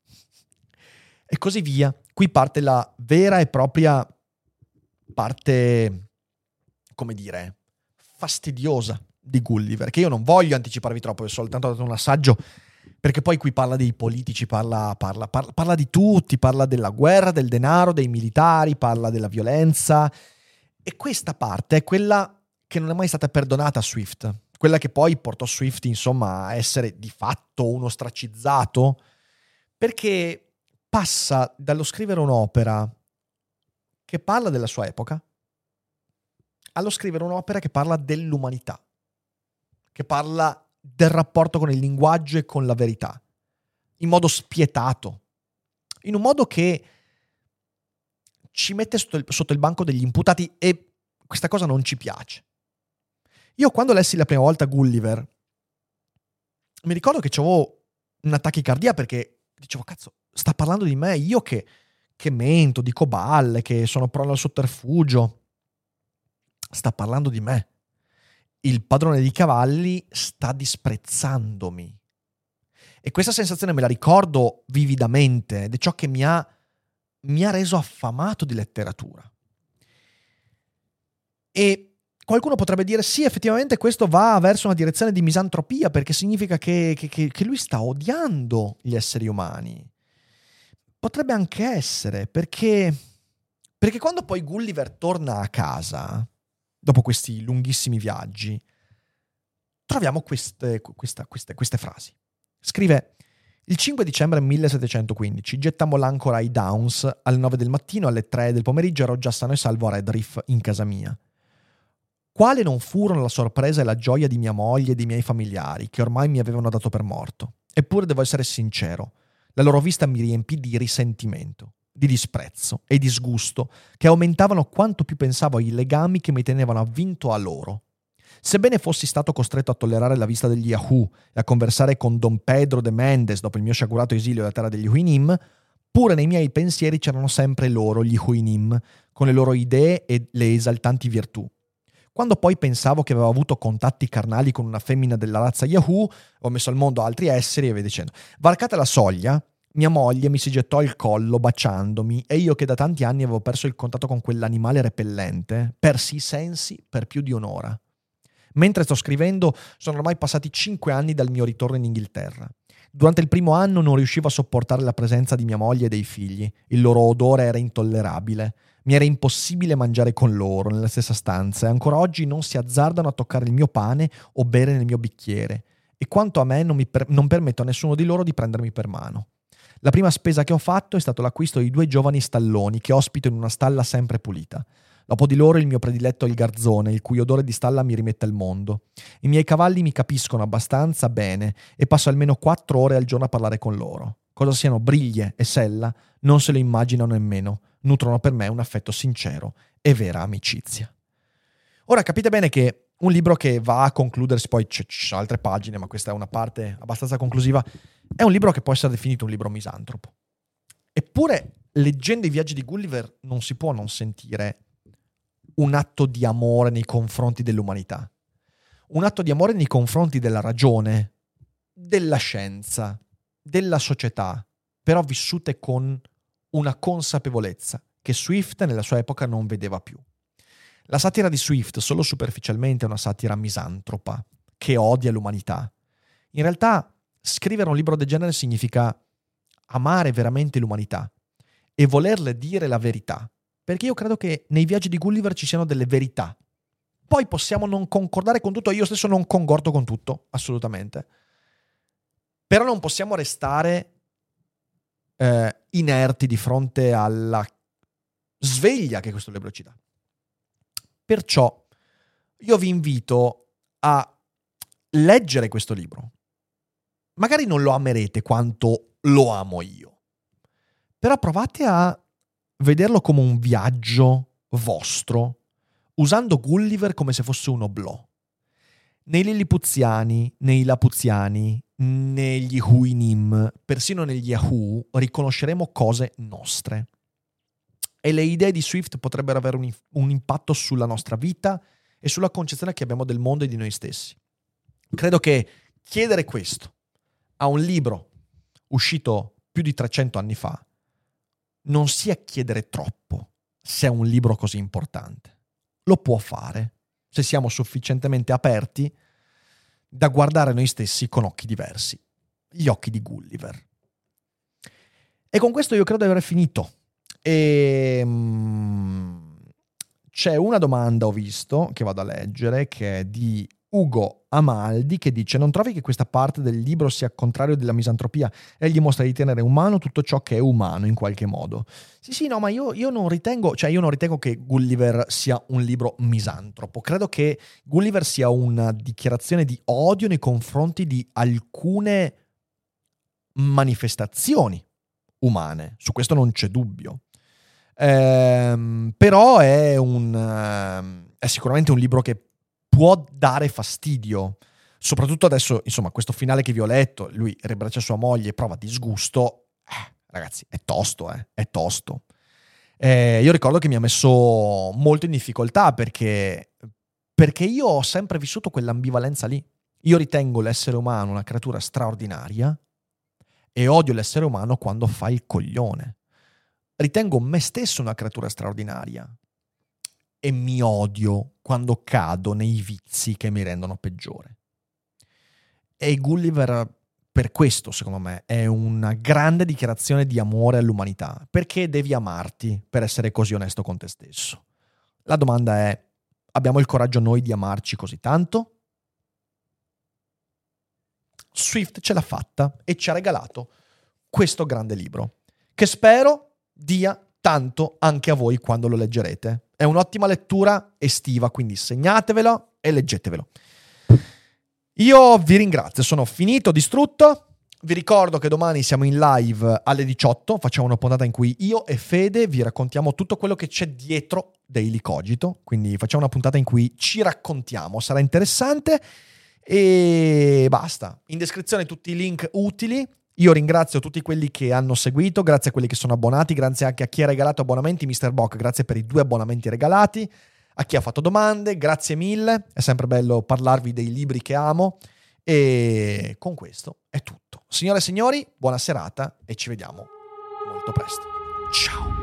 E così via. Qui parte la vera e propria parte, come dire, fastidiosa di Gulliver, che io non voglio anticiparvi troppo, ho soltanto dato un assaggio, perché poi qui parla dei politici, parla di tutti, parla della guerra, del denaro, dei militari, parla della violenza, e questa parte è quella che non è mai stata perdonata a Swift, quella che poi portò Swift, insomma, a essere di fatto un ostracizzato, perché passa dallo scrivere un'opera che parla della sua epoca allo scrivere un'opera che parla dell'umanità, che parla del rapporto con il linguaggio e con la verità, in modo spietato, in un modo che ci mette sotto il banco degli imputati, e questa cosa non ci piace. Io quando lessi la prima volta Gulliver mi ricordo che avevo una tachicardia perché dicevo, cazzo, sta parlando di me, io che mento, dico balle, che sono prono al sotterfugio. Sta parlando di me. Il padrone di cavalli sta disprezzandomi. E questa sensazione me la ricordo vividamente ed è ciò che mi ha reso affamato di letteratura. E qualcuno potrebbe dire, sì, effettivamente questo va verso una direzione di misantropia, perché significa che lui sta odiando gli esseri umani. Potrebbe anche essere, perché quando poi Gulliver torna a casa, dopo questi lunghissimi viaggi, troviamo queste frasi. Scrive: il 5 dicembre 1715 gettammo l'ancora ai Downs alle 9 del mattino, alle 3 del pomeriggio ero già sano e salvo a Redriff in casa mia. Quale non furono la sorpresa e la gioia di mia moglie e dei miei familiari, che ormai mi avevano dato per morto. Eppure devo essere sincero, la loro vista mi riempì di risentimento, di disprezzo e disgusto che aumentavano quanto più pensavo ai legami che mi tenevano avvinto a loro. Sebbene fossi stato costretto a tollerare la vista degli Yahoo e a conversare con Don Pedro de Mendes dopo il mio sciagurato esilio alla terra degli Huinim, Eppure nei miei pensieri c'erano sempre loro, gli Huinim, con le loro idee e le esaltanti virtù. Quando poi pensavo che avevo avuto contatti carnali con una femmina della razza Yahoo, ho messo al mondo altri esseri e via dicendo. Varcata la soglia, mia moglie mi si gettò al collo baciandomi e io che da tanti anni avevo perso il contatto con quell'animale repellente, persi i sensi per più di un'ora. Mentre sto scrivendo sono ormai passati 5 anni dal mio ritorno in Inghilterra. Durante il primo anno non riuscivo a sopportare la presenza di mia moglie e dei figli. Il loro odore era intollerabile. Mi era impossibile mangiare con loro nella stessa stanza e ancora oggi non si azzardano a toccare il mio pane o bere nel mio bicchiere. E quanto a me non permetto a nessuno di loro di prendermi per mano. La prima spesa che ho fatto è stato l'acquisto di 2 giovani stalloni che ospito in una stalla sempre pulita. Dopo di loro il mio prediletto è il garzone, il cui odore di stalla mi rimette al mondo. I miei cavalli mi capiscono abbastanza bene e passo almeno 4 ore al giorno a parlare con loro. Cosa siano Briglie e Sella non se lo immaginano nemmeno. Nutrono per me un affetto sincero e vera amicizia. Ora capite bene che un libro che va a concludersi, poi ci sono altre pagine, ma questa è una parte abbastanza conclusiva, è un libro che può essere definito un libro misantropo. Eppure, leggendo i viaggi di Gulliver, non si può non sentire un atto di amore nei confronti dell'umanità. Un atto di amore nei confronti della ragione, della scienza, della società, però vissute con una consapevolezza che Swift nella sua epoca non vedeva più. La satira di Swift solo superficialmente è una satira misantropa, che odia l'umanità. In realtà, scrivere un libro del genere significa amare veramente l'umanità e volerle dire la verità. Perché io credo che nei viaggi di Gulliver ci siano delle verità. Poi possiamo non concordare con tutto, io stesso non concordo con tutto, assolutamente. Però non possiamo restare inerti di fronte alla sveglia che questo libro ci dà. Perciò io vi invito a leggere questo libro. Magari non lo amerete quanto lo amo io, però provate a vederlo come un viaggio vostro, usando Gulliver come se fosse un oblò. Nei Lillipuziani, nei Lapuziani, negli Huinim, persino negli Yahoo, riconosceremo cose nostre. E le idee di Swift potrebbero avere un impatto sulla nostra vita e sulla concezione che abbiamo del mondo e di noi stessi. Credo che chiedere questo a un libro uscito più di 300 anni fa non sia chiedere troppo se è un libro così importante. Lo può fare se siamo sufficientemente aperti da guardare noi stessi con occhi diversi, gli occhi di Gulliver. E con questo io credo di aver finito. E c'è una domanda, ho visto, che vado a leggere, che è di Ugo Amaldi, che dice: non trovi che questa parte del libro sia contrario della misantropia? Egli mostra di tenere umano tutto ciò che è umano in qualche modo. Sì, no, ma io non ritengo che Gulliver sia un libro misantropo. Credo che Gulliver sia una dichiarazione di odio nei confronti di alcune manifestazioni umane. Su questo non c'è dubbio. Però è sicuramente un libro che può dare fastidio, soprattutto adesso, insomma, questo finale che vi ho letto, lui riabbraccia sua moglie e prova disgusto, ragazzi, è tosto. Io ricordo che mi ha messo molto in difficoltà perché io ho sempre vissuto quell'ambivalenza lì. Io ritengo l'essere umano una creatura straordinaria e odio l'essere umano quando fa il coglione. Ritengo me stesso una creatura straordinaria e mi odio quando cado nei vizi che mi rendono peggiore. E Gulliver, per questo, secondo me, è una grande dichiarazione di amore all'umanità, perché devi amarti per essere così onesto con te stesso. La domanda è: abbiamo il coraggio noi di amarci così tanto? Swift ce l'ha fatta e ci ha regalato questo grande libro, che spero dia tanto anche a voi quando lo leggerete. È un'ottima lettura estiva, quindi segnatevelo e leggetevelo. Io vi ringrazio, sono finito, distrutto. Vi ricordo che domani siamo in live alle 18, facciamo una puntata in cui io e Fede vi raccontiamo tutto quello che c'è dietro Daily Cogito, quindi facciamo una puntata in cui ci raccontiamo, sarà interessante. E basta. In descrizione tutti i link utili. Io ringrazio tutti quelli che hanno seguito, grazie a quelli che sono abbonati, grazie anche a chi ha regalato abbonamenti, Mr. Bock, grazie per i 2 abbonamenti regalati, a chi ha fatto domande, grazie mille, è sempre bello parlarvi dei libri che amo, e con questo è tutto. Signore e signori, buona serata e ci vediamo molto presto. Ciao!